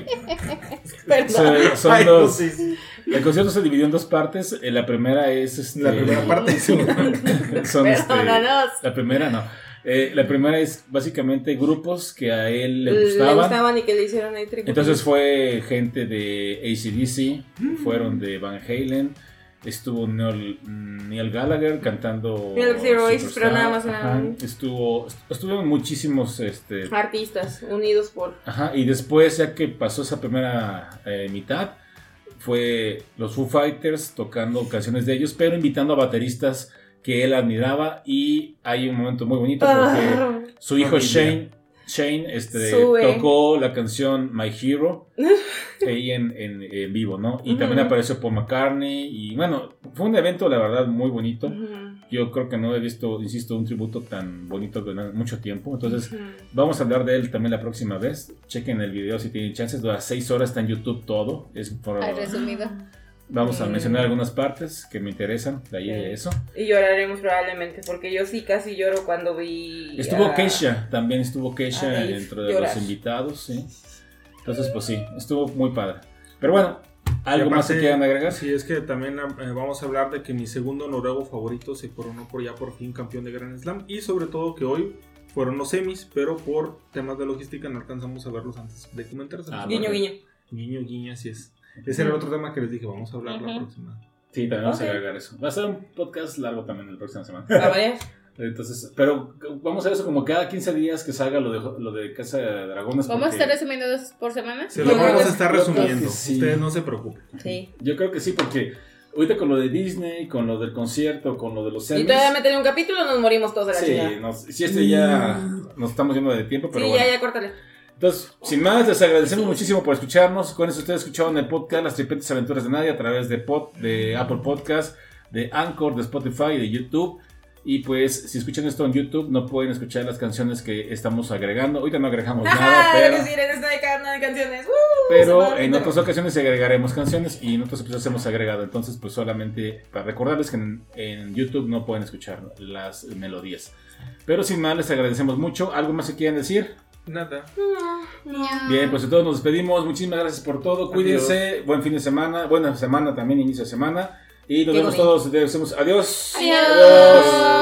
son, son Ay, dos. No, sí, sí. El concierto se dividió en dos partes. Eh, la primera es. Este, la primera parte. son, este, la primera no. Eh, la primera es básicamente grupos que a él le gustaban. Le gustaban y que le hicieron ahí tributo. Entonces fue gente de A C D C, mm. fueron de Van Halen. Estuvo Neil, Neil Gallagher cantando Royce, pero nada más nada. Estuvo, estuvieron muchísimos este, artistas unidos por. Ajá, y después, ya que pasó esa primera eh, mitad, fue los Foo Fighters tocando canciones de ellos, pero invitando a bateristas que él admiraba. Y hay un momento muy bonito porque uh, su hijo Shane, Shane este, tocó la canción My Hero ahí en, en, en vivo, ¿no? Y uh-huh. también apareció Paul McCartney. Y bueno, fue un evento, la verdad, muy bonito. Uh-huh. Yo creo que no he visto, insisto, un tributo tan bonito en mucho tiempo. Entonces, uh-huh. vamos a hablar de él también la próxima vez. Chequen el video si tienen chances. Dura seis horas, está en YouTube todo. Es por, Ay, resumido. Vamos a mencionar algunas partes que me interesan de ahí de eso. Y lloraremos probablemente, porque yo sí casi lloro cuando vi... Estuvo a... Keisha, también estuvo Keisha dentro de llorar. Los invitados, sí. Entonces, pues sí, estuvo muy padre. Pero bueno, ¿algo aparte, más que quieran agregar? Sí, es que también eh, vamos a hablar de que mi segundo noruego favorito se coronó por ya por fin campeón de Grand Slam. Y sobre todo que hoy fueron los semis, pero por temas de logística no alcanzamos a verlos antes de comentarse. Ah, guiño, guiño. Guiño, guiño, así es. Ese era el otro tema que les dije, vamos a hablar uh-huh. la próxima. Sí, también vamos okay. a agregar eso. Va a ser un podcast largo también la próxima semana. ¿A varias? Entonces, pero vamos a hacer eso como cada quince días que salga lo de, lo de Casa de Dragones. ¿Vamos porque... a estar resumiendo dos por semana? Se lo vamos a estar resumiendo, sí. Ustedes no se preocupen. Sí. Yo creo que sí, porque ahorita con lo de Disney, con lo del concierto, con lo de los semis... Y todavía meterle un capítulo nos morimos todos de la sí, chingada. Nos, si este ya nos estamos yendo de tiempo, pero sí, bueno. ya, ya, córtale. Entonces, sin más, les agradecemos muchísimo por escucharnos. Cuando ustedes escucharon el podcast Las Tripetes Aventuras de Nadia a través de, pod, de Apple Podcast, de Anchor, de Spotify, de YouTube. Y pues, si escuchan esto en YouTube, no pueden escuchar las canciones que estamos agregando. Ahorita no agregamos Ajá, nada, pero... decir, en esta década de canciones. Uh, pero en otras ocasiones agregaremos canciones y en otros episodios hemos agregado. Entonces, pues solamente para recordarles que en, en YouTube no pueden escuchar las melodías. Pero sin más, les agradecemos mucho. ¿Algo más que quieran decir? Nada. No, no. Bien, pues todos nos despedimos. Muchísimas gracias por todo. Cuídense. Adiós. Buen fin de semana. Buena semana también, inicio de semana. Y nos Qué vemos bonito. Todos. Decimos adiós. Adiós. Adiós.